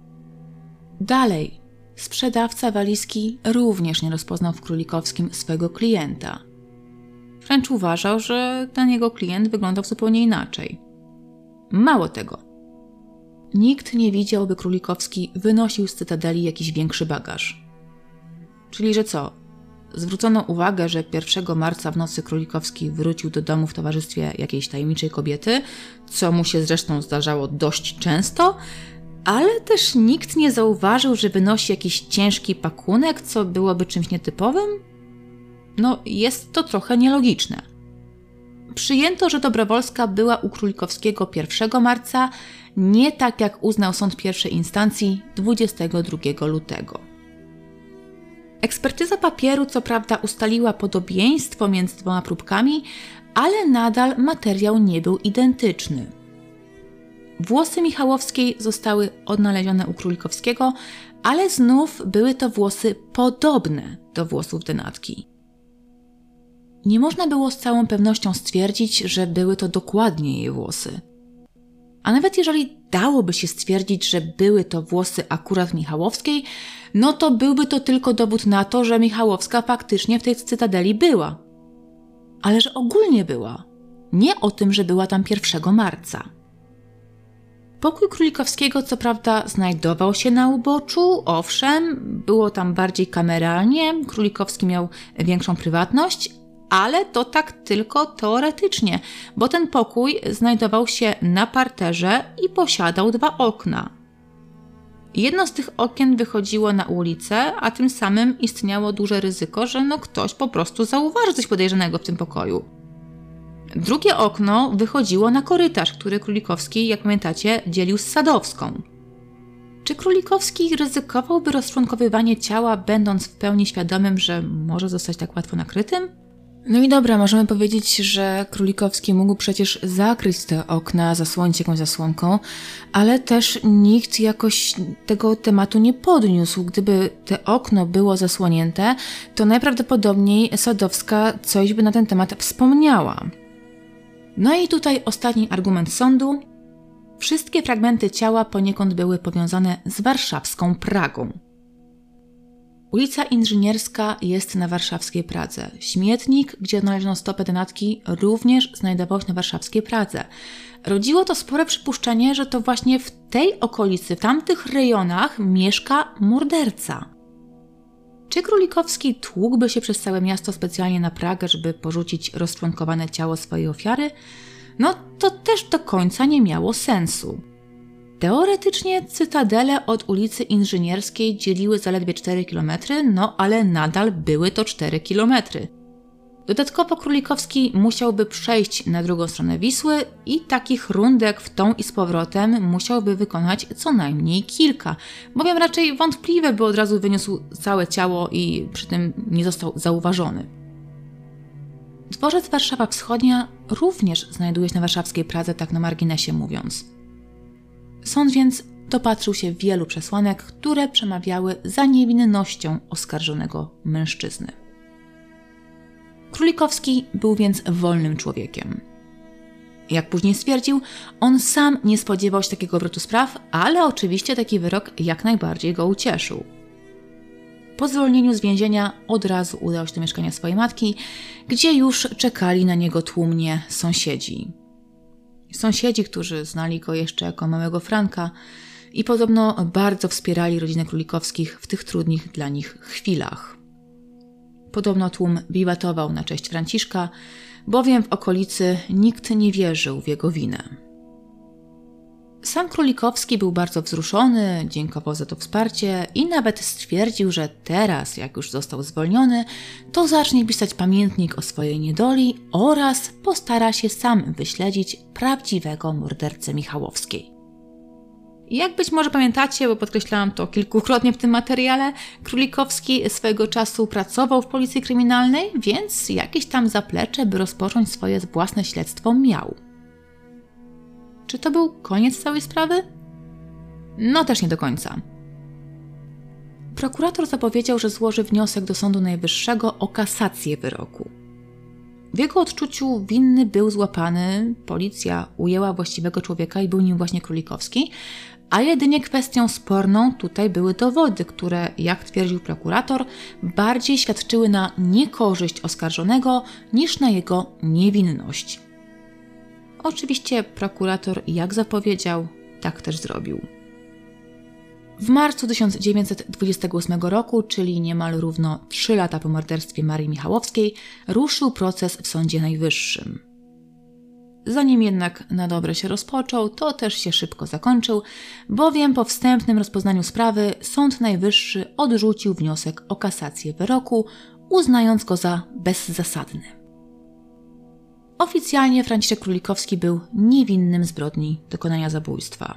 Dalej. Sprzedawca walizki również nie rozpoznał w Królikowskim swego klienta. Wręcz uważał, że ten jego klient wyglądał zupełnie inaczej. Mało tego. Nikt nie widział, by Królikowski wynosił z Cytadeli jakiś większy bagaż. Czyli, że co? Zwrócono uwagę, że pierwszego marca w nocy Królikowski wrócił do domu w towarzystwie jakiejś tajemniczej kobiety, co mu się zresztą zdarzało dość często, ale też nikt nie zauważył, że wynosi jakiś ciężki pakunek, co byłoby czymś nietypowym? No, jest to trochę nielogiczne. Przyjęto, że Dobrowolska była u Królikowskiego pierwszego marca, nie tak jak uznał sąd pierwszej instancji dwudziestego drugiego lutego. Ekspertyza papieru co prawda ustaliła podobieństwo między dwoma próbkami, ale nadal materiał nie był identyczny. Włosy Michałowskiej zostały odnalezione u Królikowskiego, ale znów były to włosy podobne do włosów denatki. Nie można było z całą pewnością stwierdzić, że były to dokładnie jej włosy. A nawet jeżeli dałoby się stwierdzić, że były to włosy akurat Michałowskiej, no to byłby to tylko dowód na to, że Michałowska faktycznie w tej cytadeli była. Ale że ogólnie była. Nie o tym, że była tam pierwszego marca. Pokój Królikowskiego co prawda znajdował się na uboczu, owszem, było tam bardziej kameralnie, Królikowski miał większą prywatność, ale to tak tylko teoretycznie, bo ten pokój znajdował się na parterze i posiadał dwa okna. Jedno z tych okien wychodziło na ulicę, a tym samym istniało duże ryzyko, że no ktoś po prostu zauważy coś podejrzanego w tym pokoju. Drugie okno wychodziło na korytarz, który Królikowski, jak pamiętacie, dzielił z Sadowską. Czy Królikowski ryzykowałby rozczłonkowywanie ciała, będąc w pełni świadomym, że może zostać tak łatwo nakrytym? No i dobra, możemy powiedzieć, że Królikowski mógł przecież zakryć te okna, zasłonić jakąś zasłonką, ale też nikt jakoś tego tematu nie podniósł. Gdyby te okno było zasłonięte, to najprawdopodobniej Sadowska coś by na ten temat wspomniała. No i tutaj ostatni argument sądu. Wszystkie fragmenty ciała poniekąd były powiązane z warszawską Pragą. Ulica Inżynierska jest na warszawskiej Pradze. Śmietnik, gdzie odnaleziono stopę denatki, również znajdował się na warszawskiej Pradze. Rodziło to spore przypuszczenie, że to właśnie w tej okolicy, w tamtych rejonach mieszka morderca. Czy Królikowski tłukłby się przez całe miasto specjalnie na Pragę, żeby porzucić rozczłonkowane ciało swojej ofiary? No to też do końca nie miało sensu. Teoretycznie cytadele od ulicy Inżynierskiej dzieliły zaledwie cztery kilometry, no ale nadal były to cztery kilometry. Dodatkowo Królikowski musiałby przejść na drugą stronę Wisły i takich rundek w tą i z powrotem musiałby wykonać co najmniej kilka, bowiem raczej wątpliwe, by od razu wyniósł całe ciało i przy tym nie został zauważony. Dworzec Warszawa Wschodnia również znajduje się na warszawskiej Pradze, tak na marginesie mówiąc. Sąd więc dopatrzył się wielu przesłanek, które przemawiały za niewinnością oskarżonego mężczyzny. Królikowski był więc wolnym człowiekiem. Jak później stwierdził, on sam nie spodziewał się takiego obrotu spraw, ale oczywiście taki wyrok jak najbardziej go ucieszył. Po zwolnieniu z więzienia od razu udał się do mieszkania swojej matki, gdzie już czekali na niego tłumnie sąsiedzi. Sąsiedzi, którzy znali go jeszcze jako małego Franka i podobno bardzo wspierali rodzinę Królikowskich w tych trudnych dla nich chwilach. Podobno tłum biwatował na cześć Franciszka, bowiem w okolicy nikt nie wierzył w jego winę. Sam Królikowski był bardzo wzruszony, dziękował za to wsparcie i nawet stwierdził, że teraz, jak już został zwolniony, to zacznie pisać pamiętnik o swojej niedoli oraz postara się sam wyśledzić prawdziwego mordercę Michałowskiej. Jak być może pamiętacie, bo podkreślałam to kilkukrotnie w tym materiale, Królikowski swego czasu pracował w policji kryminalnej, więc jakieś tam zaplecze, by rozpocząć swoje własne śledztwo miał. Czy to był koniec całej sprawy? No też nie do końca. Prokurator zapowiedział, że złoży wniosek do Sądu Najwyższego o kasację wyroku. W jego odczuciu winny był złapany, policja ujęła właściwego człowieka i był nim właśnie Królikowski, a jedynie kwestią sporną tutaj były dowody, które, jak twierdził prokurator, bardziej świadczyły na niekorzyść oskarżonego niż na jego niewinność. Oczywiście prokurator, jak zapowiedział, tak też zrobił. W marcu tysiąc dziewięćset dwudziestego ósmego roku, czyli niemal równo trzy lata po morderstwie Marii Michałowskiej, ruszył proces w Sądzie Najwyższym. Zanim jednak na dobre się rozpoczął, to też się szybko zakończył, bowiem po wstępnym rozpoznaniu sprawy Sąd Najwyższy odrzucił wniosek o kasację wyroku, uznając go za bezzasadny. Oficjalnie Franciszek Królikowski był niewinnym zbrodni dokonania zabójstwa.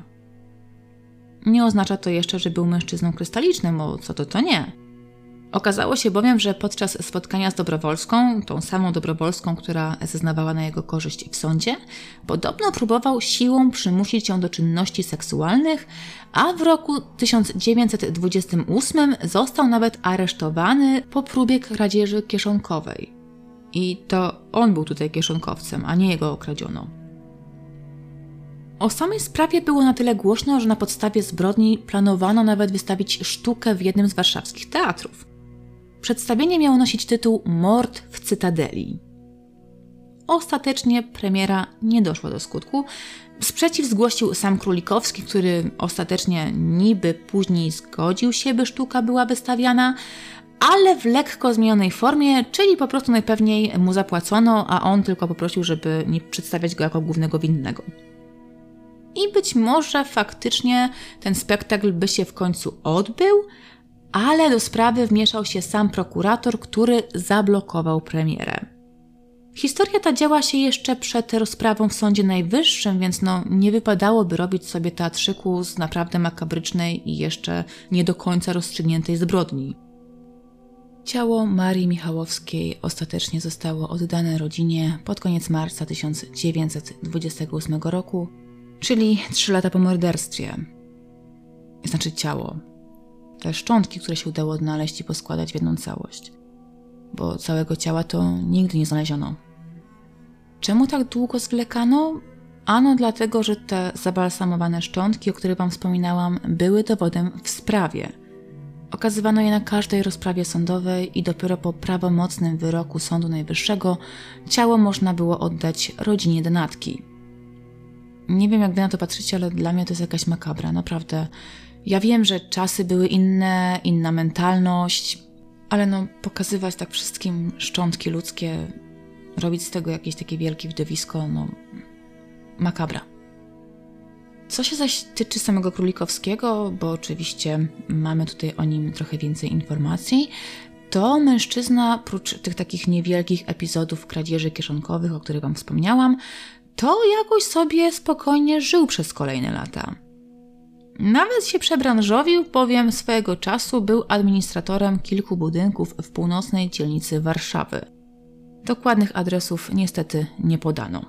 Nie oznacza to jeszcze, że był mężczyzną krystalicznym, bo co to to nie. Okazało się bowiem, że podczas spotkania z Dobrowolską, tą samą Dobrowolską, która zeznawała na jego korzyść w sądzie, podobno próbował siłą przymusić ją do czynności seksualnych, a w roku tysiąc dziewięćset dwudziestym ósmym został nawet aresztowany po próbie kradzieży kieszonkowej. I to on był tutaj kieszonkowcem, a nie jego okradziono. O samej sprawie było na tyle głośno, że na podstawie zbrodni planowano nawet wystawić sztukę w jednym z warszawskich teatrów. Przedstawienie miało nosić tytuł Mord w Cytadeli. Ostatecznie premiera nie doszła do skutku. Sprzeciw zgłosił sam Królikowski, który ostatecznie niby później zgodził się, by sztuka była wystawiana, ale w lekko zmienionej formie, czyli po prostu najpewniej mu zapłacono, a on tylko poprosił, żeby nie przedstawiać go jako głównego winnego. I być może faktycznie ten spektakl by się w końcu odbył, ale do sprawy wmieszał się sam prokurator, który zablokował premierę. Historia ta działa się jeszcze przed rozprawą w Sądzie Najwyższym, więc no nie wypadałoby robić sobie teatrzyku z naprawdę makabrycznej i jeszcze nie do końca rozstrzygniętej zbrodni. Ciało Marii Michałowskiej ostatecznie zostało oddane rodzinie pod koniec marca tysiąc dziewięćset dwudziestego ósmego roku, czyli trzy lata po morderstwie. Znaczy ciało. Te szczątki, które się udało odnaleźć i poskładać w jedną całość. Bo całego ciała to nigdy nie znaleziono. Czemu tak długo zwlekano? Ano dlatego, że te zabalsamowane szczątki, o których Wam wspominałam, były dowodem w sprawie. Okazywano je na każdej rozprawie sądowej i dopiero po prawomocnym wyroku Sądu Najwyższego ciało można było oddać rodzinie denatki. Nie wiem, jak Wy na to patrzycie, ale dla mnie to jest jakaś makabra, naprawdę. Ja wiem, że czasy były inne, inna mentalność, ale no pokazywać tak wszystkim szczątki ludzkie, robić z tego jakieś takie wielkie widowisko, no makabra. Co się zaś tyczy samego Królikowskiego, bo oczywiście mamy tutaj o nim trochę więcej informacji, to mężczyzna, prócz tych takich niewielkich epizodów kradzieży kieszonkowych, o których Wam wspomniałam, to jakoś sobie spokojnie żył przez kolejne lata. Nawet się przebranżowił, bowiem swojego czasu był administratorem kilku budynków w północnej dzielnicy Warszawy. Dokładnych adresów niestety nie podano.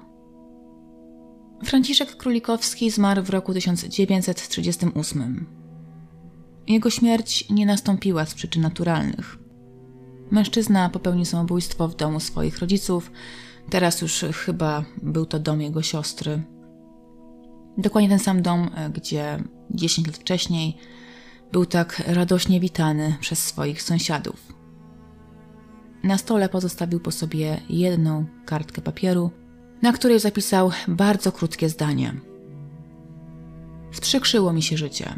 Franciszek Królikowski zmarł w roku tysiąc dziewięćset trzydziestym ósmym. Jego śmierć nie nastąpiła z przyczyn naturalnych. Mężczyzna popełnił samobójstwo w domu swoich rodziców, teraz już chyba był to dom jego siostry. Dokładnie ten sam dom, gdzie dziesięć lat wcześniej był tak radośnie witany przez swoich sąsiadów. Na stole pozostawił po sobie jedną kartkę papieru, na której zapisał bardzo krótkie zdanie. Wstrzykrzyło mi się życie.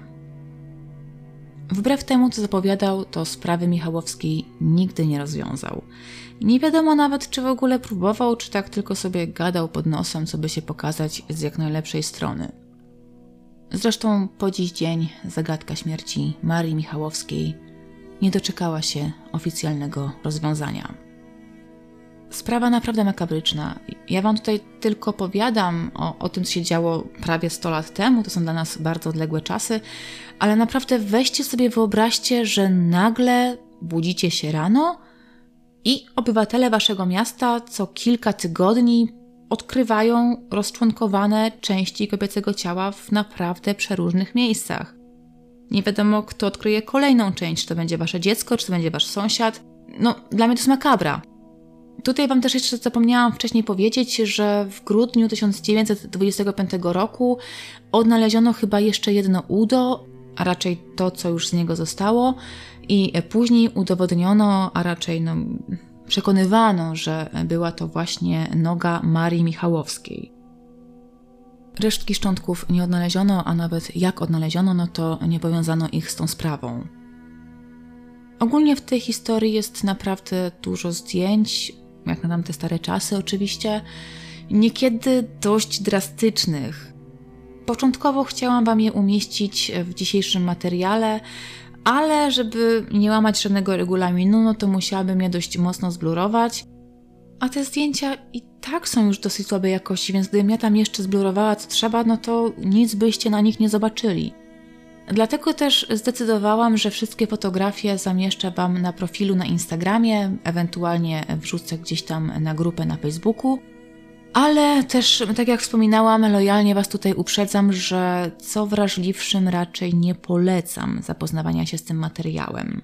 Wbrew temu, co zapowiadał, to sprawy Michałowskiej nigdy nie rozwiązał. Nie wiadomo nawet, czy w ogóle próbował, czy tak tylko sobie gadał pod nosem, co by się pokazać z jak najlepszej strony. Zresztą po dziś dzień zagadka śmierci Marii Michałowskiej nie doczekała się oficjalnego rozwiązania. Sprawa naprawdę makabryczna. Ja Wam tutaj tylko opowiadam o, o tym, co się działo prawie sto lat temu. To są dla nas bardzo odległe czasy, ale naprawdę weźcie sobie, wyobraźcie, że nagle budzicie się rano i obywatele Waszego miasta co kilka tygodni odkrywają rozczłonkowane części kobiecego ciała w naprawdę przeróżnych miejscach. Nie wiadomo, kto odkryje kolejną część, czy to będzie Wasze dziecko, czy to będzie Wasz sąsiad. No, dla mnie to jest makabra. Tutaj Wam też jeszcze zapomniałam wcześniej powiedzieć, że w grudniu tysiąc dziewięćset dwudziestego piątego roku odnaleziono chyba jeszcze jedno udo, a raczej to, co już z niego zostało, i później udowodniono, a raczej no, przekonywano, że była to właśnie noga Marii Michałowskiej. Resztki szczątków nie odnaleziono, a nawet jak odnaleziono, no to nie powiązano ich z tą sprawą. Ogólnie w tej historii jest naprawdę dużo zdjęć, jak na tamte stare czasy oczywiście, niekiedy dość drastycznych. Początkowo chciałam Wam je umieścić w dzisiejszym materiale, ale żeby nie łamać żadnego regulaminu, no to musiałabym je dość mocno zblurować. A te zdjęcia i tak są już dosyć słabej jakości, więc gdybym ja tam jeszcze zblurowała co trzeba, no to nic byście na nich nie zobaczyli. Dlatego też zdecydowałam, że wszystkie fotografie zamieszczę Wam na profilu na Instagramie, ewentualnie wrzucę gdzieś tam na grupę na Facebooku. Ale też, tak jak wspominałam, lojalnie Was tutaj uprzedzam, że co wrażliwszym raczej nie polecam zapoznawania się z tym materiałem.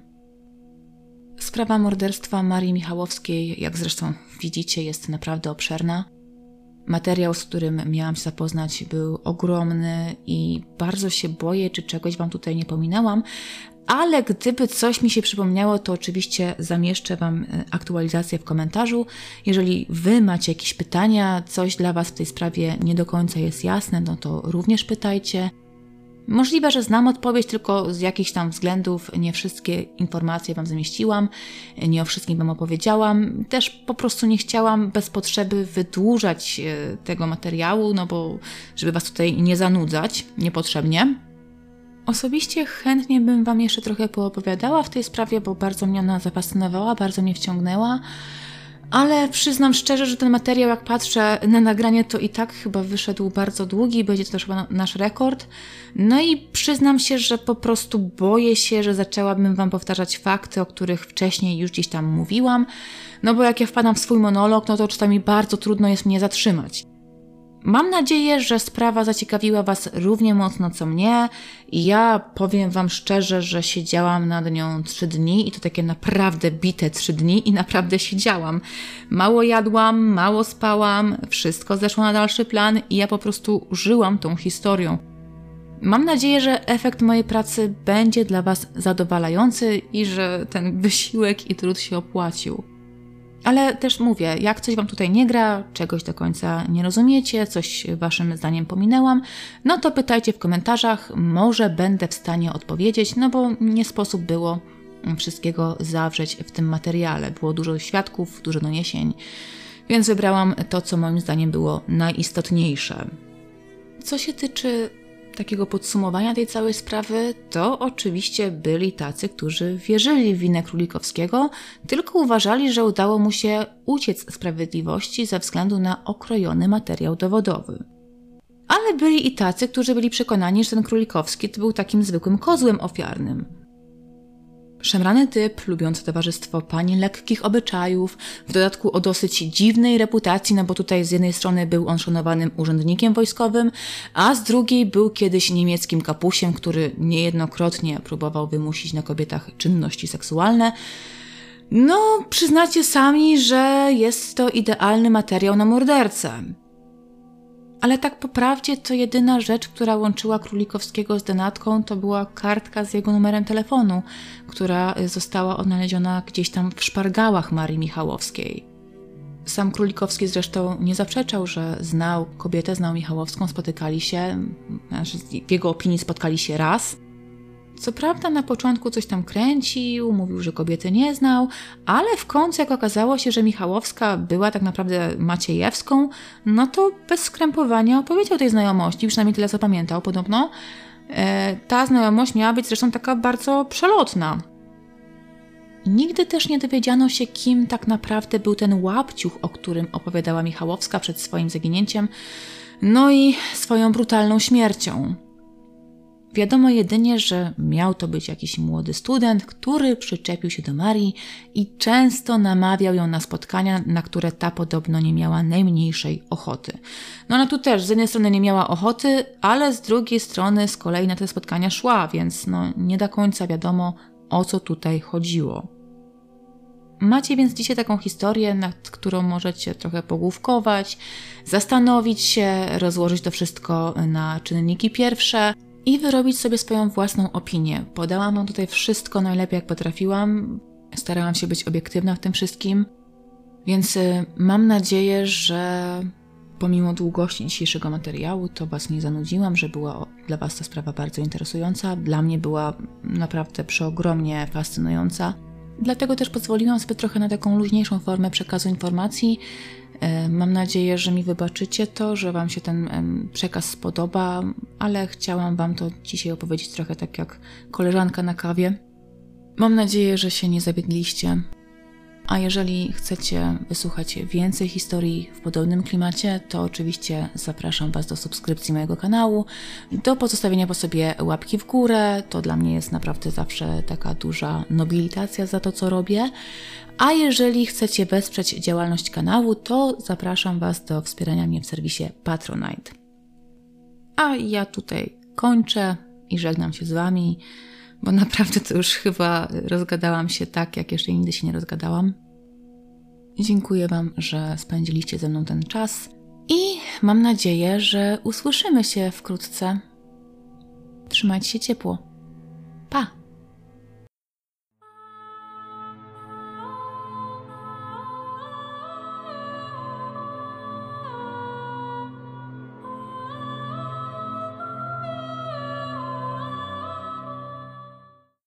Sprawa morderstwa Marii Michałowskiej, jak zresztą widzicie, jest naprawdę obszerna. Materiał, z którym miałam się zapoznać, był ogromny i bardzo się boję, czy czegoś Wam tutaj nie pominęłam, ale gdyby coś mi się przypomniało, to oczywiście zamieszczę Wam aktualizację w komentarzu. Jeżeli Wy macie jakieś pytania, coś dla Was w tej sprawie nie do końca jest jasne, no to również pytajcie. Możliwe, że znam odpowiedź, tylko z jakichś tam względów nie wszystkie informacje Wam zamieściłam, nie o wszystkim Wam opowiedziałam. Też po prostu nie chciałam bez potrzeby wydłużać tego materiału, no bo żeby Was tutaj nie zanudzać niepotrzebnie. Osobiście chętnie bym Wam jeszcze trochę poopowiadała w tej sprawie, bo bardzo mnie ona zafascynowała, bardzo mnie wciągnęła. Ale przyznam szczerze, że ten materiał, jak patrzę na nagranie, to i tak chyba wyszedł bardzo długi, będzie to też chyba nasz rekord. No i przyznam się, że po prostu boję się, że zaczęłabym Wam powtarzać fakty, o których wcześniej już gdzieś tam mówiłam. No bo jak ja wpadam w swój monolog, no to czasami bardzo trudno jest mnie zatrzymać. Mam nadzieję, że sprawa zaciekawiła Was równie mocno co mnie i ja powiem Wam szczerze, że siedziałam nad nią trzy dni i to takie naprawdę bite trzy dni i naprawdę siedziałam. Mało jadłam, mało spałam, wszystko zeszło na dalszy plan i ja po prostu żyłam tą historią. Mam nadzieję, że efekt mojej pracy będzie dla Was zadowalający i że ten wysiłek i trud się opłacił. Ale też mówię, jak coś Wam tutaj nie gra, czegoś do końca nie rozumiecie, coś Waszym zdaniem pominęłam, no to pytajcie w komentarzach, może będę w stanie odpowiedzieć, no bo nie sposób było wszystkiego zawrzeć w tym materiale. Było dużo świadków, dużo doniesień, więc wybrałam to, co moim zdaniem było najistotniejsze. Co się tyczy takiego podsumowania tej całej sprawy, to oczywiście byli tacy, którzy wierzyli w winę Królikowskiego, tylko uważali, że udało mu się uciec sprawiedliwości ze względu na okrojony materiał dowodowy. Ale byli i tacy, którzy byli przekonani, że ten Królikowski to był takim zwykłym kozłem ofiarnym. Szemrany typ, lubiący towarzystwo pań lekkich obyczajów, w dodatku o dosyć dziwnej reputacji, no bo tutaj z jednej strony był on szanowanym urzędnikiem wojskowym, a z drugiej był kiedyś niemieckim kapusiem, który niejednokrotnie próbował wymusić na kobietach czynności seksualne. No, przyznacie sami, że jest to idealny materiał na mordercę. Ale tak po prawdzie to jedyna rzecz, która łączyła Królikowskiego z denatką, to była kartka z jego numerem telefonu, która została odnaleziona gdzieś tam w szpargałach Marii Michałowskiej. Sam Królikowski zresztą nie zaprzeczał, że znał kobietę, znał Michałowską, spotykali się, znaczy w jego opinii spotkali się raz. Co prawda na początku coś tam kręcił, mówił, że kobiety nie znał, ale w końcu jak okazało się, że Michałowska była tak naprawdę Maciejewską, no to bez skrępowania opowiedział tej znajomości, przynajmniej tyle co pamiętał podobno. E, ta znajomość miała być zresztą taka bardzo przelotna. Nigdy też nie dowiedziano się, kim tak naprawdę był ten łapciuch, o którym opowiadała Michałowska przed swoim zaginięciem, no i swoją brutalną śmiercią. Wiadomo jedynie, że miał to być jakiś młody student, który przyczepił się do Marii i często namawiał ją na spotkania, na które ta podobno nie miała najmniejszej ochoty. No ona tu też z jednej strony nie miała ochoty, ale z drugiej strony z kolei na te spotkania szła, więc no nie do końca wiadomo, o co tutaj chodziło. Macie więc dzisiaj taką historię, nad którą możecie trochę pogłówkować, zastanowić się, rozłożyć to wszystko na czynniki pierwsze i wyrobić sobie swoją własną opinię. Podałam Wam tutaj wszystko najlepiej jak potrafiłam. Starałam się być obiektywna w tym wszystkim. Więc mam nadzieję, że pomimo długości dzisiejszego materiału to Was nie zanudziłam, że była dla Was ta sprawa bardzo interesująca. Dla mnie była naprawdę przeogromnie fascynująca. Dlatego też pozwoliłam sobie trochę na taką luźniejszą formę przekazu informacji. Mam nadzieję, że mi wybaczycie to, że Wam się ten przekaz spodoba, ale chciałam Wam to dzisiaj opowiedzieć trochę tak jak koleżanka na kawie. Mam nadzieję, że się nie zawiedliście. A jeżeli chcecie wysłuchać więcej historii w podobnym klimacie, to oczywiście zapraszam Was do subskrypcji mojego kanału, do pozostawienia po sobie łapki w górę. To dla mnie jest naprawdę zawsze taka duża nobilitacja za to, co robię. A jeżeli chcecie wesprzeć działalność kanału, to zapraszam Was do wspierania mnie w serwisie Patronite. A ja tutaj kończę i żegnam się z Wami, bo naprawdę to już chyba rozgadałam się tak, jak jeszcze nigdy się nie rozgadałam. Dziękuję Wam, że spędziliście ze mną ten czas I mam nadzieję, że usłyszymy się wkrótce. Trzymajcie się ciepło. Pa!